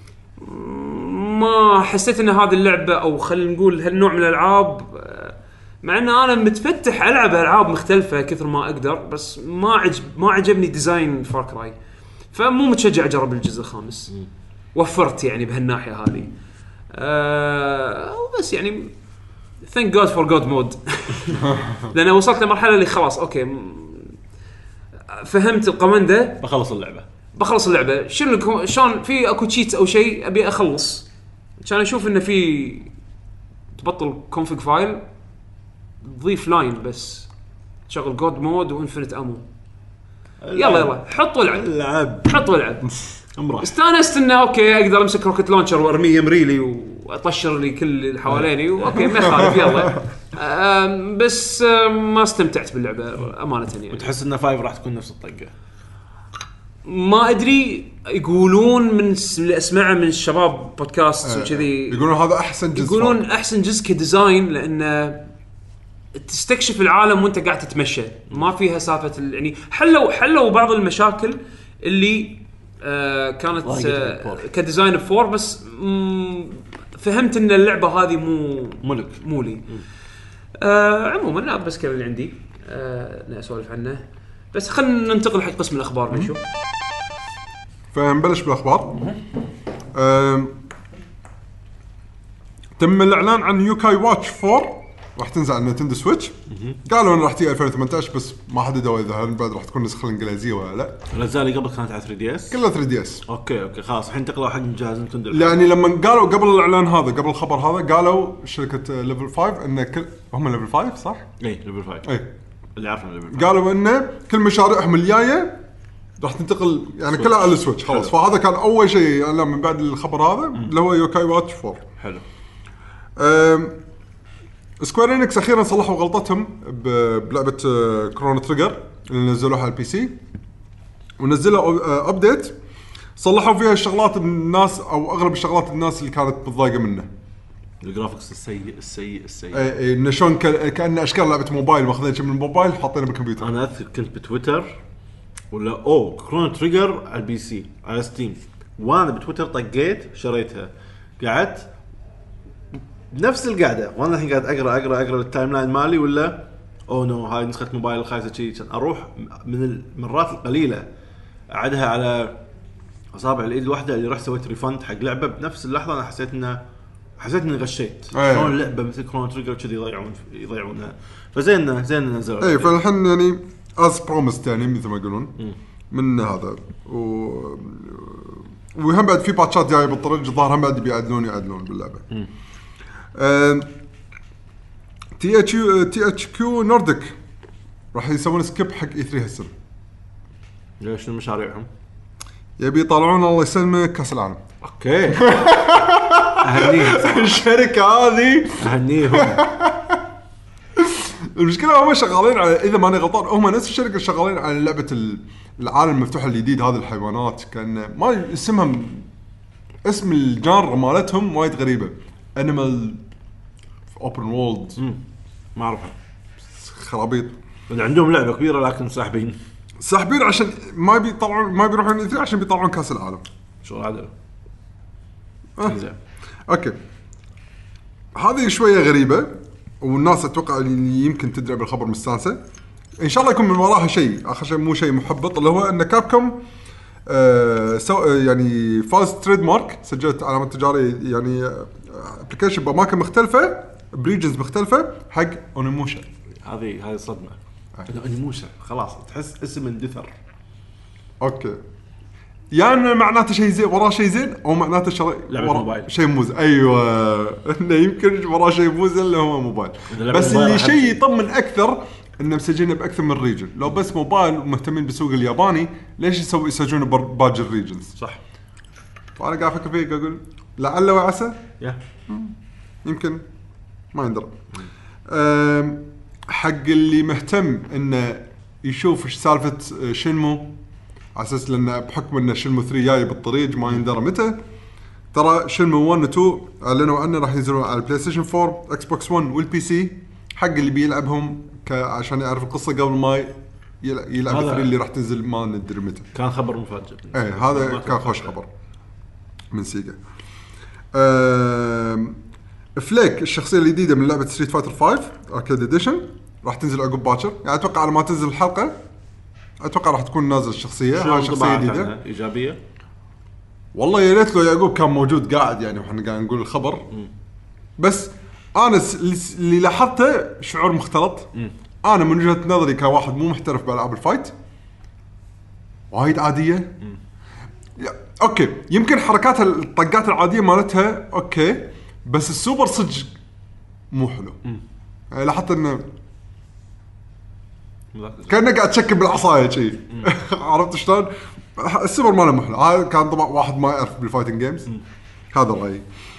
ما حسيت ان هذه اللعبه او خلينا نقول هالنوع من الالعاب مع ان انا متفتح العب العاب مختلفه كثر ما اقدر بس ما عجب ما عجبني ديزاين فار كراي فمو متشجع اجرب الجزء الخامس. وفرت يعني بهالناحيه هذه. أه بس يعني thank God for God mode لأن وصلت لمرحلة اللي خلاص أوكي فهمت القمندة بخلص اللعبة بخلص اللعبة شنو شلون في أكو تشيتس أو شيء أبي أخلص عشان أشوف إنه في تبطل config فايل تضيف لاين بس تشغل God mode وإنفينيت أمو يلا يلا حط والعب العب حط والعب. امرح استانست انه اوكي اقدر امسك روكت لونشر وارميه مريلي واطشر لي كل اللي حواليني واوكي ما يخالف يلا. بس ما استمتعت باللعبه امانه يعني. وتحس ان فايف راح تكون نفس الطقه؟ ما ادري يقولون من اللي اسمعه من الشباب بودكاست وكذي يقولون هذا احسن جزء يقولون فايف. احسن جزء كديزاين لانه تستكشف العالم وانت قاعد تتمشى ما فيها سالفه يعني حلوا حلوا بعض المشاكل اللي آه كانت آه كديزاين فور بس فهمت ان اللعبه هذه مو ملك مولي. آه عموما لا بس كذا اللي عندي آه نسولف عنه بس خلينا ننتقل حق قسم الاخبار نشوف. فنبلش بالاخبار. تنزيل تم الاعلان عن يوكاي واتش فور راح تنزل على نينتندو سويتش. قالوا انه راح تجي ألفين وثمانية عشر بس ما حددوا اذا هل بعد راح تكون نسخه الانجليزيه ولا لا. الأجزاء قبل كانت على ثري دي اس. كلها ثري دي اس. اوكي اوكي خلاص الحين انتقلوا حق جهاز نينتندو. يعني لما قالوا قبل الاعلان هذا قبل الخبر هذا قالوا شركه ليفل خمسة ان كل هم ليفل خمسة صح؟ اي ليفل خمسة اي اللي عارفه ليفل خمسة. قالوا انه كل مشاريعهم الجايه راح تنتقل يعني كلها على السويتش خلاص. فهذا كان اول شيء اعلان من بعد الخبر هذا اللي هو يوكاي واتش فور. حلو. سكوير انكس اخيرا صلحوا غلطتهم بلعبه كرونو تريجر اللي نزلوها على البي سي ونزلوا ابديت صلحوا فيها الشغلات الناس او اغلب الشغلات الناس اللي كانت متضايقه منه. الجرافيكس السيء السيء السيء اي اي انه شلون كأن اشكال لعبه موبايل ماخذين شيء من الموبايل حاطينه بالكمبيوتر. انا اذكر كنت بتويتر ولا او كرونو تريجر على البي سي على ستيم وانا بتويتر طقيت شريتها قعدت بنفس القعده وانا الحين قاعد اقرا اقرا اقرا التايم لاين مالي ولا او نو هاي نسخه موبايل خايسه شيء كان اروح من المرات القليله اعدها على اصابع الايد الواحده اللي رحت سويت ريفند حق لعبه بنفس اللحظه انا حسيت انه حسيت اني غشيت شلون اللعبه مثل كرونو تريجر كذي يضيعون يضيعونها فزين زين نزلوا اي فالحين يعني از بروميس يعني مثل ما يقولون من هذا و... وهم بعد في باتشات جايه بالطريق الظاهر هم بعد بيعدلون يعدلون باللعبه. تي اتش يو تي اتش كيو نورديك راح يسوون سكيب حق اي ثري هالسنه. ليش مشاريعهم؟ يبي يطلعون الله يسلمك كاس العالم. اوكي اهنيهم الشركه هذه اهنيهم. المشكله هم شغالين على اذا ماني غلطان هم نفس الشركه شغالين على لعبه العالم المفتوح الجديد هذا الحيوانات كان ما اسمها اسم الجانر مالتهم وايد غريبه انيمال اوبن وورلد ما اعرفها خرابيط. عندهم لعبه كبيره لكن ساحبين ساحبين عشان ما بيطلعون ما بيروحون اثنين عشان بيطلعون كاس العالم. شو هذا؟ أه. زين اوكي هذه شويه غريبه والناس اتوقع اللي يمكن تدري بالخبر مستانسه ان شاء الله يكون من وراها شيء اخر شيء مو شيء محبط اللي هو ان كابكوم آه سو يعني فاز تريد مارك سجلت علامه تجاريه يعني ابلكيشن باماكن مختلفه بريجنز مختلفه حق اونيموشا. هذه هذه صدمه اونيموشا خلاص تحس اسم اندثر. اوكي يعني معناته شيء زين وراه شيء زين او معناته شيء موبايل شيء موز ايوه انه يمكن وراه شيء موز اللي هو موبايل بس اللي شيء يطمن اكثر انه مسجلين باكثر من ريجن. لو بس موبايل ومهتمين بالسوق الياباني ليش يسوي يسجلون باقي الريجنز صح. فانا قاعد افكر فيه اقول لعل وعسى يا يمكن ما يندرى. حق اللي مهتم انه يشوف ايش سالفه شنمو على اساس لان بحكم ان شنمو ثري جاي بالطريق ما يندرى متى. ترى شنمو واحد و اثنين اعلنوا عنه راح ينزلون على البلاي ستيشن فور اكس بوكس ون والبي سي حق اللي بيلعبهم عشان يعرف القصه قبل ما يلعب الثري اللي راح تنزل ما ندري متى. كان خبر مفاجئ. ايه هذا كان خوش خبر من سيجا. أه فليك الشخصيه الجديده من لعبه ستريت فايتر فايف اركيد اديشن راح تنزل عقب باكر يعني اتوقع على ما تنزل الحلقه اتوقع راح تكون نازل الشخصيه هاي شخصيه جديده ايجابيه. والله يا ريت لو يعقوب كان موجود قاعد يعني واحنا قاعد نقول الخبر م. بس انا اللي لاحظته شعور مختلط. م. انا من وجهه نظري كواحد مو محترف بالعاب الفايت وايد عاديه. اوكي يمكن حركاتها الطقات العاديه مالتها اوكي بس السوبر صدق مو حلو. يعني لاحظت انه كأنه قاعد تشكل بالعصايه شيء. عرفت شلون السوبر ماله مو حلو. هذا كان طبعا واحد ما يعرف بالفايتنج جيمز. هذا رايي.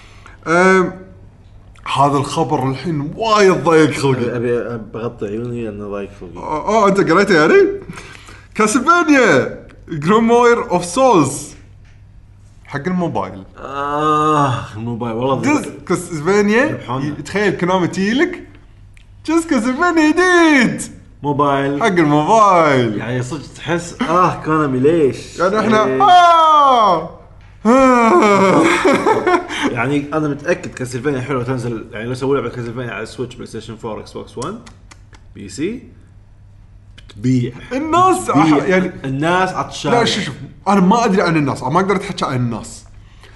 هذا الخبر الحين وايد ضايق خلقي. ابي بغطي عيوني انه ضايق خلقي. اه انت قريته يعني كاسلفانيا جريموير اوف سولز حق الموبايل. اه الموبايل والله جزء كاسلفانيا. تخيل كونامي تيلك جزء كاسلفانيا جديد موبايل حق الموبايل. يعني صدق تحس اه كونامي ليش يعني احنا إيه؟ آه. آه. يعني انا متاكد كاسلفانيا حلوه تنزل يعني لو سووا لعبه كاسلفانيا على سويتش بلاي ستيشن فور اكس بوكس ون بي سي بتبيع الناس بتبيع. يعني الناس عطشانه. لا شوف انا ما ادري عن الناس ما اقدر اتحكي عن الناس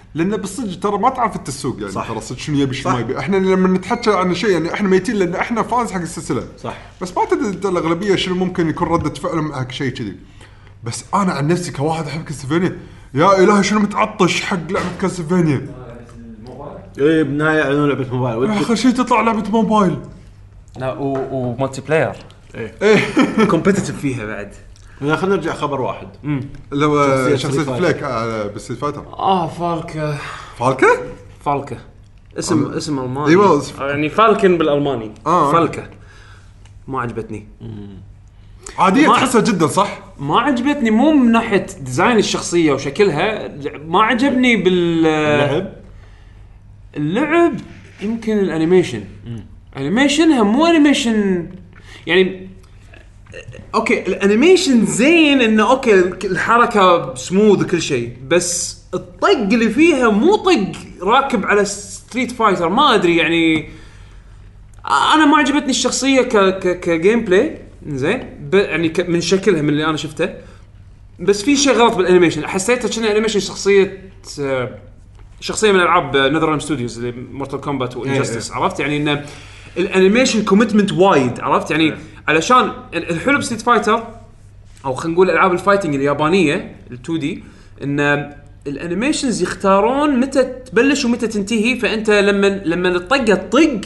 لان بالصدق ترى ما تعرف التسوق يعني صح. ترى صدق شنو يبي شنو ما يبي. احنا لما نتحكى عن شيء يعني احنا ميتين لان احنا فانز حق السلسله صح. بس ما تدري الاغلبيه شنو ممكن يكون رده فعلهم معك شيء كذي. بس انا عن نفسي كواحد احب كاسلفينيا يا الهي شنو متعطش حق لعبه كاسلفينيا. ايه بنايه اعلنوا لعبه موبايل اخر شيء تطلع لعبه موبايل لا ومالتي بلاير ايه كومبيتيتيف فيها بعد. خلينا نرجع خبر واحد. لو شخصية شخصيه ستريت فليك آه بالستريت فايتر اه فالكا فالكا فالكا اسم أم... اسم الماني ايوه يعني فالكن بالالماني آه. فالكا ما عجبتني عاديه ما... تحسها جدا صح ما عجبتني مو من ناحيه ديزاين الشخصيه وشكلها ما عجبني بال اللعب اللعب يمكن الانيميشن انيميشنها مو انيميشن يعني اوكي الانيميشن زين انه اوكي الحركه سموث وكل شيء بس الطق اللي فيها مو طق راكب على ستريت فايتر ما ادري يعني انا ما عجبتني الشخصيه ك ك كجيم بلاي زين يعني من شكلها من اللي انا شفته بس في شيء غلط بالانيميشن حسيتها كأنها انيميشن شخصيه شخصيه من العاب نذرلاند ستوديوز اللي مورتال كومبات وانجستس عرفت يعني ان الانيميشن كوميتمنت وايد عرفت يعني علشان الحلو بستريت فايتر او خلينا نقول العاب الفايتنج اليابانيه ال2 دي ان الانيميشنز يختارون متى تبلش ومتى تنتهي فانت لما لما الطقه تطق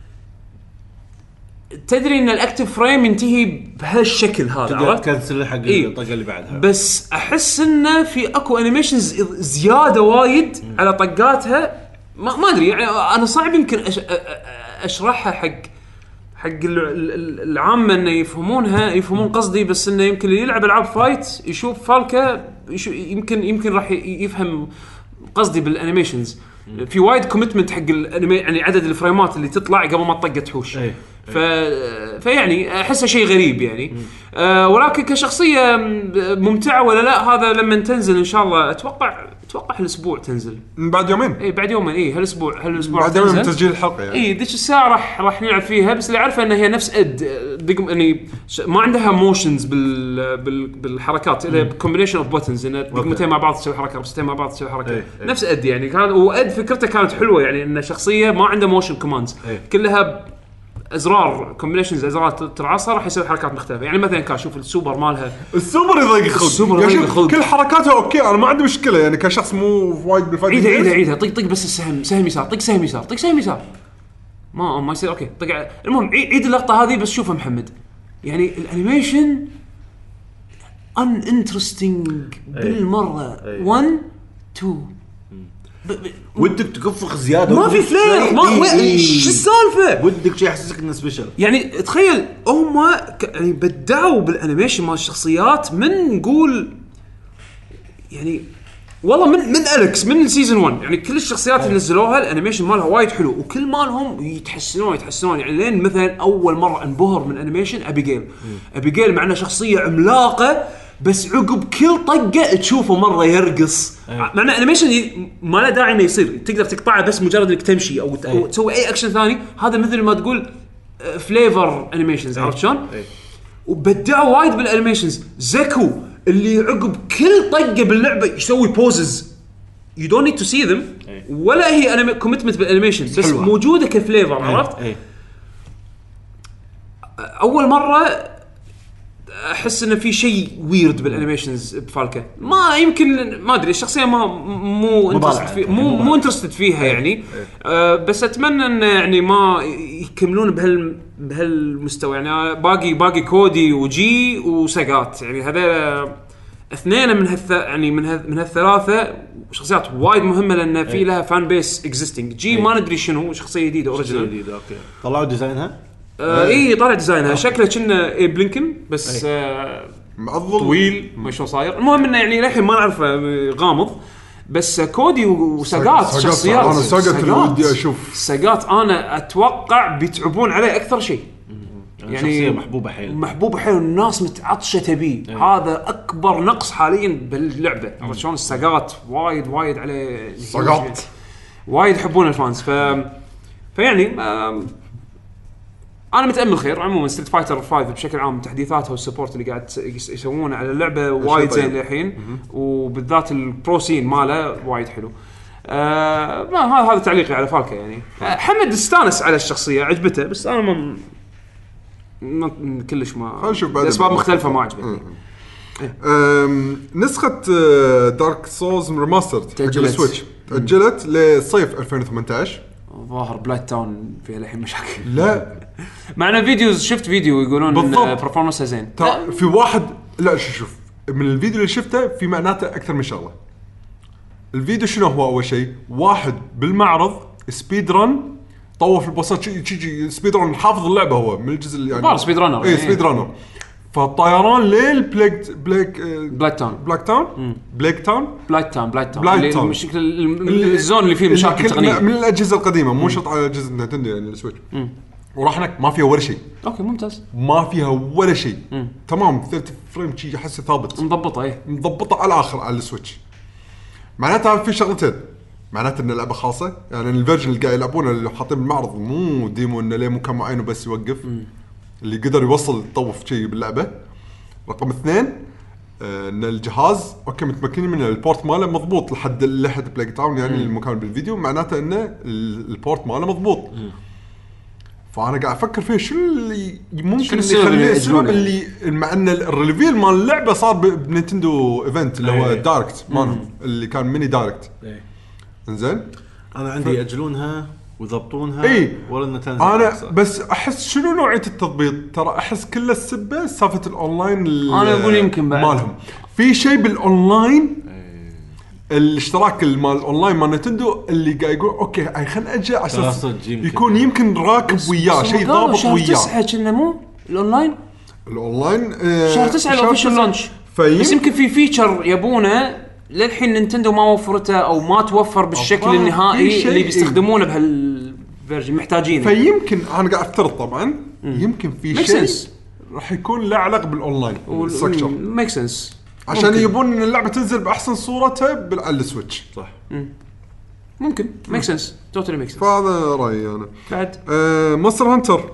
تدري ان الاكتيف فريم ينتهي بهالشكل هذا عرفت كنسل حق إيه؟ الطقه اللي بعدها بس احس انه في اكو انيميشنز زياده وايد م. على طقاتها ما ما ادري يعني انا صعب يمكن أش... اشرحها حق حق العامه انه يفهمونها يفهمون قصدي بس انه يمكن اللي يلعب العاب فايت يشوف فالكا يمكن يمكن راح يفهم قصدي بالانيميشنز في وايد كوميتمنت حق الانمي يعني عدد الفريمات اللي تطلع قبل ما الطقه تحوش أي. ف... فيعني احسه شيء غريب يعني آه ولكن كشخصيه ممتعه ولا لا هذا لما تنزل ان شاء الله اتوقع اتوقع هالاسبوع تنزل بعد يومين اي بعد يومين اي هالاسبوع هالاسبوع بعد يومين من تسجيل الحلقه يعني اي ذيك الساعه راح راح نلعب فيها بس اللي عارفه انها هي نفس اد دقم يعني ما عندها موشنز بال... بال... بالحركات اللي كومبينيشن اوف بوتنز ان دقمتين مع بعض تسوي حركه رصتين مع بعض تسوي حركه أي. نفس اد يعني كان واد فكرته كانت حلوه يعني ان شخصيه ما عنده موشن كوماندز كلها ازرار كومبينيشنز ازرار ترعصها راح يسوي حركات مختلفه يعني مثلا كان شوف السوبر مالها السوبر يضيق خلق السوبر يضيق خلق كل حركاتها اوكي انا ما عندي مشكله يعني كشخص مو وايد بالفايت عيدها عيدها عيدها طق طق بس السهم سهم يسار طق سهم يسار طق سهم يسار ما ما يصير اوكي طق المهم عيد اللقطه هذه بس شوفها محمد يعني الانيميشن ان انترستينج بالمره واحد اثنين ب... ب... ودك تقفخ زياده ما في فلير ما إيه شو السالفه ودك شيء يحسسك انه سبيشل يعني تخيل هم ك... يعني بدعوا بالانيميشن مال الشخصيات من نقول يعني والله من من أليكس من سيزون واحد يعني كل الشخصيات اللي نزلوها الانيميشن مالها وايد حلو وكل مالهم يتحسنون يتحسنون يعني لين مثلا اول مره انبهر من انيميشن ابيجيل ابيجيل معنا شخصيه عملاقه بس عقب كل طقه تشوفه مره يرقص معناه انيميشن ما له داعي انه يصير تقدر تقطعه بس مجرد انك تمشي او, أو تسوي اي اكشن ثاني هذا مثل ما تقول فليفر انيميشنز عرفت شلون وبدعوا وايد بالانيميشنز زكو اللي عقب كل طقه باللعبه يسوي بوزز يو دونت نيد تو سي ذم ولا هي انا كوميتمنت بالانيميشن بس حلوة. موجوده كفليفر عرفت اول مره احس انه في شيء ويرد بالانيميشنز بفالكا ما يمكن ما ادري الشخصيه ما مو انترست في مو مو انترستد فيها يعني أه بس اتمنى ان يعني ما يكملون بهال بهالمستوى يعني باقي باقي كودي وجي وساغات يعني هذول اثنين من هالث يعني من هال من هالثلاثه شخصيات وايد مهمه لان في لها فان بيس اكزيستنج جي ما ندري شنو شخصيه جديده اوريجينال جديده اوكي طلعوا ديزاينها آه ايه طالع ديزاينها شكله كنا إيه بلينكن بس آه طويل ما شلون صاير المهم انه يعني للحين ما نعرف غامض بس كودي وساغات شخصيات انا ساغات اللي ودي اشوف ساغات انا اتوقع بيتعبون عليه اكثر شيء يعني شخصيه محبوبه حيل محبوبه حيل الناس متعطشه تبيه هذا اكبر نقص حاليا باللعبه عرفت شلون الساغات وايد وايد عليه ساغات وايد يحبون الفانز ف فيعني انا متامل خير عموما ستريت فايتر خمسة بشكل عام تحديثاتها والسبورت اللي قاعد يسوونه على اللعبه وايد زين للحين وبالذات البرو سين ماله وايد حلو آه ما هذا تعليقي على فالكا يعني. آه حمد استانس على الشخصيه عجبته بس انا ما, ما كلش ما لاسباب مختلفه ما عجبتني. نسخه دارك سولز ريماسترد على السويتش تاجلت لصيف ألفين وثمانية عشر. ظاهر بلايت تاون فيها الحين مشاكل. لا معنا فيديوز شفت فيديو يقولون ان برفورمانسه زين. في واحد لا شوف من الفيديو اللي شفته في معناته اكثر من شغله. الفيديو شنو هو؟ اول شيء واحد بالمعرض سبيد رن طوف البوسات شيء سبيد رن حافظ اللعبه هو من الجزء اللي يعني سبيد رانر اي سبيد رانر. فالطيران ليل بلاك بلاك بلاك تاون بلاك تاون بلاك تاون بلاك تاون بلاك تاون المشكله الزون اللي فيه مشاكل تقنيه من الاجهزه القديمه مو شرط على اجهزه نينتندو يعني السويتش. وراح هناك ما فيها ولا شيء. اوكي ممتاز. ما فيها ولا شيء تمام. ثلاثين فريم شيء احسه ثابت مضبطه ايه مضبطه على الاخر على السويتش. معناتها في شغلتين. معناته ان اللعبه خاصه يعني الفيرجن اللي قاعد يلعبونه اللي حاطين بالمعرض مو ديمو انه ليه مكان معين وبس يوقف. م. اللي قدر يوصل يطوف شيء باللعبه. رقم اثنين آه ان الجهاز اوكي متمكنين من البورت ماله مضبوط لحد لحد بلاك تاون يعني م. المكان بالفيديو معناته انه البورت ماله مضبوط. م. فانا قاعد افكر فيه شو اللي ممكن يخلي السبب اللي مع ان الريفيل مال اللعبه صار بنينتندو ايفنت اللي هو دايركت مالهم اللي كان ميني دايركت. انزين انا عندي ف... ياجلونها ويضبطونها ايه؟ ولا انها تنزل انا أحسن. بس احس شنو نوعيه التطبيق ترى احس كل السبه سالفه الاونلاين انا اقول يمكن بعد مالهم في شيء بالاونلاين الاشتراك المال اونلاين مال نينتندو اللي قاعد يقول اوكي هاي خلينا اجي عشان يكون يمكن راكب وياه شيء ضابط وياه. شهر تسعة كنا مو الاونلاين الاونلاين آه شهر تسعة الاوفيشال لانش بس يمكن في فيتشر يبونه للحين نينتندو ما وفرته او ما توفر بالشكل النهائي اللي بيستخدمونه بهالفيرجن محتاجينه. فيمكن انا قاعد افترض طبعا مم. يمكن في شيء راح يكون له علاقه بالاونلاين والستركشر ميك سنس عشان ممكن. يبون ان اللعبه تنزل باحسن صورتها على السويتش صح. مم. ممكن ميك سنس توتالي ميك سنس. فهذا رايي انا. بعد آه مونستر هانتر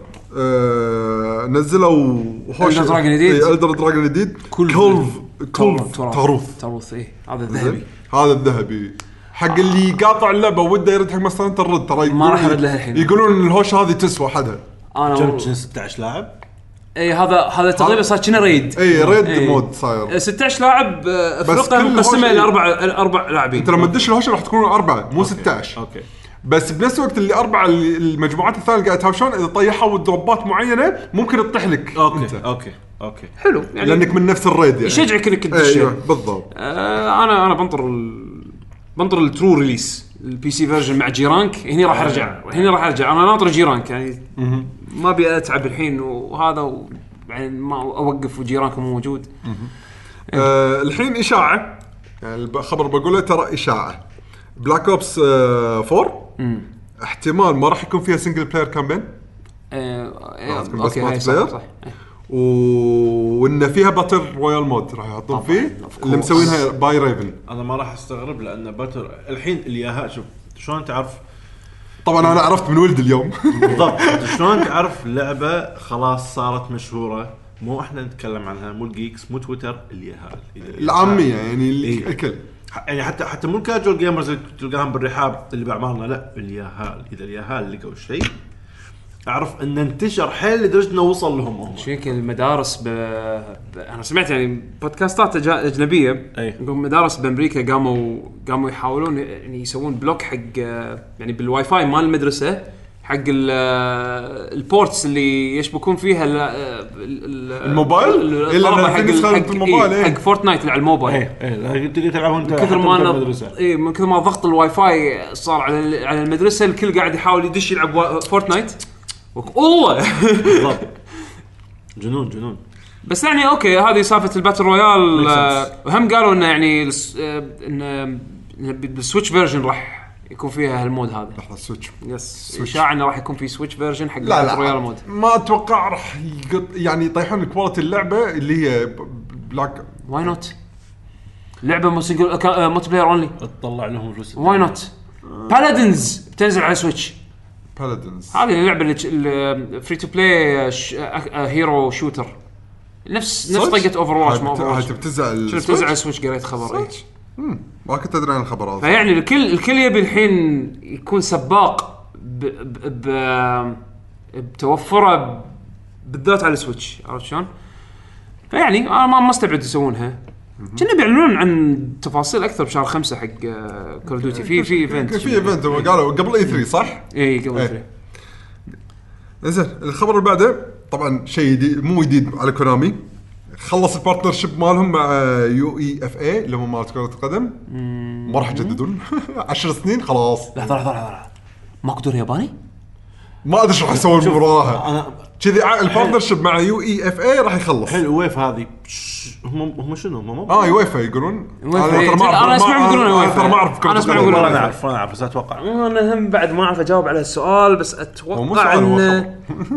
آه نزلوا هوش الدر دراجون جديد الدر دراجون جديد كولف كولف تاروث تاروث ايه هذا الذهبي هذا الذهبي حق اللي قاطع اللعبه وده يرد حق مونستر هانتر رد ترى ما راح يرد لها الحين. يقولون ان الهوش هذه تسوى حدها. انا كم ستة عشر لاعب اي هذا هذا تقريبا صار كنا ريد اي ريد ايه. مود صاير ستة عشر لاعب فرقه مقسمه الى اربع اربع لاعبين. انت لما تدش الهوش راح تكونوا اربعه مو ستة عشر. اوكي بس بنفس الوقت اللي اربعه المجموعات الثانيه قاعد تهاوشون اذا طيحوا دروبات معينه ممكن تطيح لك. اوكي انت. اوكي اوكي حلو يعني لانك من نفس الريد يعني يشجعك انك تدش. ايوه بالضبط. آه انا انا بنطر ال... بنطر الترو ريليس البي سي فيرجن مع جيرانك هني راح ارجع هني راح ارجع انا ناطر جيرانك يعني ما ابي اتعب الحين وهذا و... يعني ما اوقف وجيرانكم مو موجود. آه الحين اشاعه يعني الخبر بقوله ترى اشاعه بلاك اوبس آه فور مم. احتمال ما راح يكون فيها سنجل بلاير كامبين. اه اوكي هاي صح, صح. و... وان فيها باتل رويال مود راح يحطون فيه اللي مسوينها باي ريفن. انا ما راح استغرب لان باتل الحين اللي ياها شوف شلون تعرف طبعا انا عرفت من ولد اليوم بالضبط شلون تعرف لعبه خلاص صارت مشهوره مو احنا نتكلم عنها مو الجيكس مو تويتر اليهال العاميه يعني الكل يعني حتى حتى مو الكاجوال جيمرز اللي تلقاهم بالرحاب اللي باعمارنا لا اليهال اذا اليهال لقوا شيء اعرف ان انتشر حيل لدرجه انه وصل لهم هم شكل المدارس ب... ب... انا سمعت يعني بودكاستات اجنبيه يقول مدارس بامريكا قاموا قاموا يحاولون يعني يسوون بلوك حق يعني بالواي فاي مال المدرسه حق البورتس اللي يشبكون فيها الموبايل الطلبه حق الموبايل حق فورتنايت اللي على الموبايل ايه تقدر تلعبون من كثر ما المدرسه اي من كثر ما ضغط الواي فاي صار على على المدرسه الكل قاعد يحاول يدش يلعب فورتنايت والله جنون جنون. بس يعني اوكي هذه سالفه الباتل رويال وهم قالوا انه يعني ان بالسويتش فيرجن راح يكون فيها هالمود هذا لحظه سويتش يس اشاعه انه راح يكون في سويتش فيرجن حق الباتل رويال مود. ما اتوقع راح يعني يطيحون الكواليتي اللعبه اللي هي بلاك واي نوت لعبه موسيقى ملتي بلاير اونلي تطلع لهم فلوس واي نوت بالادنز بتنزل على سويتش بالادنز هذه اللعبه اللي فري تو بلاي هيرو شوتر نفس نفس طقه اوفر واتش ما اوفر واتش بتنزل بتنزل على سويتش قريت خبر ايه ما كنت ادري عن الخبر هذا. فيعني الكل الكل يبي الحين يكون سباق ب ب ب بتوفره بالذات على السويتش، عرفت شلون؟ فيعني انا ما ما استبعد يسوونها. كنا بيعلنون عن تفاصيل اكثر بشهر خمسة حق كول دوتي في في ايفنت في ايفنت قالوا قبل اي ثري صح؟ اي قبل إيه. ثري. زين الخبر اللي بعده طبعا شيء جديد مو جديد على كونامي. خلص البارتنرشيب مالهم مع يو اي اف اي اللي هم مال كرة القدم. ما راح يجددون عشر سنين خلاص. لحظه لحظه لحظه ماكو دور ياباني؟ ما ادري شو راح يسوون من وراها. انا كذي البارتنرشيب مع يو اي اف اي راح يخلص. الحين ويف هذه هم هم شنو هم اه يويفا يقولون. يويفا. ترى ما أعرف- أنا أسمعهم ما- يقولون أنا يويفا. ترى ما اعرف كرة أنا أسمعهم القدم. يقولون انا اعرف انا اعرف بس اتوقع انا هم بعد ما اعرف اجاوب على السؤال بس هو مو اتوقع سؤال، هو ان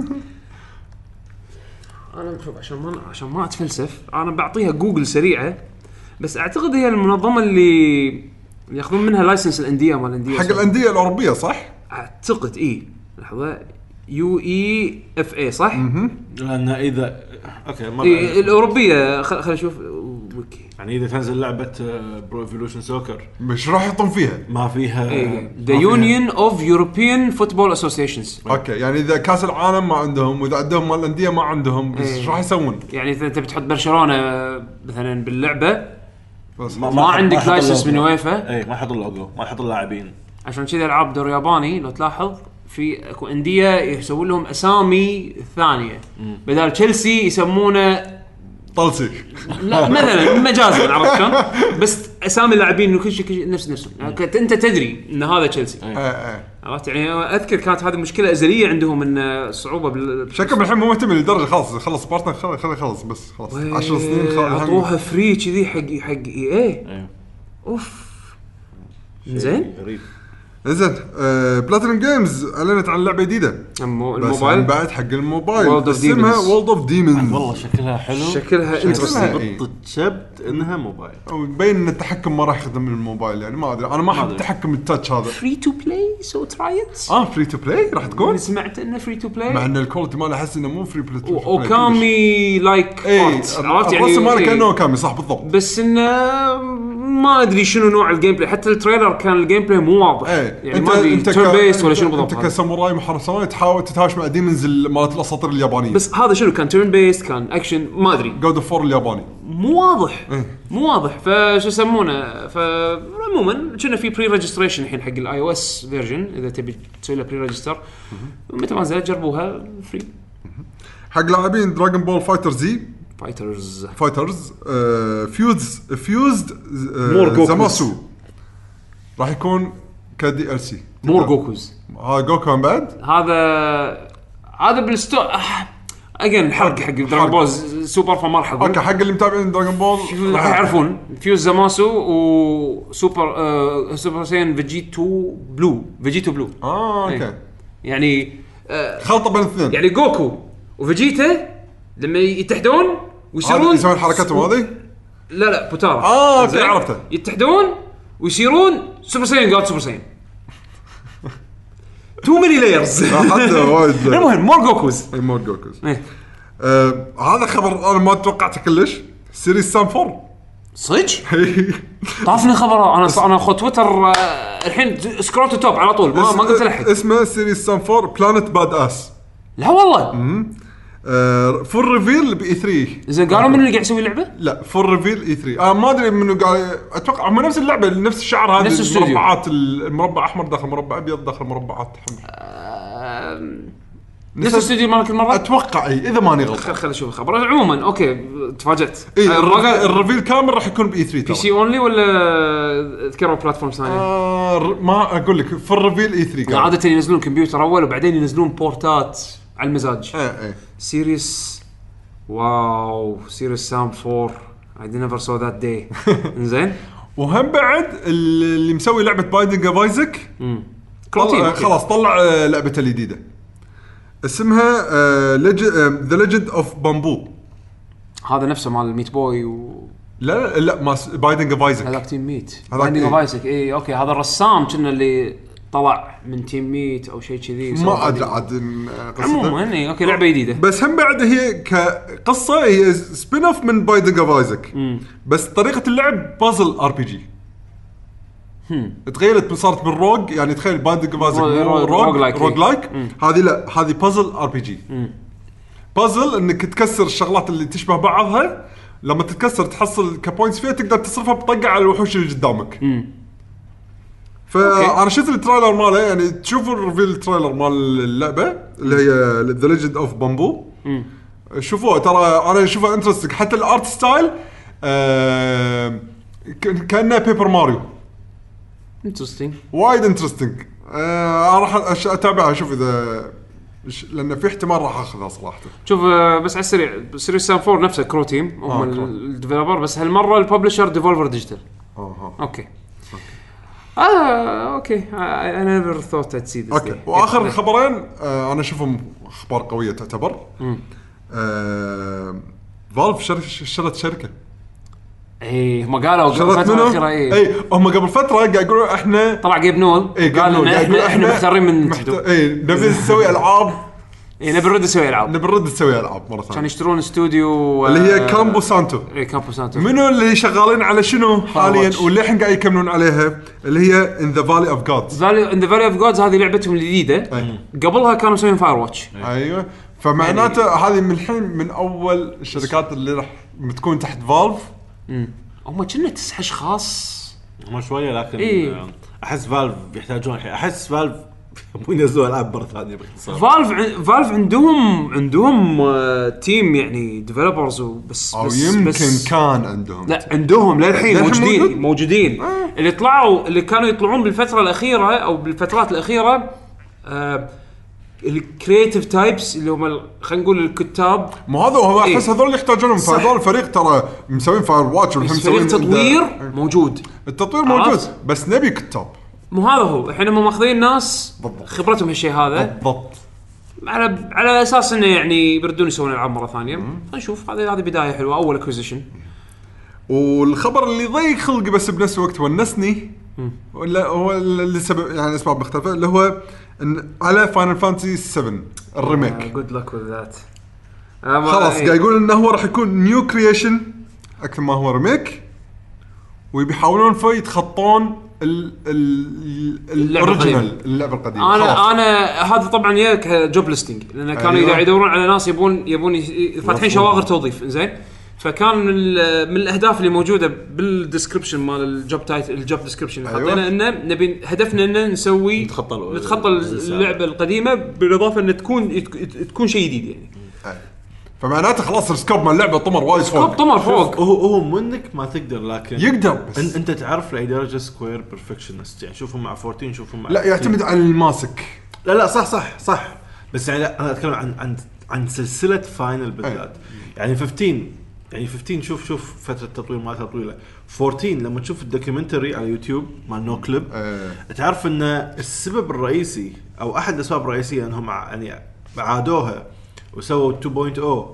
انا شوف عشان ما عشان ما اتفلسف انا بعطيها جوجل سريعه بس اعتقد هي المنظمه اللي ياخذون منها لايسنس الانديه مال الانديه حق الانديه الاوروبيه صح؟ اعتقد اي لحظه يو اي اف اي صح؟ لان اذا اوكي ما إيه بعرف. الاوروبيه خل خل اشوف ويكي يعني اذا تنزل لعبه برو ايفولوشن سوكر مش راح يحطون فيها. ما فيها ذا يونيون اوف يوروبيان فوتبول اسوسيشنز. اوكي يعني اذا كاس العالم ما عندهم واذا عندهم مال الانديه ما عندهم بس إيه. ايش راح يسوون؟ يعني اذا انت بتحط برشلونه مثلا باللعبه بس ما, ما- ما ما عندك يحط لايسنس اللوجو. من ويفا اي ما يحط اللوجو ما يحط اللاعبين. عشان كذا العاب دور ياباني لو تلاحظ في اكو انديه يسوون لهم اسامي ثانيه بدل تشيلسي يسمونه طلسي. لا مثلا مجازا عرفت شلون بس اسامي اللاعبين وكل شيء كل شيء نفس نفسهم يعني كنت انت تدري ان هذا تشيلسي ايه ايه عرفت يعني اذكر كانت هذه مشكله ازليه عندهم ان صعوبه بال شكلهم الحين مو مهتم لدرجه خلاص خلص بارتنر خلي خلي خلص بس خلاص عشر سنين خلاص. عطوها فري كذي حق حق اي اي ايوه اوف زين غريب. زين آه بلاتينوم جيمز اعلنت عن لعبه جديده المو... بس الموبايل بعد حق الموبايل World of اسمها Demons. وولد اوف ديمونز. والله شكلها حلو شكلها انترستنج إيه. بالضبط شبت انها موبايل. ويبين ان التحكم ما راح يخدم من الموبايل يعني ما ادري انا ما احب أدري. التحكم التاتش هذا. فري تو بلاي سو تراي ات اه فري تو بلاي راح تكون سمعت انه فري تو مع بلاي ان الكواليتي ماله احس انه مو فري بلاي. اوكامي لايك اي عرفت يعني الرسم ماله إيه. كانه اوكامي صح بالضبط. بس انه ما ادري شنو نوع الجيم بلاي حتى التريلر كان الجيم بلاي مو واضح ايه يعني ما ادري تيرن بيست ولا شنو انت بالضبط هذا. كساموراي محارب ساموراي تحاول تتهاوش مع ديمونز مالت الاساطير اليابانيه بس هذا شنو كان تيرن بيست كان اكشن ما ادري جود اوف فور الياباني. مو واضح مو واضح فشو يسمونه فعموما كنا في بري ريجستريشن الحين حق الاي او اس فيرجن اذا تبي تسوي له بري ريجستر متى ما نزلت جربوها فري. حق لاعبين دراغون بول فايتر زي فايترز فايترز فيوز فيوزد More Gokus. زاماسو راح يكون كدي ال سي. مور جوكوز ها جوكو من بعد هذا هذا بالستو اجين حرق حق دراغون بول سوبر فما راح اقول اوكي حق اللي متابعين دراغون بول راح يعرفون فيوز زاماسو وسوبر آه سوبر ساين فيجيتو بلو فيجيتو بلو اه اوكي إيه. يعني آه خلطه بين الاثنين يعني جوكو وفيجيتا لما يتحدون هذا ويصيرون يسوون حركتهم هذه. لا لا بوتارا اه اوكي زين؟ عرفته. يتحدون ويصيرون سوبر ساين جاد سوبر ساين تو ماني لايرز حتى وايد المهم مور جوكوز اي مور جوكوز. إيه. آه هذا خبر انا ما توقعته كلش. سيريس سام فور صدق طافني خبر انا انا اخو تويتر آه، الحين سكرولت توب على طول ما ما قلت لحد اسمه سيريس سام فور بلانت باد اس. لا والله آه فور ريفيل باي ثري. زين قالوا من اللي قاعد يسوي اللعبه لا فور ريفيل اي ثري. اه ما ادري منو قال اتوقع هم نفس اللعبه نفس الشعر هذا نفس الاستوديو. المربعات المربع احمر داخل مربع ابيض داخل مربعات حمر. نفس الاستوديو مالك المره اتوقع اي اذا ماني غلط. خل خل اشوف الخبر عموما اوكي تفاجأت اي آه، الرقم الريفيل كامل راح يكون باي ثري بي سي اونلي ولا ذكروا بلاتفورم ثانيه آه ر- ما اقول لك فور ريفيل اي ثري قال. عاده ينزلون كمبيوتر اول وبعدين ينزلون بورتات على المزاج ايه ايه سيريس واو سيريس سام فور I never saw that day انزين وهم بعد اللي مسوي لعبه بايندينج اوف ايزك طلع خلاص طلع آه، لعبته الجديده اسمها ذا ليجند اوف بامبو. هذا نفسه مال الميت بوي و لا لا ما بايندينج اوف ايزك هذاك تيم ميت هذاك بايندينج اوف إيه. ايزك اي اوكي هذا الرسام كنا اللي طلع من تيم ميت او شيء كذي ما ادري عاد آه، قصته. عموما إيه، اوكي لعبه جديده بس هم بعد هي كقصه هي سبين اوف من بايندينج اوف ايزك بس طريقه اللعب بازل ار بي جي. تغيرت صارت من روج، يعني تخيل بايندينج اوف ايزك رو- رو- روج روج لايك. روج لايك. هذه لا، هذه بازل ار بي جي. بازل انك تكسر الشغلات اللي تشبه بعضها، لما تتكسر تحصل كبوينتس فيها تقدر تصرفها بطقه على الوحوش اللي قدامك. فانا شفت التريلر ماله، يعني تشوفوا الريفيل التريلر مال اللعبه اللي هي ذا ليجند اوف بامبو. شوفوه ترى انا اشوفه انترستنج، حتى الارت ستايل آه كانه بيبر ماريو. انترستينج وايد انترستنج. آه راح أش- اتابعها اشوف اذا ش- لان في احتمال راح اخذها صراحه. شوف آه، بس على السريع سيريس سام فور نفسه كرو تيم هم آه، ال- كرو. الديفلوبر، بس هالمره الببلشر ديفولفر ديجيتال. اها اوكي اه اوكي انا نيفر ثوت ات سي ذس. اوكي. واخر خبرين آه انا اشوفهم اخبار قويه تعتبر. آه فالف شر- شرت شركه، اي هم قالوا شرت الفتره منو؟ الاخيره اي اي هم قبل فتره قاعد يقولون احنا طلع جيب نول اي قال ان احنا احنا محتارين من محت... نتندو. اي نبي نسوي العاب، اي نبي نرد نسوي العاب نبي نرد نسوي العاب مره كان ثانيه يشترون استوديو اللي هي كامبو سانتو. اي كامبو سانتو. منو اللي شغالين على شنو حاليا Firewatch. واللي الحين قاعد يكملون عليها اللي هي ان ذا فالي اوف جادز. فالي ان ذا فالي اوف جودز هذه لعبتهم الجديده. أي. قبلها كانوا مسويين فاير واتش. ايوه فمعناته هذه من الحين من اول الشركات اللي راح تكون تحت فالف. هم كنا تسع اشخاص. هم شويه لكن إيه. آه، احس فالف يحتاجون الحين، احس فالف مو ينزلوا العاب مره ثانيه باختصار. فالف ع- فالف عندهم عندهم آه، تيم يعني ديفلوبرز وبس او بس يمكن بس كان عندهم. لا عندهم للحين للحين موجودين موجود؟ موجودين آه. اللي طلعوا اللي كانوا يطلعون بالفتره الاخيره او بالفترات الاخيره آه الكرييتيف تايبس اللي هم ال- خلينا نقول الكتاب. مو هذا هو إيه. احس هذول اللي يحتاجونهم. صح. فهذول الفريق ترى مسوين فاير واتش والحين بس فريق مسوين تطوير إيه. موجود. التطوير موجود عرفت؟ بس نبي كتاب. مو هذا هو الحين هم ماخذين ناس بالضبط. خبرتهم هالشيء هذا بالضبط. على على اساس انه يعني يردون يسوون العاب مره ثانيه. نشوف هذه هذه بدايه حلوه اول اكوزيشن. والخبر اللي ضيق خلقي بس بنفس الوقت ونسني ولا هو اللي سبب يعني اسباب مختلفه اللي هو إن على فاينل فانتسي سبعة الريميك. جود لك وذ ذات. خلاص قاعد يقول انه هو راح يكون نيو كرييشن اكثر ما هو ريميك، ويحاولون فيه يتخطون ال ال اللعبة الاوريجينال القديمة. اللعبه القديمه. انا خلاص. انا هذا طبعا ياك جوب ليستنج لان كانوا أيوة. قاعد يدورون على ناس يبون يبون ي- فاتحين مفهوم. شواغر توظيف زين. فكان من, ال- من الاهداف اللي موجوده بالديسكربشن مال الجوب تايت الجوب ديسكربشن اللي أيوة. حطينا انه نبي هدفنا ان نسوي نتخطى ال- نتخطى السلسلة. اللعبه القديمه بالاضافه ان تكون يت- تكون شيء جديد يعني. أي. فمعناته خلاص السكوب مال اللعبه طمر وايد كوب فوق. طمر فوق. هو هو منك ما تقدر لكن يقدر بس أن انت تعرف لاي درجه سكوير بيرفكشنست يعني شوفهم مع أربعتاشر شوفهم مع لا يعتمد على الماسك. لا لا صح صح صح بس يعني لا انا اتكلم عن عن عن سلسله فاينل بالذات. يعني خمستاشر يعني خمستاشر شوف شوف فتره التطوير مالتها طويله. أربعتاشر لما تشوف الدوكيومنتري على يوتيوب مال نو كليب أه. تعرف ان السبب الرئيسي او احد الاسباب الرئيسيه انهم ع- يعني عادوها وسووا تو بوينت أو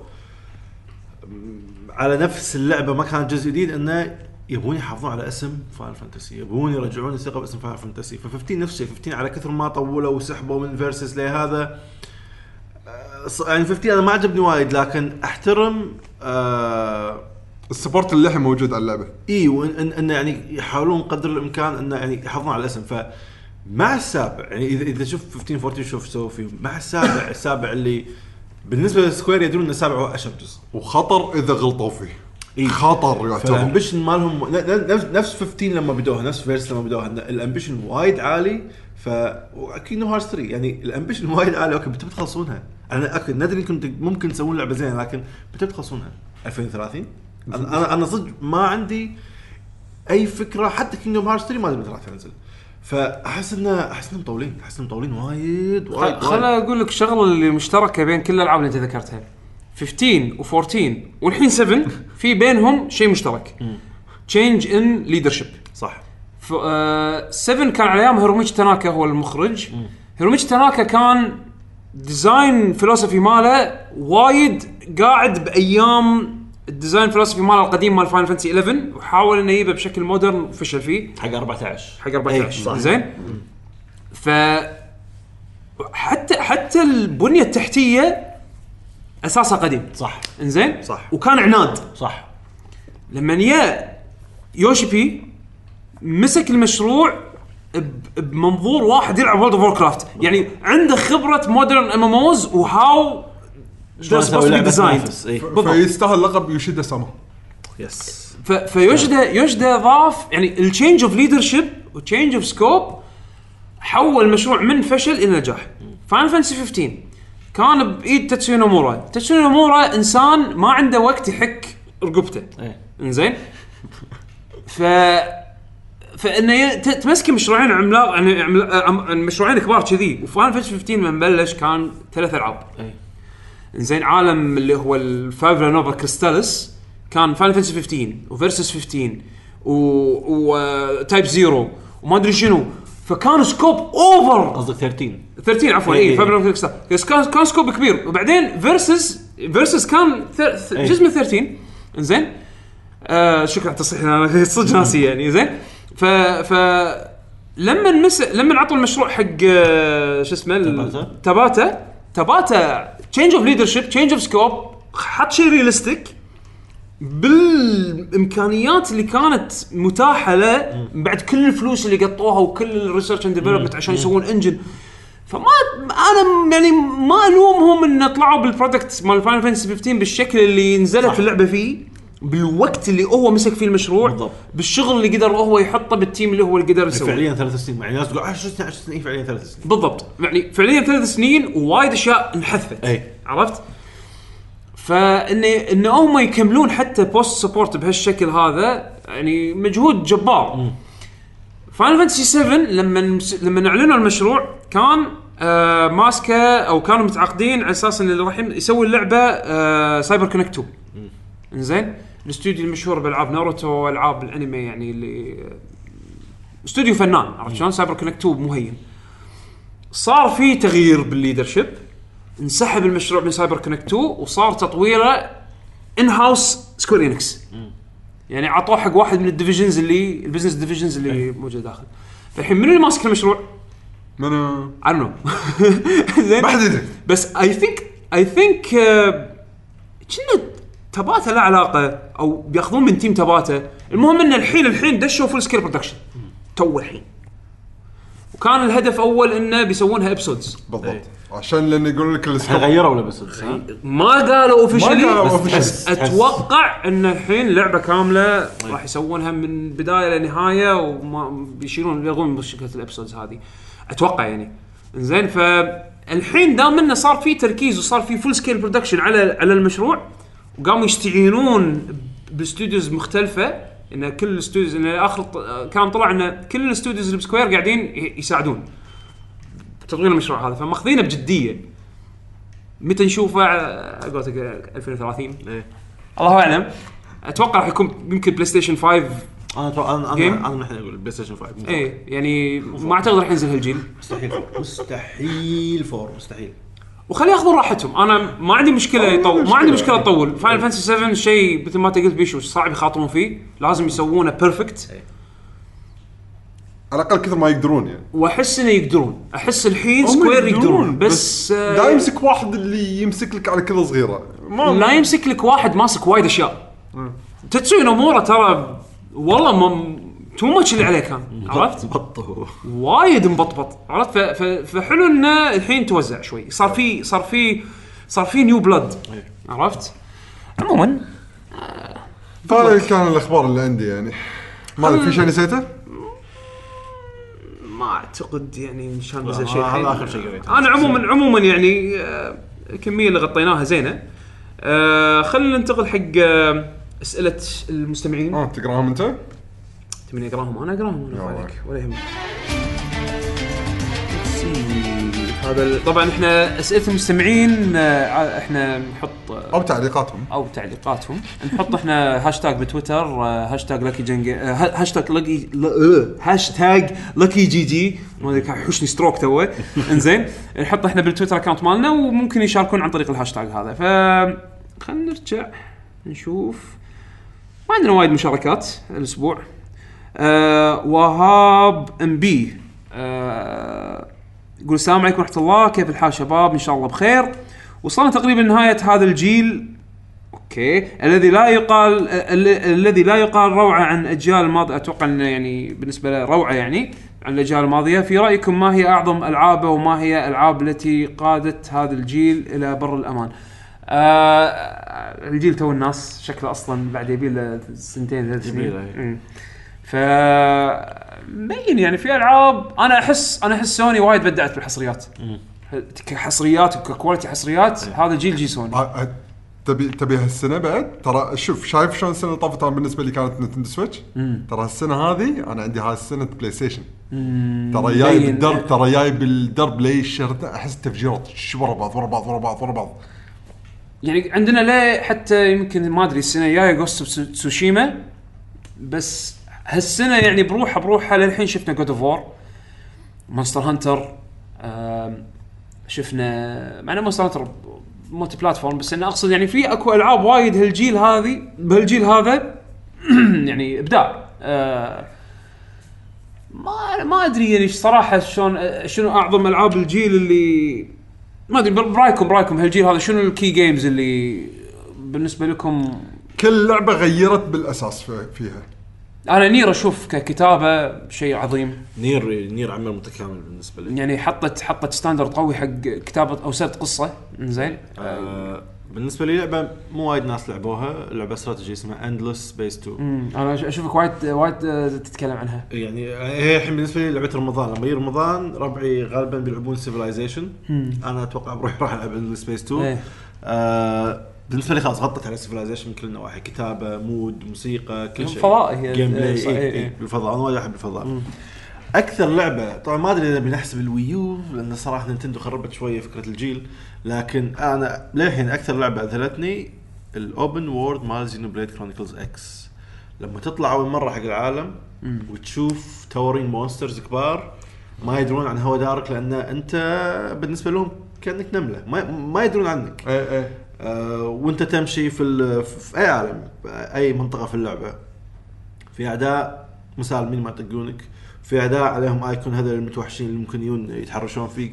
على نفس اللعبه ما كان جزء جديد انه يبون يحافظون على اسم فاينل فانتسي، يبون يرجعون الثقه باسم فاينل فانتسي. ف15 نفس الشيء خمستاشر على كثر ما طولوا وسحبوا من فيرسس لهذا آه، ص- يعني خمستاشر انا ما عجبني وايد لكن احترم آه السبورت اللي الحين موجود على اللعبه. اي وان ان يعني يحاولون قدر الامكان انه يعني يحافظون على الاسم. ف مع السابع يعني اذا اذا شوف خمستاشر أربعتاشر شوف سووا فيه مع السابع السابع اللي بالنسبه للسكوير يدرون ان السابع هو اشهر جزء وخطر اذا غلطوا فيه. إيه. خطر يعتبر. فالامبيشن مالهم ن- ن- نفس نفس خمستاشر لما بدوها نفس فيرس لما بدوها إن الامبيشن وايد عالي. ف واكيد نو هارت ثري يعني الامبيشن وايد عالي. اوكي بتبي تخلصونها انا اكيد ندري كنت ممكن تسوون لعبه زينه لكن بتبي تخلصونها ألفين وثلاثين. انا انا, أنا صدق ما عندي اي فكره حتى كينجدوم هارت ثري ما ادري متى تنزل. فاحس انه احس انهم مطولين احس انهم مطولين وايد وايد, وايد. خلنا اقول لك شغله اللي مشتركه بين كل الالعاب اللي انت ذكرتها خمستاشر و14 والحين سبعة في بينهم شيء مشترك تشينج ان ليدرشيب. صح ف سبعة كان على ايام هيروميتشي تاناكا هو المخرج. هيروميتشي تاناكا كان ديزاين فلسفي ماله وايد قاعد بايام الديزاين فلسفي ماله القديم مال فاينل فانتسي إحدى عشر وحاول انه يجيبه بشكل مودرن وفشل فيه حق أربعتاشر حق أربعتاشر زين. ف حتى حتى البنيه التحتيه اساسها قديم صح انزين صح. وكان عناد. صح لما يا يوشيبي مسك المشروع ب- بمنظور واحد يلعب وورلد اوف ووركرافت، يعني عنده خبره مودرن ام ام اوز وهاو شلون اسوي لعبه تنافس. اي فيستاهل لقب يوشيدا ساما. يس ف- فيوشدا يوشدا ضاف يعني التشينج اوف ليدرشيب وتشينج اوف سكوب، حول المشروع من فشل الى نجاح. فاينل فانتسي خمسة عشر كان بايد تاتسويا نومورا. تاتسويا نومورا انسان ما عنده وقت يحك رقبته، ايه انزين. ف فانه ي- ت- تمسك مشروعين عملاق يعني عمل- عم- مشروعين كبار كذي. وفاينل فانتسي خمسة عشر من بلش كان ثلاث العاب، اي انزين. عالم اللي هو الفايفلا نوفا كريستالس كان فاينل فانتسي خمسة عشر وفيرسس خمسة عشر و وتايب زيرو وما ادري شنو. فكان سكوب اوفر. قصدك ثلاثة عشر ثلاثة عشر عفوا، إيه. اي فايفلا نوفا كريستالس كان كان سكوب كبير. وبعدين فيرسس فيرسس كان ث- إيه. جزء من ثلاثة عشر، انزين. آه شكرا على التصحيح، انا صدق ناسي يعني. زين. ف ف لما نمس لما عطوا المشروع حق آه، شو اسمه ال- تاباتا. تاباتا تاباتا تشينج اوف ليدرشيب تشينج اوف سكوب، حط شيء ريالستيك بالامكانيات اللي كانت متاحه له بعد كل الفلوس اللي قطوها وكل الريسيرش اند ديفلوبمنت عشان يسوون انجن. فما انا يعني ما الومهم ان طلعوا بالبرودكت مال فاينل فانتسي خمسة عشر بالشكل اللي نزلت صح. اللعبه فيه، بالوقت اللي هو مسك فيه المشروع، بالضبط. بالشغل اللي قدر هو يحطه، بالتيم اللي هو اللي قدر يسويه. فعليا ثلاث سنين يعني الناس تقول عشر سنين عشر سنين فعليا ثلاث سنين بالضبط، يعني فعليا ثلاث سنين ووايد اشياء انحذفت. أي. عرفت؟ فان ان هم يكملون حتى بوست سبورت بهالشكل هذا يعني مجهود جبار. فاينل فانتسي سبعة لما لما اعلنوا المشروع كان آه ماسكه او كانوا متعاقدين على اساس ان اللي راح يسوي اللعبه آه سايبر كونكت اثنين. انزين، الاستوديو المشهور بالعاب ناروتو والعاب الانمي، يعني اللي استوديو فنان، عرفت شلون؟ سايبر كونكت اثنين مهين. صار في تغيير بالليدرشيب، انسحب المشروع من سايبر كونكت اثنين وصار تطويره ان هاوس سكوير انكس. يعني عطوه حق واحد من الديفيجنز اللي البزنس ديفيجنز اللي موجود داخل. فالحين من اللي ماسك المشروع؟ من I don't know. زين، ما حد يدري. بس I think I think كنا تباتا لا علاقة أو بياخذون من تيم تباتا. المهم إن الحين الحين دشوا فول سكيل برودكشن تو الحين، وكان الهدف أول إنه بيسوونها إبسودز بالضبط عشان لان يقول لك السكوب غيروا ولا بس ما قالوا اوفيشلي، ما قالوا بس, officially. بس اتوقع ان الحين لعبه كامله راح يسوونها من بدايه لنهايه وما بيشيلون يلغون مشكله الابسودز هذه اتوقع يعني. زين، فالحين دام انه صار في تركيز وصار في فول سكيل برودكشن على على المشروع، وقاموا يستعينون باستوديوز مختلفه. ان كل الاستوديوز ان اخر كان طلع ان كل الاستوديوز اللي بسكوير قاعدين يساعدون تطوير المشروع هذا، فماخذينه بجديه. متى نشوفه؟ اقولك ألفين وثلاثين ايه الله اعلم. اتوقع راح يكون يمكن بلاي ستيشن خمسة. انا اتوقع انا Game؟ انا انا الحين اقول بلاي ستيشن خمسة ايه يعني ما اعتقد راح ينزل هالجيل، مستحيل فور. مستحيل فور مستحيل. وخلي ياخذون راحتهم. انا ما عندي مشكله يطول، ما عندي مشكله تطول. فاينل فانتسي سبعة شيء مثل ما تقول بيشو صعب يخاطرون فيه، لازم يسوونه بيرفكت. على الاقل كثر ما يقدرون يعني. واحس انه يقدرون، احس الحين هم سكوير يقدرون، بس, آه لا يمسك واحد اللي يمسك لك على كذا صغيره. ما لا يمسك لك واحد ماسك وايد اشياء. تتسوي نومورا ترى والله ما تو ماتش اللي عليه كان، عرفت؟ بطه وايد مبطبط، عرفت؟ ف- ف- فحلو انه الحين توزع شوي، صار في صار في صار في نيو بلاد، عرفت؟ عموما هذا كان الاخبار اللي عندي يعني. ما أدري في شيء نسيته؟ ما اعتقد يعني ان شاء الله لا، نزل شيء هذا الحين. آخر شيء قريته. انا عموما عموما يعني آه، الكميه اللي غطيناها زينه. آه، خلينا ننتقل حق آه، اسئله المستمعين. اه تقراهم انت؟ تبيني اقراهم؟ انا اقراهم يلا. ولا عليك ولا يهمك. هذا طبعا احنا اسئله المستمعين آه، احنا نحط آه، او تعليقاتهم او تعليقاتهم نحط احنا هاشتاج بتويتر آه، هاشتاج لاكي جنج آه، هاشتاج لاكي ل- هاشتاج لاكي جي جي ما ادري حوشني ستروك توه. انزين، نحط احنا بالتويتر اكاونت مالنا وممكن يشاركون عن طريق الهاشتاج هذا. ف خلينا نرجع نشوف. ما عندنا وايد مشاركات الاسبوع. أه وهاب ام بي أه يقول السلام عليكم ورحمه الله، كيف الحال شباب؟ ان شاء الله بخير. وصلنا تقريبا نهايه هذا الجيل اوكي الذي لا يقال ال- الذي لا يقال روعه عن اجيال الماضيه. اتوقع انه يعني بالنسبه له روعه يعني عن الاجيال الماضيه. في رايكم ما هي اعظم العابه وما هي الالعاب التي قادت هذا الجيل الى بر الامان؟ آه الجيل تو الناس شكله اصلا بعد يبي له سنتين ثلاث سنين. ف مين يعني في العاب انا احس انا احس سوني وايد بدعت بالحصريات كحصريات وككواليتي حصريات. هذا جيل جي سوني. آه، تبي تبي هالسنه بعد ترى شوف شايف شلون السنه طافت بالنسبه لي كانت نينتندو سويتش. ترى السنه هذه انا عندي هاي السنه بلاي ستيشن. ترى جاي بالدرب ترى جاي بالدرب ليش احس تفجيرات شو ورا بعض ورا بعض ورا بعض ورا بعض. يعني عندنا لا حتى يمكن ما ادري السنه الجايه جوست اوف تسوشيما بس هالسنه يعني بروحها بروحها للحين شفنا جود اوف وور مونستر هانتر شفنا معنا مونستر هانتر مولتي بلاتفورم بس انا اقصد يعني في اكو العاب وايد هالجيل هذه بهالجيل هذا يعني ابداع. أه ما ما ادري يعني صراحه شلون شنو اعظم العاب الجيل اللي ما ادري برايكم برايكم هالجيل هذا شنو الكي جيمز اللي بالنسبه لكم كل لعبه غيرت بالاساس فيها. انا نير اشوف ككتابه شيء عظيم. نير نير عمل متكامل بالنسبه لي يعني حطت حطت ستاندرد قوي حق كتابه او سرد قصه زين. آه بالنسبه لي لعبه مو وايد ناس لعبوها لعبه استراتيجيه اسمها اندلس سبيس تو. امم انا اشوفك وايد وايد تتكلم عنها. يعني هي الحين بالنسبه لي لعبه رمضان لما يجي رمضان ربعي غالبا بيلعبون سيفلايزيشن. انا اتوقع بروح راح العب اندلس سبيس تو. ايه. آه بالنسبه لي خلاص غطت على سيفلايزيشن من كل النواحي كتابه مود موسيقى كل شيء فضاء هي جيم بلاي. اي اي اي بالفضاء انا وايد احب الفضاء. مم. اكثر لعبه طبعا ما ادري اذا بنحسب الويو لان صراحه نينتندو خربت شويه فكره الجيل لكن انا للحين اكثر لعبه اذلتني الاوبن وورد مال زينوبليد كرونيكلز اكس لما تطلع اول مره حق العالم مم. وتشوف تاورين مونسترز كبار ما يدرون عن هوا دارك لان انت بالنسبه لهم كانك نمله ما ما يدرون عنك. اي اي آه وانت تمشي في في اي عالم اي منطقه في اللعبه في اعداء مسالمين ما يطقونك في اعداء عليهم ايكون هذا المتوحشين اللي ممكن يجون يتحرشون فيك.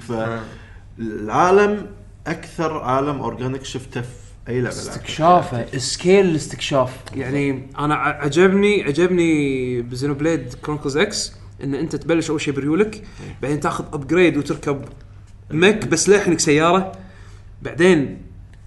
فالعالم اكثر عالم اورجانيك شفته في اي لعبه استكشافه سكيل الاستكشاف يعني انا عجبني عجبني بزينوبليد كرونيكلز اكس ان انت تبلش اول شيء بريولك بعدين تاخذ ابجريد وتركب مك بس لحنك سياره بعدين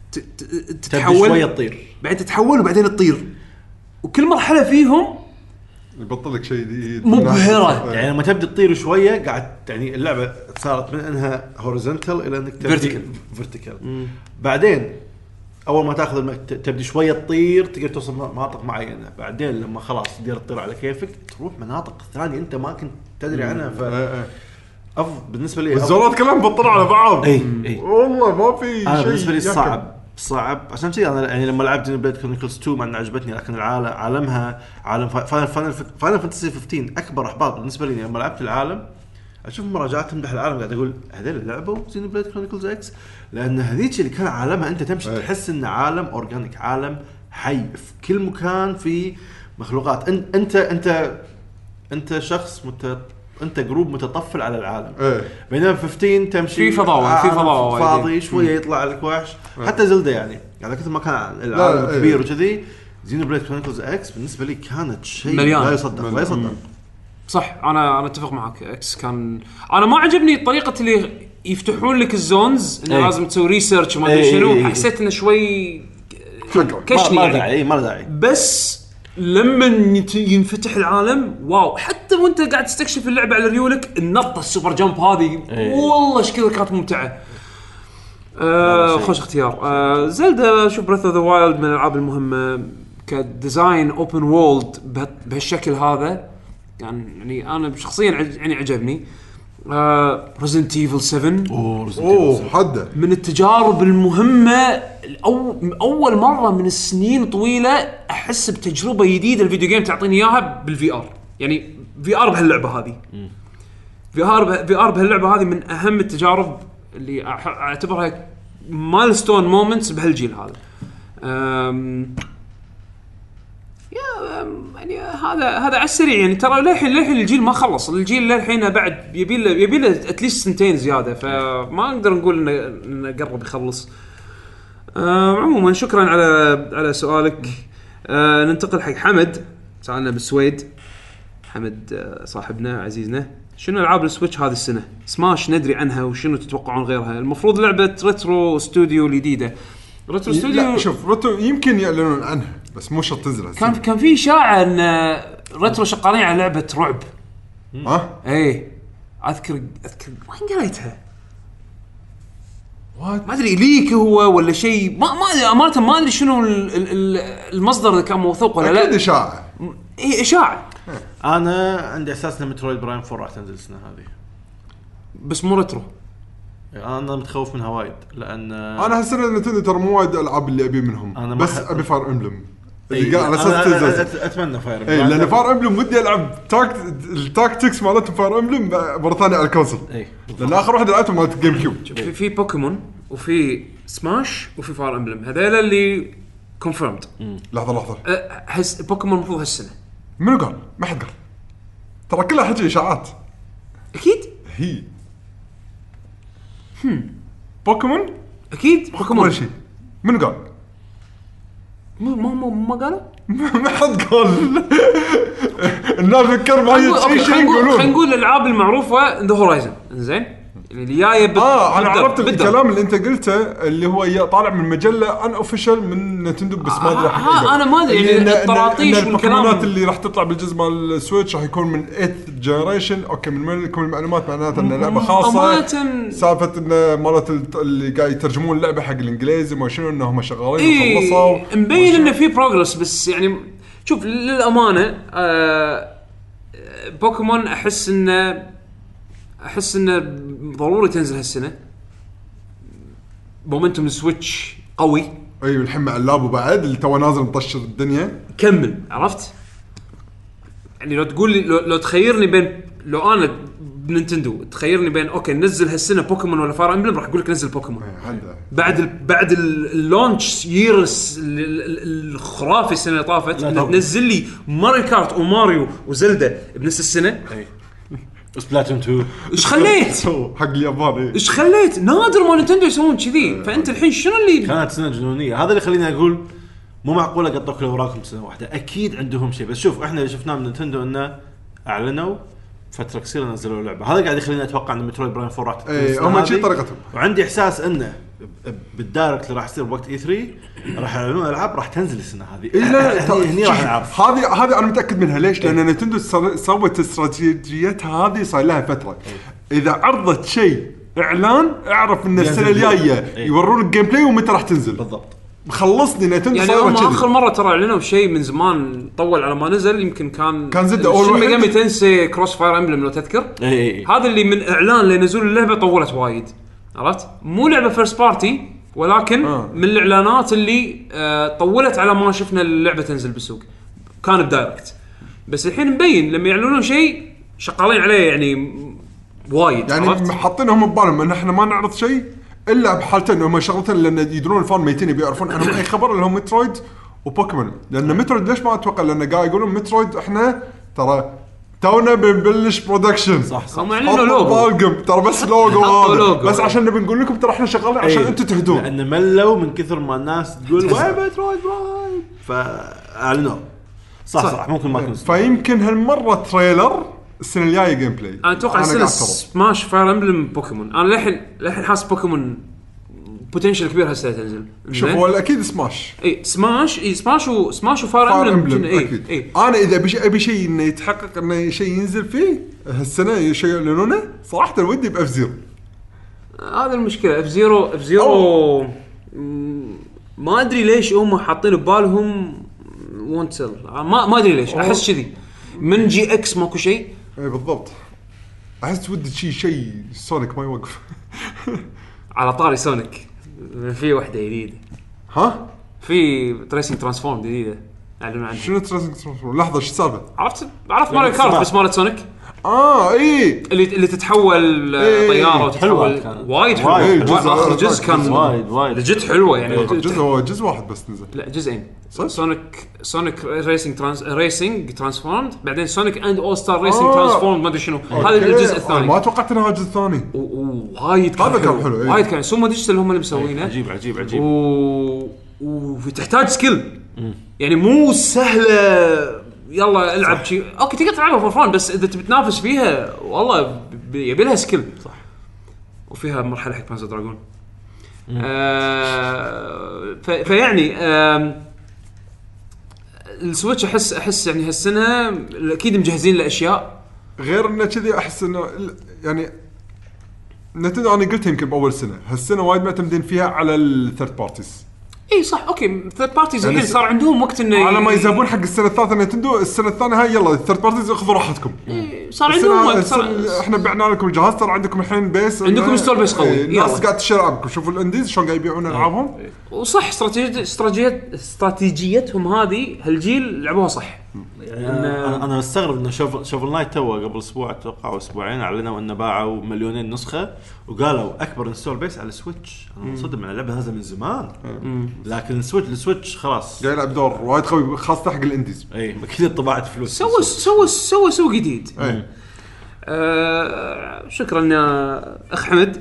تتحول شويه تطير بعدين تتحول وبعدين تطير وكل مرحله فيهم يبطل لك شيء مبهره. يعني لما تبدا تطير شويه قاعد يعني اللعبه صارت من انها هوريزونتال الى انك فيرتيكال فيرتيكال بعدين اول ما تاخذ المك... تبدي شويه تطير تقدر توصل مناطق معينه بعدين لما خلاص تقدر تطير على كيفك تروح مناطق ثانيه انت ما كنت تدري عنها. ف افضل بالنسبه لي الزورات كلهم بطلوا على بعض. اي اي والله ما في شيء بالنسبه لي صعب صعب عشان كذا انا يعني لما لعبت بليد كرونيكلز تو ما أن عجبتني لكن العالم عالمها عالم فاينل فاينل فاينل فانتسي خمسة عشر اكبر احباط بالنسبه لي لما لعبت العالم اشوف مراجعات تمدح العالم قاعد اقول هذول لعبوا زين بليد كرونيكلز اكس لان هذيك اللي كان عالمها انت تمشي أيه. تحس ان عالم اورجانيك عالم حي في كل مكان في مخلوقات انت انت انت, انت شخص مت انت جروب متطفل على العالم. ايه. بينما خمستاشر تمشي في فضاء في فضاء فاضي شويه يطلع لك وحش. ايه. حتى زلده يعني على كثر ما كان العالم كبير وكذي زينوبليد كرونيكلز اكس بالنسبه لي كانت شيء لا يصدق لا يصدق. صح انا انا اتفق معك. اكس كان انا ما عجبني طريقه اللي يفتحون لك الزونز انه ايه. لازم تسوي ريسيرش ما ادري ايه شنو. ايه. حسيت انه شوي كشني ما يعني داعي ما له داعي بس لما ينفتح العالم واو. حتى وانت قاعد تستكشف اللعبه على ريولك النطه السوبر جامب هذه ايه. والله شكلها كانت ممتعه. آه خوش اختيار. آه زلدا شوف بريث اوف ذا وايلد من الالعاب المهمه كديزاين اوبن وورلد بهالشكل هذا كان يعني انا شخصيا يعني عجبني. ريزيدنت ايفل سفن اوه حده من التجارب المهمه أو اول مره من السنين طويله احس بتجربه جديده الفيديو جيم تعطيني اياها بالفي ار. يعني في ار بهاللعبه هذه في ار في ار بهاللعبه هذه من اهم التجارب اللي اعتبرها مايلستون مومنتس بهالجيل هذا. أم يا يعني هذا هذا على السريع يعني ترى للحين للحين الجيل ما خلص. الجيل للحين بعد يبي له يبي له اتليست سنتين زياده فما نقدر نقول انه قرب يخلص. آه عموما شكرا على على سؤالك. آه ننتقل حق حمد سألنا بالسويد. حمد آه صاحبنا عزيزنا شنو العاب السويتش هذه السنه؟ سماش ندري عنها وشنو تتوقعون غيرها؟ المفروض لعبه ريترو ستوديو جديده. ريترو لا ستوديو شوف ريترو يمكن يعلنون عنها بس مو شرط تنزل كان كان في اشاعه ان ريترو شغالين على لعبه رعب. ها ايه اذكر اذكر وين قريتها وات ما ادري ليك هو ولا شيء ما ما ادري امانه ما ادري شنو ال- ال- ال- المصدر اذا كان موثوق ولا اكيد لا. اشاعه. ايه اشاعه انا عندي اساس ان مترويد برايم فور راح تنزل السنه هذه. بس مو ريترو. انا متخوف منها وايد لان انا هالسنه نتندو ترى مو وايد العاب اللي ابي منهم أنا ما بس أحب- ابي فاير امبلم إيه، اللي قال على أنا- اساس أنا تنزل. أت- اتمنى فاير اي لان فاير امبلم ودي العب تاك التاكتكس مالتهم فاير امبلم مره ثانيه على الكونسل اي لان اخر واحده لعبتها مالت جيم كيوب. في في بوكيمون وفي سماش وفي فاير امبلم هذول اللي كونفيرمد. لحظه لحظه هس بوكيمون المفروض هالسنه منو قال؟ ما حد قال ترى كلها حكي اشاعات. اكيد هي بوكيمون اكيد ولا بوكيمون شيء. منو قال؟ مو مو مو ما قالوا. ما حد قال. الناس فكر ما خلينا هي شيء شيء نقول خلينا يقولون. نقول الالعاب المعروفه ذا هورايزن زين اللي جايه بال- اه انا بالدر- عرفت بالدر. الكلام اللي انت قلته اللي هو ي- طالع من مجله ان اوفيشال من نتندو بس ما ادري آه، حقيقة. آه، أنا ما أدري، اللي يعني إن- إن- الطراطيش إن والكلام. البوكيمونات اللي راح تطلع بالجزء مال السويتش راح يكون من ثمانية جنريشن. اوكي من وين لكم المعلومات معناته ان لعبه خاصه أمانة- سالفه ان مالت الت- اللي قاعد يترجمون اللعبه حق الانجليزي ما شنو انهم شغالين وخلصوا ايه مبين انه في بروجرس بس يعني شوف للامانه آه بوكيمون احس انه احس انه ضروري تنزل هالسنه. مومنتوم السويتش قوي ايوه الحين مع اللاب بعد اللي تو نازل مطشر الدنيا. كمل عرفت يعني لو تقول لي لو, لو تخيرني بين لو انا بنينتندو تخيرني بين اوكي نزل هالسنه بوكيمون ولا فاير امبلم راح اقول لك نزل بوكيمون. هذا بعد ال بعد ال- اللونش ييرس ال- ال- الخرافي السنه اللي طافت لا إن طبعاً. تنزل لي ماريو كارت وماريو وزلدا بنفس السنه. سبلاتون تو ايش خليت حق اليابان ايه. ايش خليت نادر ما نينتندو يسوون كذي. فانت الحين شنو اللي كانت سنه جنونيه. هذا اللي خليني اقول مو معقوله قطوا كل اوراقهم سنه واحده. اكيد عندهم شيء بس شوف احنا اللي شفناه من نينتندو انه اعلنوا فتره قصيره نزلوا لعبه. هذا قاعد يخليني اتوقع ان مترويد برايم فور راح تكون ايه السنة هم هذه. شي طريقتهم. وعندي احساس انه ب- بالدايركت اللي راح يصير بوقت اي ثري راح يعلنون العاب راح تنزل السنه هذه. إيه لا هني هني راح شوف، نعرف. هذه هذه انا متاكد منها ليش؟ لان نينتندو صار- سوت استراتيجيتها هذه صار لها فتره. اذا عرضت شيء اعلان اعرف ان السنه ينزل. الجايه إيه. يورون الجيم بلاي ومتى راح تنزل. بالضبط. خلصني نينتندو يعني هم صايره اخر كذي. مره ترى اعلنوا شيء من زمان طول على ما نزل يمكن كان كان زد أول شن واحد. ميجامي تنسي كروس فاير امبلم لو تذكر. اي اي هذا اللي من اعلان لنزول اللعبه طولت وايد عرفت مو لعبه فيرست بارتي ولكن آه. من الاعلانات اللي آه طولت على ما شفنا اللعبه تنزل بالسوق كان بدايركت. بس الحين مبين لما يعلنون شيء شغالين عليه يعني وايد يعني عرفت؟ حاطينهم ببالهم ان احنا ما نعرض شيء الا بحالتين هم شغلتين لان يدرون الفان ميتين بيعرفون عنهم اي خبر اللي هم مترويد وبوكيمون. لان مترويد ليش ما اتوقع لان قاعد يقولون مترويد احنا ترى تونا بنبلش برودكشن صح صح. هم اعلنوا لوجو بالكم ترى بس لوجو حطوا هذا لوجو. بس عشان نبي نقول لكم ترى احنا شغالين عشان إيه. انتم تهدون. لان ملوا من كثر ما الناس تقول وين مترويد برايم فاعلنوا. صح صح, صح ممكن ما يكون فيمكن هالمره تريلر السنه الجايه جيم بلاي. انا اتوقع السنه سماش فاير امبلم بوكيمون. انا للحين للحين حاس بوكيمون بوتنشل كبير هالسنه تنزل. شوف هو اكيد سماش اي سماش اي سماش وسماش وفاير فاير امبلم امبلم اي اكيد. اي انا اذا ابي شيء ابي شيء انه يتحقق انه شيء ينزل فيه هالسنه شيء يعلنونه صراحه ودي باف زيرو. هذا المشكله اف زيرو اف زيرو مم، ما ادري ليش هم حاطين ببالهم وونتل ما ما ادري ليش احس كذي من جي اكس ماكو شيء. اي بالضبط احس ودي شيء شيء سونيك ما يوقف. على طاري سونيك في وحده جديده ها في تريسنج ترانسفورم جديده اعلنوا عنها. شنو ترانسفورم ترانسفورم لحظه شو السالفه؟ عرفت عرفت ماريو كارت بس مالت سونيك اه اي اللي اللي تتحول آه، إيه. طياره وتتحول حلوة كانت. وايد وايد. حلوه. جزء- اخر جزء كان وايد وايد. لجت حلوه يعني جزء هو جزء واحد بس نزل. لا جزئين صح؟ سونيك سونيك ريسنج ترانس ريسنج ترانسفورمد بعدين سونيك اند اول ستار ريسنج آه. ترانسفورمد ما ادري شنو هذا أوكي. الجزء آه، الثاني. ما توقعت انه هذا الجزء الثاني. ووايد كان هذا كان حلو, حلو، إيه. وايد كان سومو ديجيتال هم اللي مسوينه عجيب عجيب عجيب. و... وتحتاج سكيل يعني مو سهله يلا العب شيء اوكي تقدر تلعبها فور فان، بس اذا تبي تنافس فيها والله يبي لها سكيل صح. وفيها مرحله حق بانزر دراجون. آه فيعني آه السويتش احس احس يعني هالسنه اكيد مجهزين لاشياء غير انه كذي. احس انه يعني نتندو انا قلت يمكن باول سنه هالسنه وايد معتمدين فيها على الثيرد بارتيز. اي صح اوكي ثيرد بارتيز يعني الحين صار عندهم وقت انه على ما يذهبون حق السنه الثالثه نتندو السنه الثانيه هاي يلا الثيرد بارتيز اخذوا راحتكم. إيه صار عندهم وقت. صار احنا بعنا لكم الجهاز ترى عندكم الحين بيس عندكم ستور بيس قوي. الناس قاعد تشتري العابكم. شوفوا الانديز شلون قاعد يبيعون العابهم. وصح استراتيجيه استراتيجيه استراتيجيتهم هذه هالجيل لعبوها صح. يعني انا انا مستغرب انه شوف شوفل نايت تو قبل اسبوع اتوقع او اسبوعين اعلنوا انه باعوا مليونين نسخه وقالوا اكبر انستول بيس على السويتش. انا منصدم على اللعبه هذا من زمان. لكن السويتش السويتش خلاص جاي يلعب دور وايد قوي خاصه حق الانديز. اي اكيد طبعت فلوس. سوى سوى سوى سوق جديد. اي آه شكرا يا اخ حمد.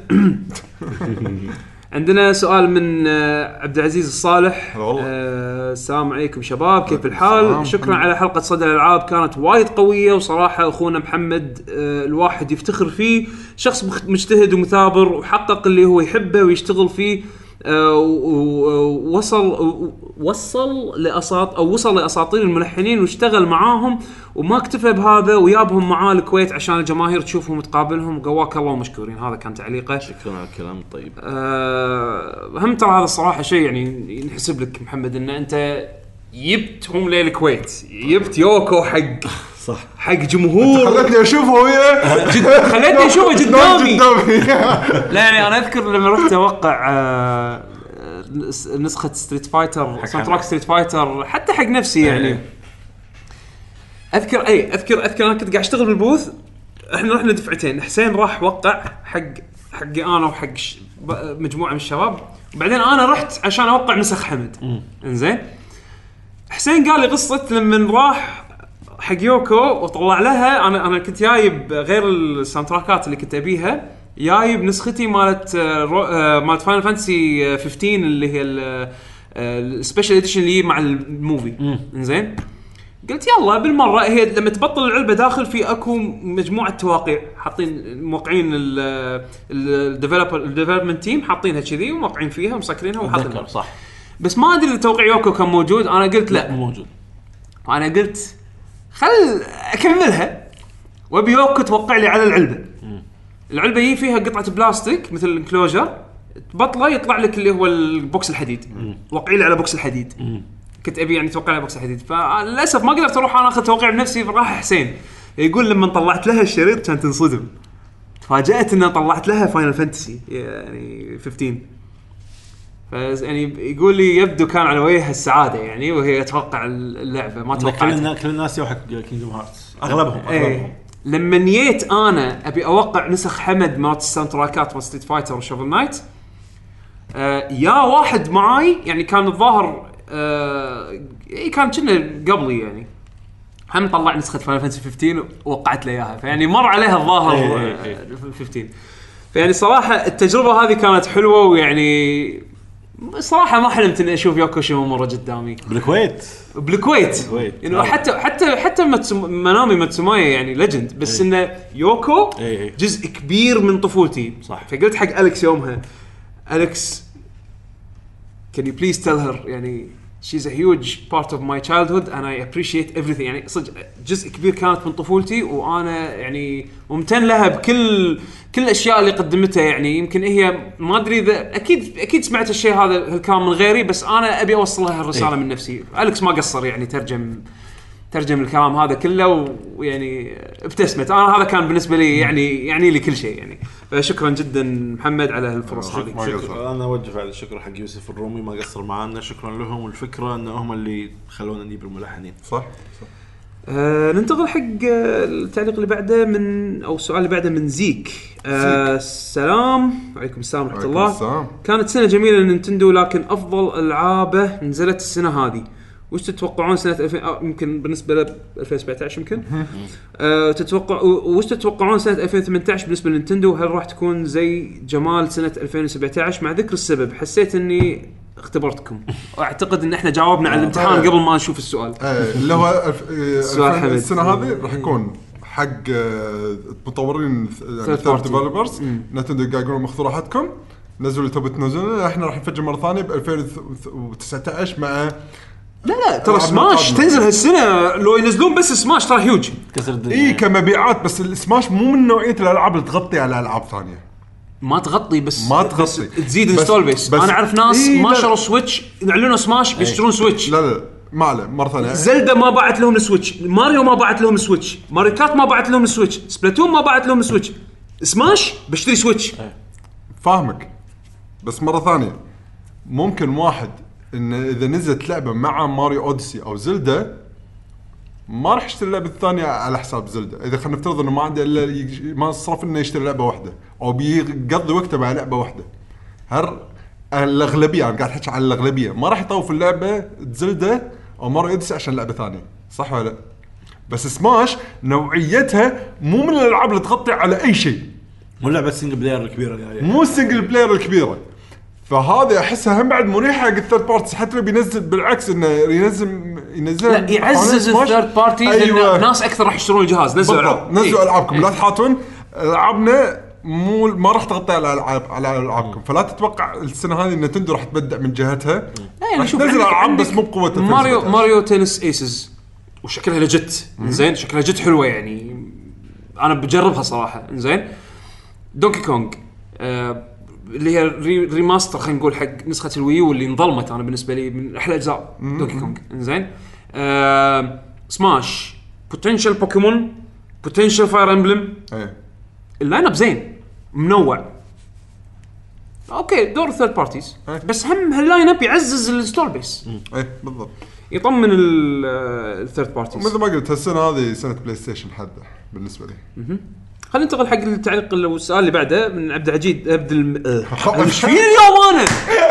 عندنا سؤال من عبد العزيز الصالح. آه السلام عليكم شباب كيف الحال؟ شكرا على حلقة صدى الألعاب كانت وايد قوية وصراحة أخونا محمد آه الواحد يفتخر فيه شخص مجتهد ومثابر وحقق اللي هو يحبه ويشتغل فيه. آه ووصل وصل لأساط أو وصل لأساطير الملحنين واشتغل معاهم وما اكتفى بهذا ويابهم معاه الكويت عشان الجماهير تشوفهم وتقابلهم. قواك الله ومشكورين. هذا كان تعليقه. شكرا على الكلام الطيب. أه هم ترى هذا الصراحة شيء يعني ينحسب لك محمد ان انت جبتهم للكويت جبت يوكو حق صح حق جمهور. خلتني اشوفه وياه جد خلتني اشوفه قدامي. لا يعني انا اذكر لما رحت اوقع آه نسخة ستريت فايتر ساوند تراك ستريت فايتر حتى حق نفسي يعني اذكر اي اذكر اذكر انا كنت قاعد اشتغل بالبوث. احنا رحنا دفعتين. حسين راح وقع حق حقي انا وحق مجموعه من الشباب وبعدين انا رحت عشان اوقع نسخ حمد. انزين حسين قال لي قصه لما راح حق يوكو وطلع لها. انا انا كنت جايب غير الساوند تراكات اللي كنت ابيها جايب نسختي مالت مالت فاينل فانتسي خمسة عشر اللي هي السبيشال اديشن اللي مع الموفي. انزين قلت يلا بالمره هي لما تبطل العلبه داخل في اكو مجموعه تواقيع حاطين موقعين الديفلوبر الديفلوبمنت تيم حاطينها كذي وموقعين فيها ومسكرينها وحاطينها صح. بس ما ادري التوقيع يوكو كان موجود. انا قلت لا مو موجود. انا قلت خل اكملها وابي يوكو توقع لي على العلبه. العلبه هي فيها قطعه بلاستيك مثل الانكلوجر تبطله يطلع لك اللي هو البوكس الحديد. وقعي لي على بوكس الحديد. مم. كنت ابي يعني توقع على بوكس الحديد فللاسف ما قدرت اروح انا اخذ توقيع بنفسي. راح حسين يقول لما طلعت لها الشريط كانت تنصدم. تفاجأت ان طلعت لها فاينل فانتسي يعني خمسة عشر. ف يعني يقول لي يبدو كان على وجهها السعاده يعني وهي تتوقع اللعبه ما توقعتها. كل الناس يوحك كينجدم هارتس اغلبهم اغلبهم. ايه. لما نيت انا ابي اوقع نسخ حمد مالت الساوند تراكات مال ستريت فايتر وشوفل نايت آه يا واحد معاي يعني كان الظاهر آه كان كنا قبلي يعني هم طلع نسخه فاينل فانتسي خمسة عشر ووقعت له اياها فيعني مر عليها الظاهر خمسة عشر. فيعني صراحه التجربه هذه كانت حلوه ويعني صراحه ما حلمت اني اشوف يوكو شيمامورا قدامي بالكويت بالكويت يعني حتى حتى حتى منامي ماتسوماي يعني ليجند بس أي. انه يوكو أي. جزء كبير من طفولتي صح. فقلت حق أليكس يومها أليكس can you please tell her يعني she's a huge part of my childhood and I appreciate everything يعني صدق جزء كبير كانت من طفولتي وانا يعني ممتن لها بكل كل الاشياء اللي قدمتها يعني يمكن هي ما ادري اذا اكيد اكيد سمعت الشيء هذا الكلام من غيري بس انا ابي اوصل لها الرساله أي. من نفسي. أليكس ما قصر يعني ترجم ترجم الكلام هذا كله ويعني ابتسمت. انا هذا كان بالنسبه لي يعني يعني لي كل شيء يعني. فشكرا جدا محمد على هالفرص هذه. شكرا. انا اوجه على الشكر حق يوسف الرومي ما قصر معنا. شكرا لهم والفكره ان هم اللي خلونا نجيب الملحنين صح, صح. آه ننتقل حق التعليق اللي بعده من او السؤال اللي بعده من زيك. آه السلام عليكم. السلام ورحمه الله. السلام. كانت سنه جميله لنينتندو لكن افضل العابه نزلت السنه هذه. وش تتوقعون سنه ألفين آه يمكن بالنسبه ل ألفين وسبعة عشر يمكن آه تتوقع وش تتوقعون سنه ألفين وثمانية عشر بالنسبه لنينتندو؟ هل راح تكون زي جمال سنه ألفين وسبعة عشر؟ مع ذكر السبب حسيت اني اختبرتكم واعتقد ان احنا جاوبنا على الامتحان قبل ما نشوف السؤال. ايه اللي هو الف- إيه، سؤال الف- حمد. السنه هذه راح يكون حق آه، مطورين يعني Third ثيرد party. ديفلوبرز. نتندو قاعد يقولون مخذوا راحتكم، نزلوا اللي تبي تنزلون، احنا راح نفجر مره ثانيه ب ألفين وتسعة عشر مع لا لا ترى ألعاب سماش قادمة. تنزل هالسنه لو ينزلون بس سماش ترى هيوج. كسر الدنيا. اي كمبيعات، بس السماش مو من نوعيه الالعاب اللي تغطي على العاب ثانيه. ما تغطي بس ما بس تغطي. تزيد بس- انستول بيس. بس- انا اعرف ناس إيه ما لا. شروا سويتش يعلنوا سماش بيشترون سويتش. لا لا ما عليه مره ثانيه. زلدا ما باعت لهم السويتش، ماريو ما باعت لهم السويتش، ماريو كارت ما باعت لهم السويتش، سبلاتون ما باعت لهم السويتش، سماش بشتري سويتش. فاهمك، بس مره ثانيه ممكن واحد ان اذا نزلت لعبه مع ماريو اوديسي او زلدا ما راح يشتري اللعبه الثانيه على حساب زلدا. اذا خلينا نفترض انه ما عنده الا يج- ما صرف انه يشتري لعبه واحده او بيقضي وقته مع لعبه واحده. هر الاغلبيه انا قاعد احكي عن الاغلبيه ما راح يطوف اللعبه زلدا او ماريو اوديسي عشان لعبه ثانيه، صح ولا لا؟ بس سماش نوعيتها مو من الالعاب اللي تغطي على اي شيء، مو لعبه سنجل بلاير الكبيره يعني. مو السنجل بلاير الكبيره. فهذا احسها هم بعد مريحه حق الثيرد بارتي، حتى لو بينزل بالعكس انه ينزل ينزلها لا يعزز الثيرد بارتي أيوة. لان ناس اكثر راح يشترون الجهاز. نزلوا بالضبط. العاب نزلوا إيه. العابكم لا تحاتون العابنا مو ما راح تغطي على العاب على العابكم، فلا تتوقع السنه هذه نينتندو راح تبدع من جهتها. لا يعني راح شوف تنزل عندك- العاب عندك بس مو بقوه ماريو ماريو تنس ايسز وشكلها لجت زين، شكلها جت حلوه يعني انا بجربها صراحه زين. دونكي كونغ آه اللي هي ري ريماستر خلينا نقول حق نسخه الويو اللي انظلمت، انا بالنسبه لي من احلى اجزاء دونكي كونغ زين. آه سماش بوتنشال بوكيمون بوتنشال فاير امبلم ايه اللاين اب زين منوع. اوكي دور ثيرد بارتيز أي. بس هم هاللاين اب يعزز الستور بيس، ايه بالضبط. يطمن الثيرد بارتيز. مثل ما قلت هالسنه هذه سنه بلاي ستيشن حده بالنسبه لي. خلينا ننتقل حق التعليق والسؤال اللي بعده من عبد العجيد عبد الم... خ- ايش فيني اليوم انا؟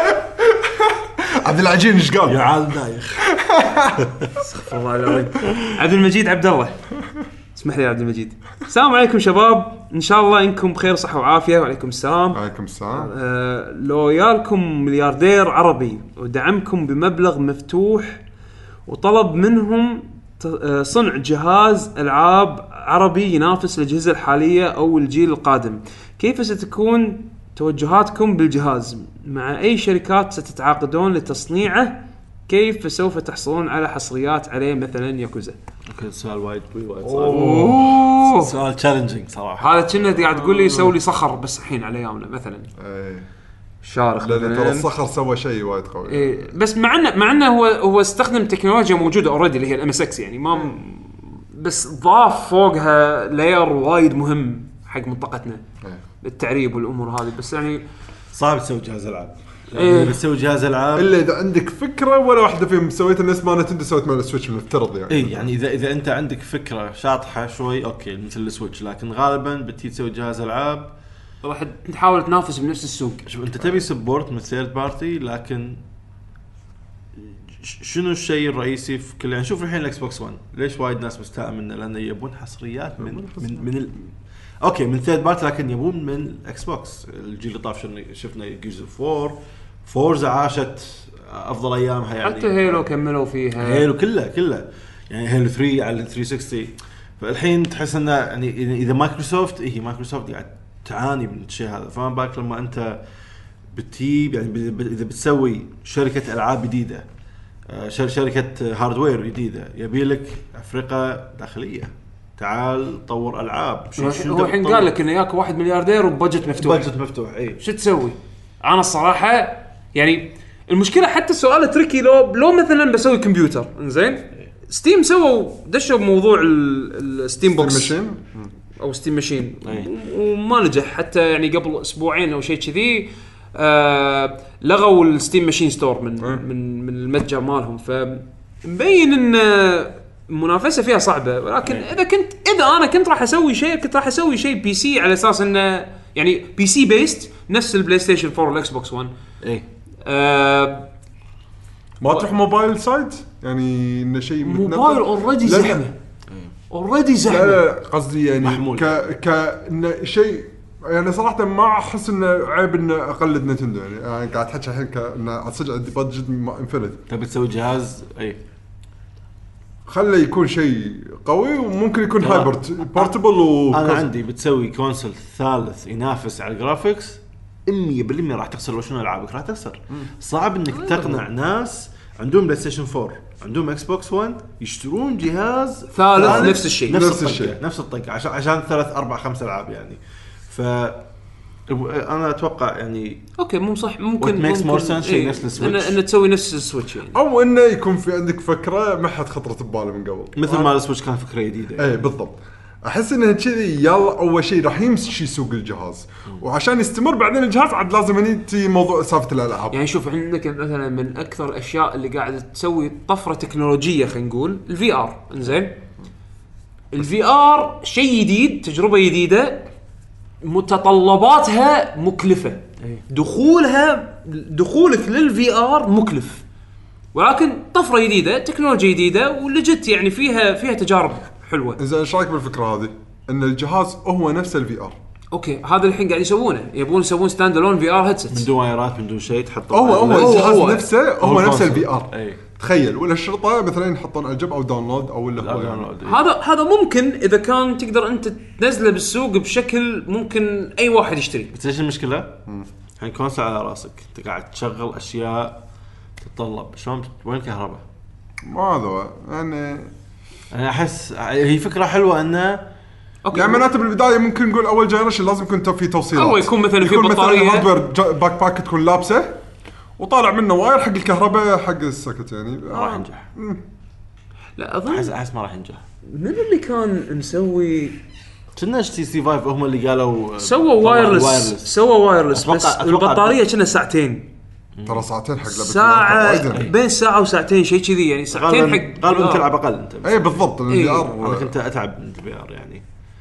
عبد العجين ايش يا قال؟ عال دايخ. استغفر الله العظيم. عبد المجيد عبد الله، اسمح لي يا عبد المجيد. السلام عليكم شباب، ان شاء الله انكم بخير صحه وعافيه. وعليكم السلام. عليكم السلام. آه لو يالكم ملياردير عربي ودعمكم بمبلغ مفتوح وطلب منهم ت- آه، صنع جهاز ألعاب عربي ينافس الأجهزة الحالية أو الجيل القادم، كيف ستكون توجهاتكم بالجهاز؟ مع أي شركات ستتعاقدون لتصنيعه؟ كيف سوف تحصلون على حصريات عليه مثلا ياكوزا؟ اوكي سؤال وايد طويل وايد صعب. أوه. سؤال تشالنجينج صراحه. هذا كنا قاعد تقول لي سوي لي صخر بس الحين على ايامنا مثلا ايه شارخ لان ترى مثلاً. الصخر سوى شيء وايد قوي. إيه بس مع انه مع انه هو هو استخدم تكنولوجيا موجوده اوريدي اللي هي الام اس اكس يعني ما بس ضاف فوقها لاير وايد مهم حق منطقتنا إيه. التعريب والامور هذه. بس يعني صعب تسوي جهاز العاب. إيه. يعني بتسوي جهاز العاب الا اذا عندك فكره ولا واحده فيهم سويتها نفس ما نتندو سوت مع السويتش بنفترض يعني. اي يعني اذا اذا انت عندك فكره شاطحه شوي اوكي مثل السويتش، لكن غالبا بتي تسوي جهاز العاب. راح تحاول تنافس بنفس السوق. شوف انت تبي سبورت من ثيرد بارتي، لكن ش- شنو الشيء الرئيسي في كل يعني شوف الحين الاكس بوكس ون ليش وايد ناس مستاء منه؟ لانه يبون حصريات من من من ال... اوكي من ثيرد بارتي، لكن يبون من الاكس بوكس. الجيل اللي طاف شفنا شفنا جيرز اوف فور فورزا عاشت افضل ايامها يعني. حتى هيلو كملوا فيها. هيلو كله كله يعني هيلو ثري على ثلاثمية وستين. فالحين تحس انه يعني اذا مايكروسوفت هي مايكروسوفت قاعد تعاني من الشيء هذا. فما بالك لما انت بتجيب يعني ب- ب- اذا بتسوي شركه العاب جديده، آه، شر- شركه هاردوير جديده، يبي لك افرقه داخليه. تعال طور العاب. شو- شو هو تبي الحين تطور؟ قال لك انه ياك واحد ملياردير وبجت مفتوح. بادجت مفتوح. اي شو تسوي؟ انا الصراحه يعني المشكله حتى السؤال تريكي لو لو مثلا بسوي كمبيوتر انزين ستيم سووا دشوا بموضوع الستيم بوكس ماشين او ستيم ماشين أي. وما نجح حتى يعني قبل اسبوعين او شيء كذي. آه لغوا الستيم ماشين ستور من أي. من من المتجر مالهم. فمبين ان المنافسه فيها صعبه. ولكن أي. اذا كنت اذا انا كنت راح اسوي شيء كنت راح اسوي شيء بي سي على اساس انه يعني بي سي بيست نفس البلاي ستيشن فور والاكس بوكس ون. اي آه ما تروح موبايل سايد يعني انه شيء موبايل اوريدي لا، لا. زحمه اوريدي لا زحمه. لا قصدي يعني محمول. ك ك انه شيء يعني صراحه ما احس انه عيب انه اقلد نينتندو يعني, يعني قاعد احكي الحين كانه صدق عندي بادجت انفنتي تبي تسوي جهاز اي خليه يكون شيء قوي وممكن يكون ترى هايبرد بورتبل و انا عندي بتسوي كونسول ثالث ينافس على الجرافيكس مية بالمية راح تخسر. وشنو العابك راح تخسر. صعب انك تقنع ناس عندهم بلاي ستيشن فور عندهم اكس بوكس ون يشترون جهاز ثالث نفس الشيء نفس, نفس الشيء الشيء. نفس الطقه عشان عشان ثلاث اربع خمس العاب يعني. ف انا اتوقع يعني اوكي مو صح ممكن ممكن ممكن شيء إيه نفس السويتش ان, إن تسوي نفس السويتش يعني. او انه يكون في عندك فكره ما حد خطرت بباله من قبل مثل ما السويتش كان فكره جديده يعني. ايه بالضبط. احس انه كذي يلا اول شيء راح يمشي سوق الجهاز وعشان يستمر بعدين الجهاز عاد لازم ينتهي موضوع سالفه الالعاب. يعني شوف عندك مثلا من اكثر الاشياء اللي قاعده تسوي طفره تكنولوجيه خلينا نقول الفي ار. انزين الفي ار شيء جديد تجربه جديده متطلباتها مكلفه. دخولها دخولك للفي ار مكلف ولكن طفره جديده تكنولوجيا جديده ولجت يعني فيها فيها تجارب حلوه. اذا ايش رايك بالفكره هذه ان الجهاز هو نفس الفي ار؟ اوكي هذا الحين قاعد يسوونه يبون يسوون ستاند الون في ار هيدسيت من دون وايرات من دون شيء تحطه هو هو الجهاز هو نفسه هو, هو نفس الكونسول. الفي ار. أي. تخيل ولا الشرطه مثلا يحطون الجب او داونلود او ولا هو يعني. هذا هذا ممكن اذا كان تقدر انت تنزله بالسوق بشكل ممكن اي واحد يشتري. بس ايش المشكله؟ الحين كونسول على راسك انت قاعد تشغل اشياء تتطلب شلون وين الكهرباء؟ ما هذا يعني انا احس هي فكره حلوه انه اوكي يعني معناته بالبدايه ممكن نقول اول جنريشن لازم يكون في توصيلات او يكون مثلا في يكون بطاريه مثلا هاردوير باك باك تكون لابسه وطالع منه واير حق الكهرباء حق السكت يعني ما راح ينجح. لا اظن احس احس ما راح ينجح. من اللي كان مسوي كنا اتش تي سي فايف هم اللي قالوا سووا وايرلس سووا وايرلس بس أتوقع- أتوقع البطاريه كنا ساعتين ترى ساعتين حق لعبه ساعه بين ساعه وساعتين شيء كذي يعني ساعتين حق غالبا تلعب اقل انت. اي بالضبط الفي إيه. انا ار كنت اتعب من الفي ار يعني.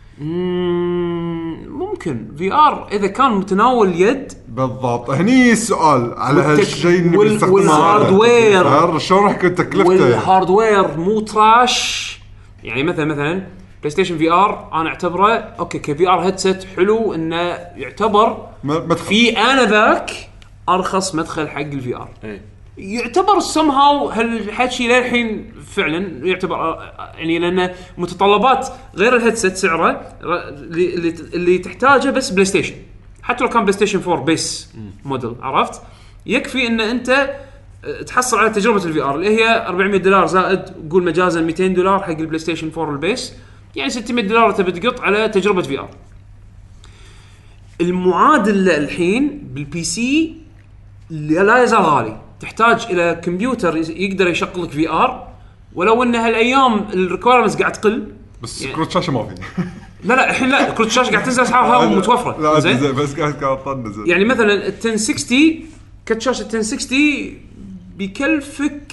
مم، ممكن في ار اذا كان متناول يد بالضبط. هني السؤال على والتك- هالشيء اللي وال- بيستخدمه والهاردوير. هذا شلون راح يكون تكلفته؟ والهاردوير مو تراش يعني. مثلا مثلا بلاي ستيشن في ار انا اعتبره اوكي كفي ار هيدسيت حلو انه يعتبر مدخل. في انا ذاك ارخص مدخل حق الفي ار. اي يعتبر سمهاو هالحكي للحين فعلا يعتبر يعني لانه متطلبات غير الهيدسيت سعره اللي اللي تحتاجه بس بلاي ستيشن. حتى لو كان بلاي ستيشن فور بيس موديل عرفت يكفي ان انت تحصل على تجربه الفي ار اللي هي أربعمية دولار زائد قول مجازا مئتين دولار حق البلاي ستيشن فور البيس يعني ستمية دولار تبي تقط على تجربه في ار. المعادل الحين بالبي سي لا يزال غالي. تحتاج الى كمبيوتر يقدر يشغل لك في ار ولو ان هالايام الريكويرمنتس قاعد تقل بس يعني- كروت شاشه ما في. لا لا الحين لا كروت الشاشه قاعد تنزل اسعارها متوفره لا زين زين بس قاعد قاعد طنز يعني مثلا ال عشرة ستين كرت شاشه عشرة ستين بيكلفك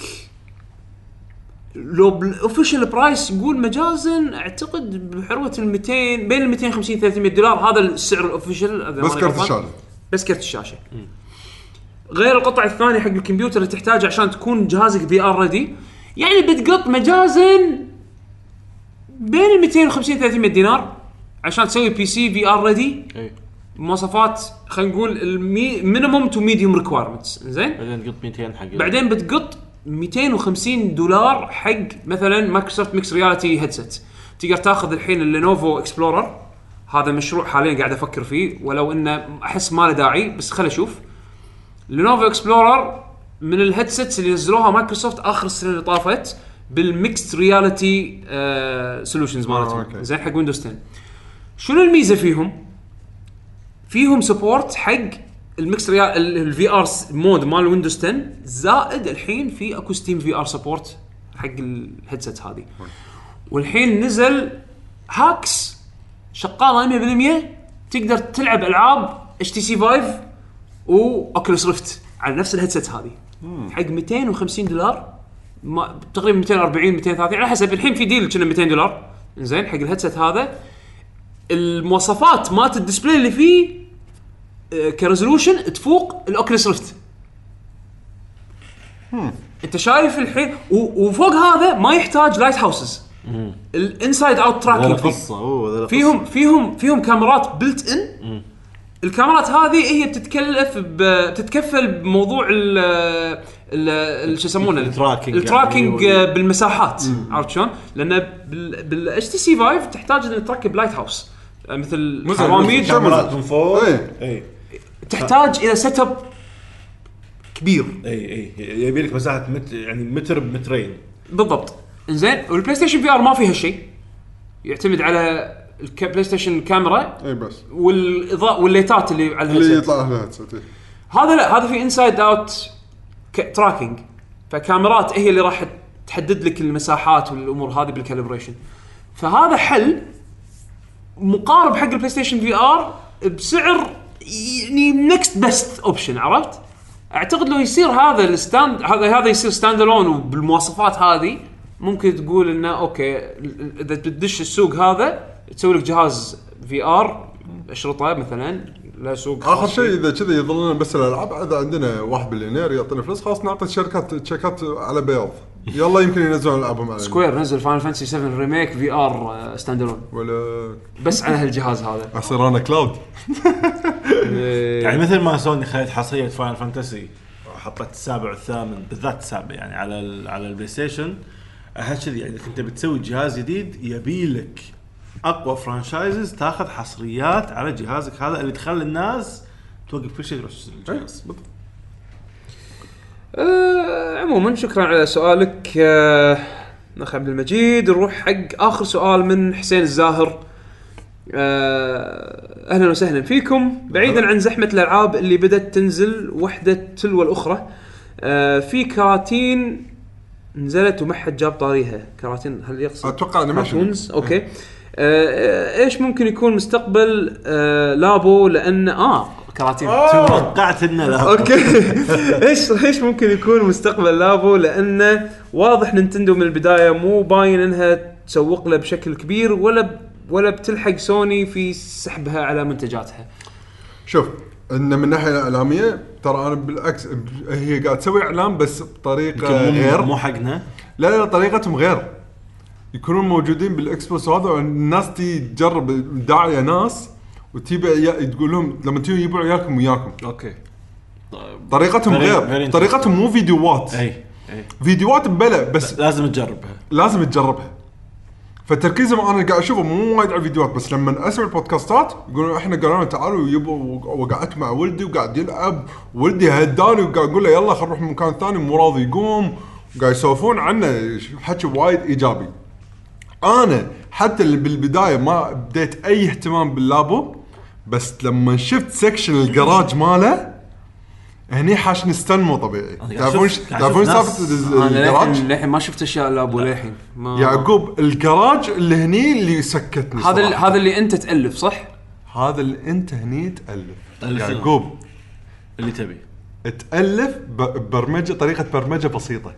لو بالاوفيشال برايس يقول مجازا اعتقد بحروه ال مئتين بين ال مئتين وخمسين ثلاثمية دولار. هذا السعر الاوفيشال بس كرت الشاشه. بس كرت الشاشه غير القطع الثانيه حق الكمبيوتر اللي تحتاجها عشان تكون جهازك في ار ريدي يعني بتقط مجازا بين ال مئتين وخمسين ثلاثمية دينار عشان تسوي بي سي في ار ريدي مواصفات خلينا نقول المينيمم تو ميديوم ريكويرمنتس. زين بعدين تقط مئتين حق بعدين بتقط مئتين وخمسين دولار حق مثلا مايكروسوفت ميكس رياليتي هيدسيت. تقدر تاخذ الحين اللينوفو اكسبلورر هذا مشروع حاليا قاعد افكر فيه ولو انه احس ما له داعي بس خلينا نشوف. لينوفو اكسبلورر من الهيدسيتس اللي نزلوها مايكروسوفت اخر السنه اللي طافت بالميكس رياليتي سولوشنز مالتهم زين حق ويندوز عشرة. شنو الميزه فيهم؟ فيهم سبورت حق الميكس ريال الفي ار مود مال ويندوز عشرة زائد الحين في اكو ستيم في ار سبورت حق الهيدسيت هذه. والحين نزل هاكس شغاله مية بالمية تقدر تلعب العاب اتش تي سي فايف واوكيولوس ريفت على نفس الهيدسيت هذه حق مئتين وخمسين دولار ما تقريبا مئتين وأربعين مئتين وثلاثين على حسب. الحين في ديل كنا مئتين دولار زين حق الهيدسيت هذا. المواصفات مالت الديسبلاي اللي فيه كريزولوشن تفوق الاوكيولوس ريفت. انت شايف الحين وفوق هذا ما يحتاج لايت هاوسز. الانسايد اوت تراكنج قصه اوه فيهم فيهم فيهم كاميرات بلت ان الكاميرات هذه هي بتتكلف بتتكفل بموضوع ال ال شو يسمونه التراكنج التراكنج يعني بالمساحات. عرفت شلون؟ لان بالاتش تي سي فايف تحتاج ان تركب لايت هاوس مثل حراميد كاميرات من فوق. اي اي تحتاج الى سيت اب كبير. اي اي يبي لك مساحه متر يعني متر بمترين بالضبط. انزين والبلاي ستيشن في ار ما فيها شيء، يعتمد على البلاي ستيشن كاميرا اي بس والاضاءه والليتات اللي على اللي الهيدسيت. يطلع لها هيدسيت. هذا لا، هذا في انسايد اوت تراكنج، فكاميرات هي اللي راح تحدد لك المساحات والامور هذه بالكاليبريشن. فهذا حل مقارب حق البلاي ستيشن في ار بسعر يعني نكست بيست اوبشن. عرفت؟ اعتقد لو يصير هذا الستاند هذا هذا يصير ستاند الون وبالمواصفات هذه ممكن تقول انه اوكي اذا تدش السوق هذا تسوي لك جهاز في ار اشرطه مثلا لا سوق. اخر شيء اذا كذا يظلنا بس الالعاب، اذا عندنا واحد بليونير يعطينا فلوس خلاص نعطي الشركات تشيكات على بياض، يلا يمكن ينزلون العابهم على سكوير. نزل فاينل فانتسي سفن ريميك في ار ستاند الون ولا بس على هالجهاز هذا. اصير انا كلاود. يعني مثل ما سوني خلت حصريه فاينل فانتسي حطت السابع والثامن بالذات السابع يعني على على البلاي ستيشن. هالشيء يعني كنت بتسوي جهاز جديد يبي لك اقوى فرانشايزز تاخذ حصريات على جهازك هذا اللي تخلي الناس توقف كل شيء تروح الجهاز. أه عموما شكرا على سؤالك أه اخ عبد المجيد. نروح حق اخر سؤال من حسين الزاهر. أه اهلا وسهلا فيكم. بعيدا عن زحمه الالعاب اللي بدات تنزل وحده تلو الاخرى، أه في كراتين نزلت وما حد جاب طاريها. كراتين هل يقصد اتوقع انيميشن؟ اوكي. آه ايش ممكن يكون مستقبل آه لابو؟ لان اه كراتين توقعت انه لابو. اوكي. ايش ايش ممكن يكون مستقبل لابو؟ لانه واضح نينتندو من البدايه مو باين انها تسوق له بشكل كبير ولا ولا بتلحق سوني في سحبها على منتجاتها. شوف ان من ناحيه الاعلاميه ترى انا بالعكس هي قاعده تسوي اعلام بس بطريقه غير، مو حقنا. لا لا طريقتهم غير، يكونون موجودين بالاكسبوس هذا والناس تي تجرب داعيه ناس وتيبع تقول لهم لما تيجوا يبيعوا عيالكم وياكم. اوكي طريقتهم غير، طريقتهم مو فيديوهات. اي اي فيديوهات بلا بس لازم تجربها لازم تجربها. فتركيزهم انا قاعد اشوفه مو وايد على الفيديوهات بس لما اسمع البودكاستات يقولون احنا قالوا تعالوا يبوا وقعدت مع ولدي وقاعد يلعب ولدي هداني وقاعد اقول له يلا خلينا نروح مكان ثاني مو راضي يقوم وقاعد يسولفون عنه حكي وايد ايجابي. انا حتى اللي بالبدايه ما بديت اي اهتمام باللابو بس لما شفت سكشن الجراج ماله هني حاشني استن مو طبيعي. تعرفون تعرفون سالفه الجراج؟ انا للحين ما شفت اشياء لابو للحين. يعقوب الجراج اللي هني اللي سكتني. هذا هذا اللي انت تالف صح؟ هذا اللي انت هني تالف يعقوب اللي تبي تالف برمجه طريقه برمجه بسيطه.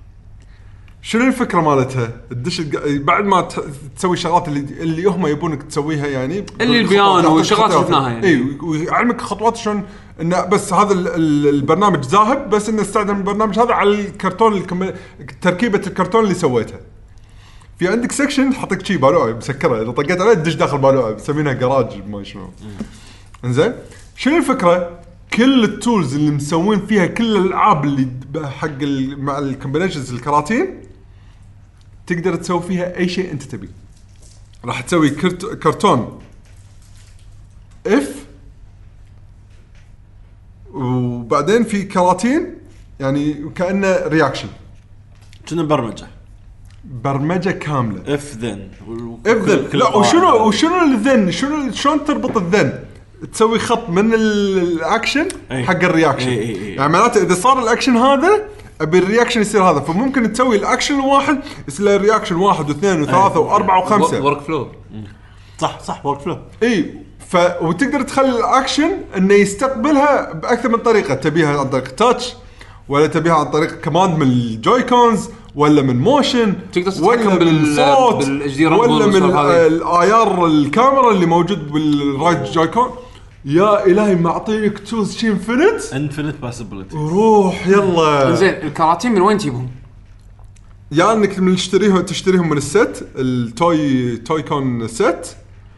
شنو الفكره مالتها؟ تدش بعد ما تسوي الشغلات اللي اللي هم يبونك تسويها يعني اللي البيان والشغلات شفناها يعني اي ويعلمك خطوات شلون انه بس هذا البرنامج ذاهب بس انه استخدم البرنامج هذا على الكرتون تركيبه الكرتون اللي سويتها. في عندك سكشن حطك شيء بالوعه مسكره اذا طقيت عليه تدش داخل بالوعه بسمينها جراج ما شنو. انزين شنو الفكره؟ كل التولز اللي مسوين فيها كل الالعاب اللي حق مع الكومبينيشنز الكراتين تقدر تسوي فيها اي شيء انت تبي. راح تسوي كرت... كرتون اف وبعدين في كراتين يعني كأنه رياكشن. شنو برمجه برمجه كامله اف ذن اف ذن لا وشنو وشنو الذن شنو شلون تربط الذن تسوي خط من الاكشن حق الرياكشن. أي أي أي. يعني معناته اذا صار الاكشن هذا ابي الرياكشن يصير هذا فممكن تسوي الاكشن الواحد يصير الرياكشن واحد واثنين وثلاثه واربعه وخمسه ورك فلو. صح صح ورك فلو. اي ف وتقدر تخلي الاكشن انه يستقبلها باكثر من طريقه. تبيها عن طريق تاتش ولا تبيها عن طريق كماند من الجوي كونز ولا من موشن ولا بالصوت ولا من الايار الكاميرا اللي موجود بالرايت جوي كون. يا الهي معطيك تولز شي انفينيت انفينيت باسبيليتي. روح يلا. زين الكراتين من وين تجيبهم؟ يا انك من تشتريهم تشتريهم من الست التوي توي كون ست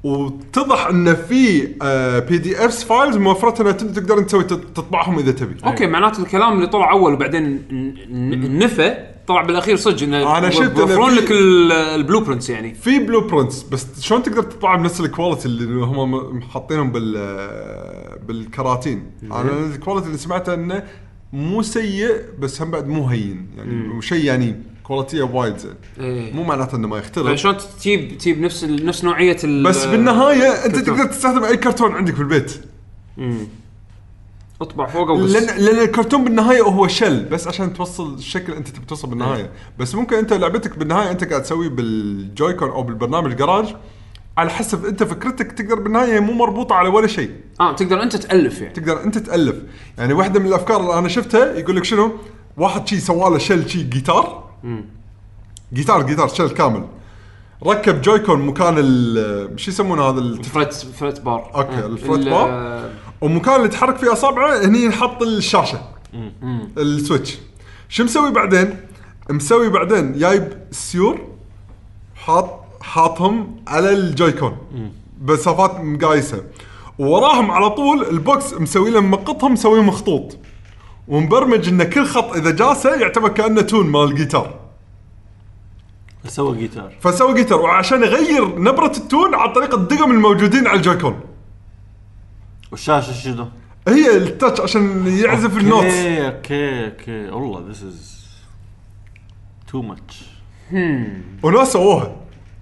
وتضح ان في بي دي افس فايلز موفرتها انك تقدر تسوي تطبعهم اذا تبي. اوكي معناته الكلام اللي طلع اول وبعدين النفى طلع بالاخير صدق انه انا شفت يوفرون لك البلو برنتس يعني في بلو برنتس بس شلون تقدر تطبع بنفس الكواليتي اللي هم حاطينهم بال بالكراتين. انا الكواليتي اللي سمعته انه مو سيء بس هم بعد مو هين يعني شيء يعني كواليتي وايد زين. إيه. مو معناته انه ما يختلف عشان تجيب تجيب نفس نفس نوعيه بس بالنهايه انت تقدر تستخدم اي كرتون عندك في البيت. امم اطبع فوقه وبس لان لان الكرتون بالنهايه هو شل بس عشان توصل الشكل انت تبي توصل بالنهايه. بس ممكن انت لعبتك بالنهايه انت قاعد تسوي بالجويكون او بالبرنامج جراج على حسب انت فكرتك تقدر بالنهايه مو مربوطه على ولا شيء. اه تقدر انت تالف يعني تقدر انت تالف يعني واحده من الافكار اللي انا شفتها يقول لك شنو واحد شيء سواله شل شيء جيتار امم جيتار جيتار شل كامل ركب جويكون مكان ال شو يسمونه هذا الفريت فريت بار. اوكي آه. الفريت بار ومكان اللي تحرك فيه اصابعه هني نحط الشاشه امم السويتش. شو مسوي بعدين مسوي بعدين جايب سيور حاط حاطهم على الجويكون بمسافات مقايسه ووراهم على طول البوكس مسوي لهم مقطهم مسوي مخطوط ومبرمج ان كل خط اذا جاسه يعتبر كانه تون مال الجيتار. فسوى جيتار فسوى جيتار وعشان يغير نبره التون عن طريق الدقم الموجودين على الجويكون. والشاشه شنو هي التاتش عشان يعزف النوت. اوكي اوكي اوكي والله this is too much. وناس سووها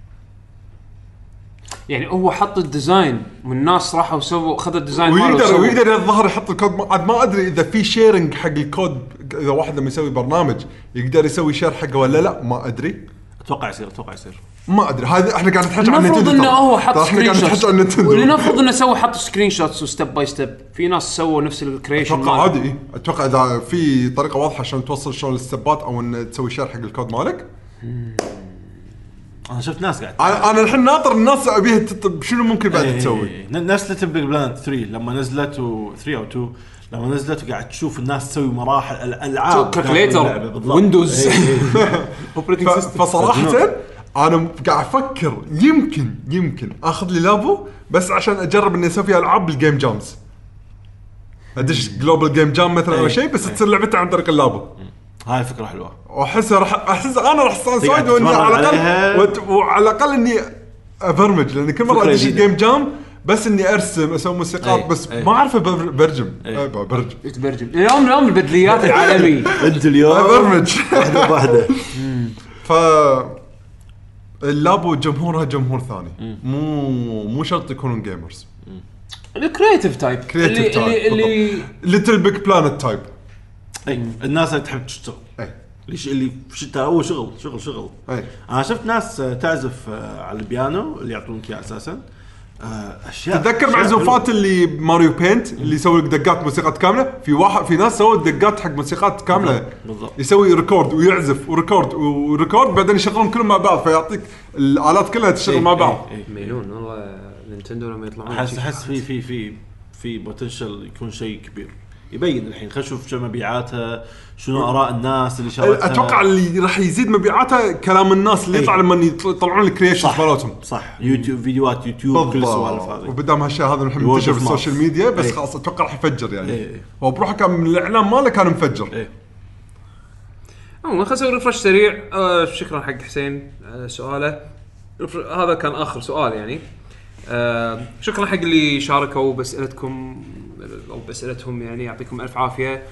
يعني هو حط الديزاين والناس راحوا سووا خذ الديزاين ماله ويقدر ويقدر الظهر يحط الكود. عاد ما ادري اذا في شيرنج حق الكود اذا واحد لما يسوي برنامج يقدر يسوي شير حقه ولا لا ما ادري. اتوقع يصير اتوقع يصير ما ادري. هذا احنا قاعد نحكي عن المفروض انه هو حط احنا قاعد نحكي عن نتندو ولنفرض انه سوى حط سكرين شوتس وستيب باي ستيب. في ناس سووا نفس الكرييشن اتوقع عادي إيه؟ اتوقع اذا في طريقه واضحه عشان توصل شلون الستبات او ان تسوي شير حق الكود مالك. انا شفت ناس قاعد انا انا الحين ناطر الناس ابيها تطب شنو ممكن بعد ايه تسوي. نفس ليتل بيج بلانت ثري لما نزلت و ثري او تو لما نزلت وقاعد تشوف الناس تسوي مراحل الالعاب كالكوليتر ويندوز اوبريتنج سيستم. فصراحه انا قاعد افكر يمكن يمكن اخذ لي لابو بس عشان اجرب اني اسوي فيها العاب بالجيم جامز. ادش جلوبال جيم جام مثلا او شيء بس تصير لعبتها عن طريق اللابو. هاي فكره حلوه واحس راح احس انا راح استانس وايد واني على الاقل وعلى الاقل اني ابرمج لان كل مره ادش جيم جام بس اني ارسم اسوي موسيقات بس أي. ما اعرف برجم أي. برجم يتبرجم اليوم اليوم البدليات العالمي انت اليوم ابرمج واحده واحده. ف اللابو جمهورها جمهور ثاني مو مو شرط يكونون جيمرز. الكرياتيف تايب اللي اللي, اللي ليتل بيج بلانت تايب. اي الناس اللي تحب تشتغل اي ليش اللي شتا هو شغل شغل شغل. اي انا شفت ناس تعزف على البيانو اللي يعطونك اياه اساسا اشياء. تذكر معزوفات اللي ماريو بينت اللي يسوي لك دقات موسيقى كامله. في واحد في ناس سووا دقات حق موسيقات كامله بالضبط. يسوي ريكورد ويعزف وريكورد وريكورد بعدين يشغلون كلهم مع بعض فيعطيك الالات كلها تشتغل ايه مع بعض. ايه ايه. ميلون والله نينتندو لما يطلعون احس احس في في في في بوتنشل يكون شيء كبير يبين الحين. خلينا نشوف شو مبيعاتها شنو اراء الناس اللي شرتها. اتوقع اللي راح يزيد مبيعاتها كلام الناس اللي يطلع لما يطلعون الكرييشنز مالتهم. صح يوتيوب فيديوهات يوتيوب كل السوالف هذه وبدام هالشيء هذا الحين منتشر في السوشيال ميديا بس ايه. خلاص اتوقع راح يفجر يعني ايه. هو بروحه كان من الاعلان ماله كان مفجر ايه. عموما خلينا نسوي ريفرش سريع. آه شكرا حق حسين آه سؤاله. هذا كان اخر سؤال يعني. آه شكرا حق اللي شاركوا باسئلتكم او باسئلتهم يعني يعطيكم الف عافيه.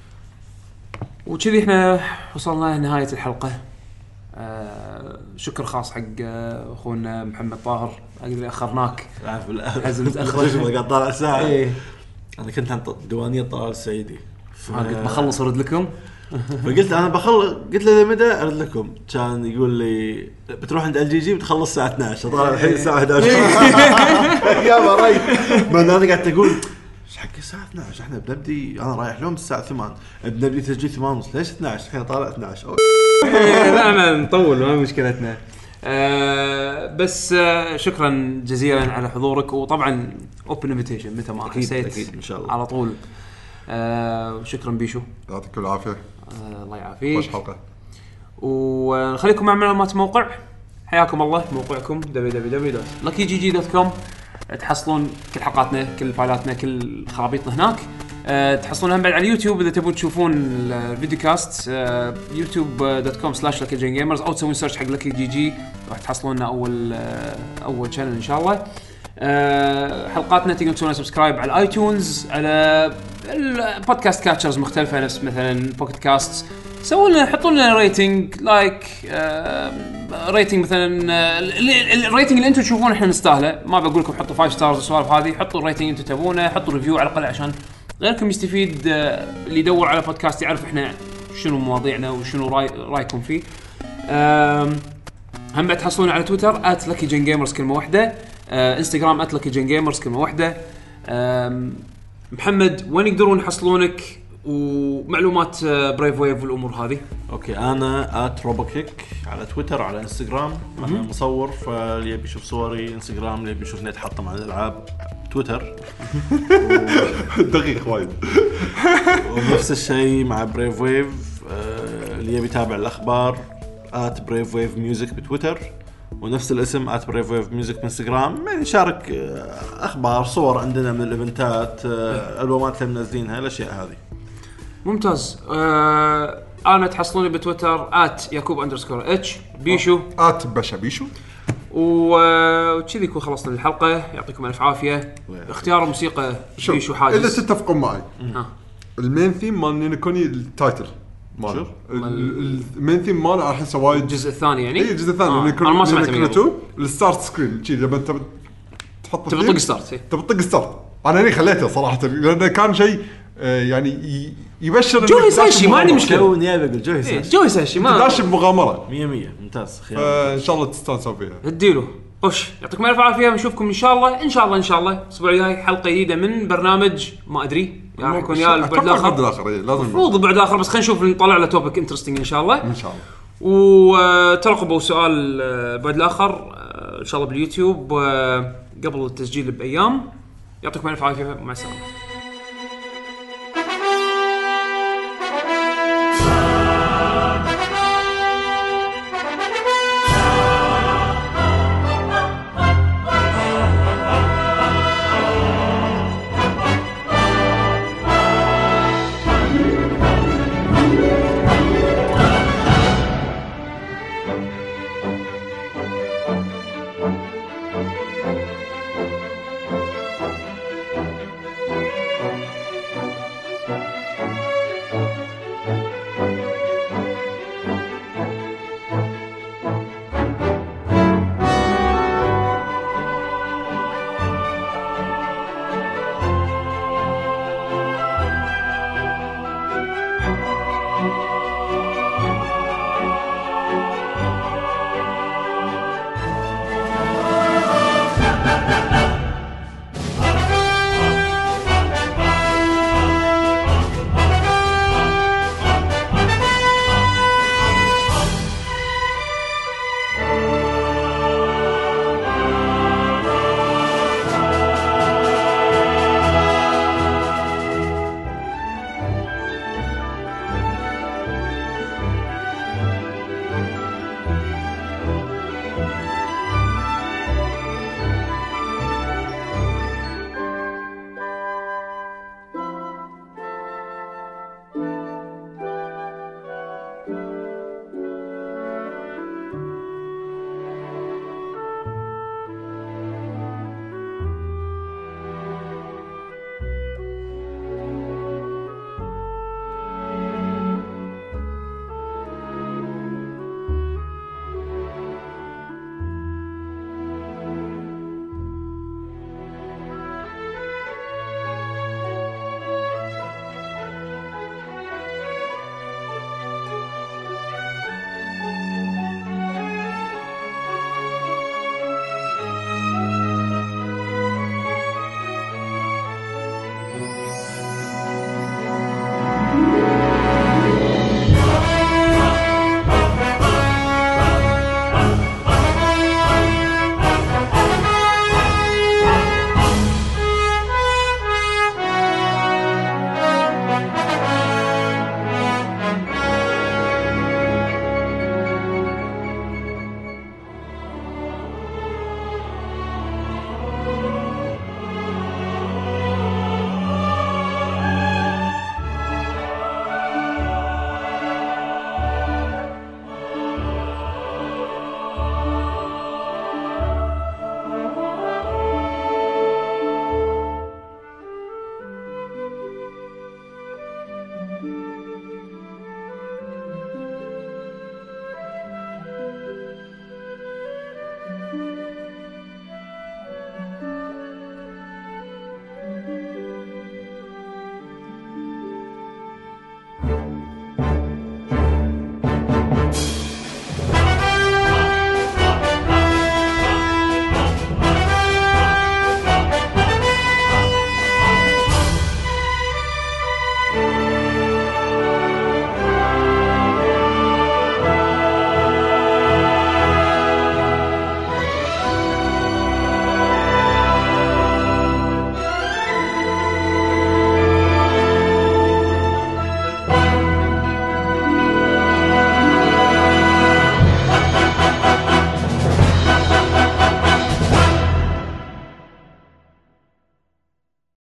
وكذي احنا وصلنا لنهايه الحلقه. آه شكر خاص حق اخونا محمد طاهر اللي اخرناك. حزم متاخر قاعد طالع ساعه. ايه. انا كنت عند ديوانيه طلال السعيدي قلت بخلص ارد لكم. فقلت انا بخلص قلت له متى ارد لكم كان يقول لي بتروح عند ال جي جي بتخلص الساعه اثناشر. طالع الحين الساعه احد عشر يا مري. ما انا قاعد اقول ايش حق الساعه اثناشر احنا بنبدي انا رايح لهم الساعه ثمانية بنبدي تسجيل ثمانية ونص ليش اثناشر الحين طالع اثناشر. لا ما نطول ما مشكلتنا. أه بس أه شكرا جزيلا على حضورك وطبعا اوبن انفيتيشن متى ما حسيت ان شاء الله على طول. أه شكرا بيشو يعطيك العافيه. أه الله يعافيك. خوش حلقه. ونخليكم مع معلومات موقع حياكم الله موقعكم دبليو دبليو دبليو دوت لاكي جي جي دوت كوم. تحصلون كل حلقاتنا كل فايلاتنا كل خرابيطنا هناك. أه تحصلونها بعد على اليوتيوب اذا تبون تشوفون الفيديو كاست. أه يوتيوب دوت كوم سلاش لاكي جي جيمرز او تسوون سيرش حق لاكي جي جي راح تحصلوننا اول أه اول شانل ان شاء الله. أه حلقاتنا تقدرون تسوون سبسكرايب على الايتونز على البودكاست كاتشرز مختلفه نفس مثلا بوكيت كاست. سووا لنا حطوا لنا ريتنج لايك آه، ريتنج مثلا آه، الريتنج اللي انتم تشوفون احنا نستاهله. ما بقول لكم حطوا خمسة ستارز والسوالف هذه. حطوا الريتنج انتم تبونه. حطوا ريفيو على الاقل عشان غيركم يستفيد. آه، اللي يدور على بودكاست يعرف احنا شنو مواضيعنا وشنو راي رايكم فيه. آه، هم بعد تحصلون على تويتر آت لاكي جين جيمرز كلمه واحده. آه، انستغرام آت لاكي جين جيمرز كلمه واحده. آه، محمد وين يقدرون يحصلونك ومعلومات برايف ويف والامور هذه؟ اوكي انا ات روبوكيك على تويتر على انستغرام. انا مصور فاللي يبي يشوف صوري انستغرام، اللي يبي يشوف نت حطم على الالعاب تويتر. دقيق وايد. ونفس الشيء مع برايف ويف. اللي يبي يتابع الاخبار ات برايف ويف ميوزك بتويتر، ونفس الاسم ات برايف ويف ميوزك بانستغرام. يعني نشارك اخبار صور عندنا من الايفنتات، البومات اللي منزلينها، الاشياء هذه. ممتاز. آه انا تحصلوني بتويتر آت يعقوب اندرسكور اتش بيشو آت باشا بيشو. وكذي يكون خلصنا الحلقه. يعطيكم الف عافيه. اختيار موسيقى بيشو حاجز. اذا تتفقون معي ها المين ثيم مال نينكوني التايتل مال المين ثيم مال احس وايد. الجزء الثاني يعني اي الجزء الثاني. آه. انا ما سمعته. الستارت سكرين شيء لما انت تحط تبي تطق ستارت تبي تطق ستارت. انا هني خليته صراحه لانه كان شيء يعني يبشر جوي ساشي. ما عندي مشكله. جو نيابه اقول جوي ساشي. جوي ساشي ما داش بمغامره مية مية. ممتاز. خير ان شاء الله تستانسوا فيها. هديله وش. يعطيكم الف عافيه. نشوفكم ان شاء الله ان شاء الله ان شاء الله الاسبوع الجاي حلقه جديده من برنامج ما ادري راح يكون يا البعد الاخر. لازم المفروض البعد الاخر بس خلينا نشوف نطلع له توبك انترستينج ان شاء الله. ان شاء الله. وترقبوا سؤال البعد الاخر ان شاء الله باليوتيوب قبل التسجيل بايام. يعطيكم الف عافيه. مع السلامه.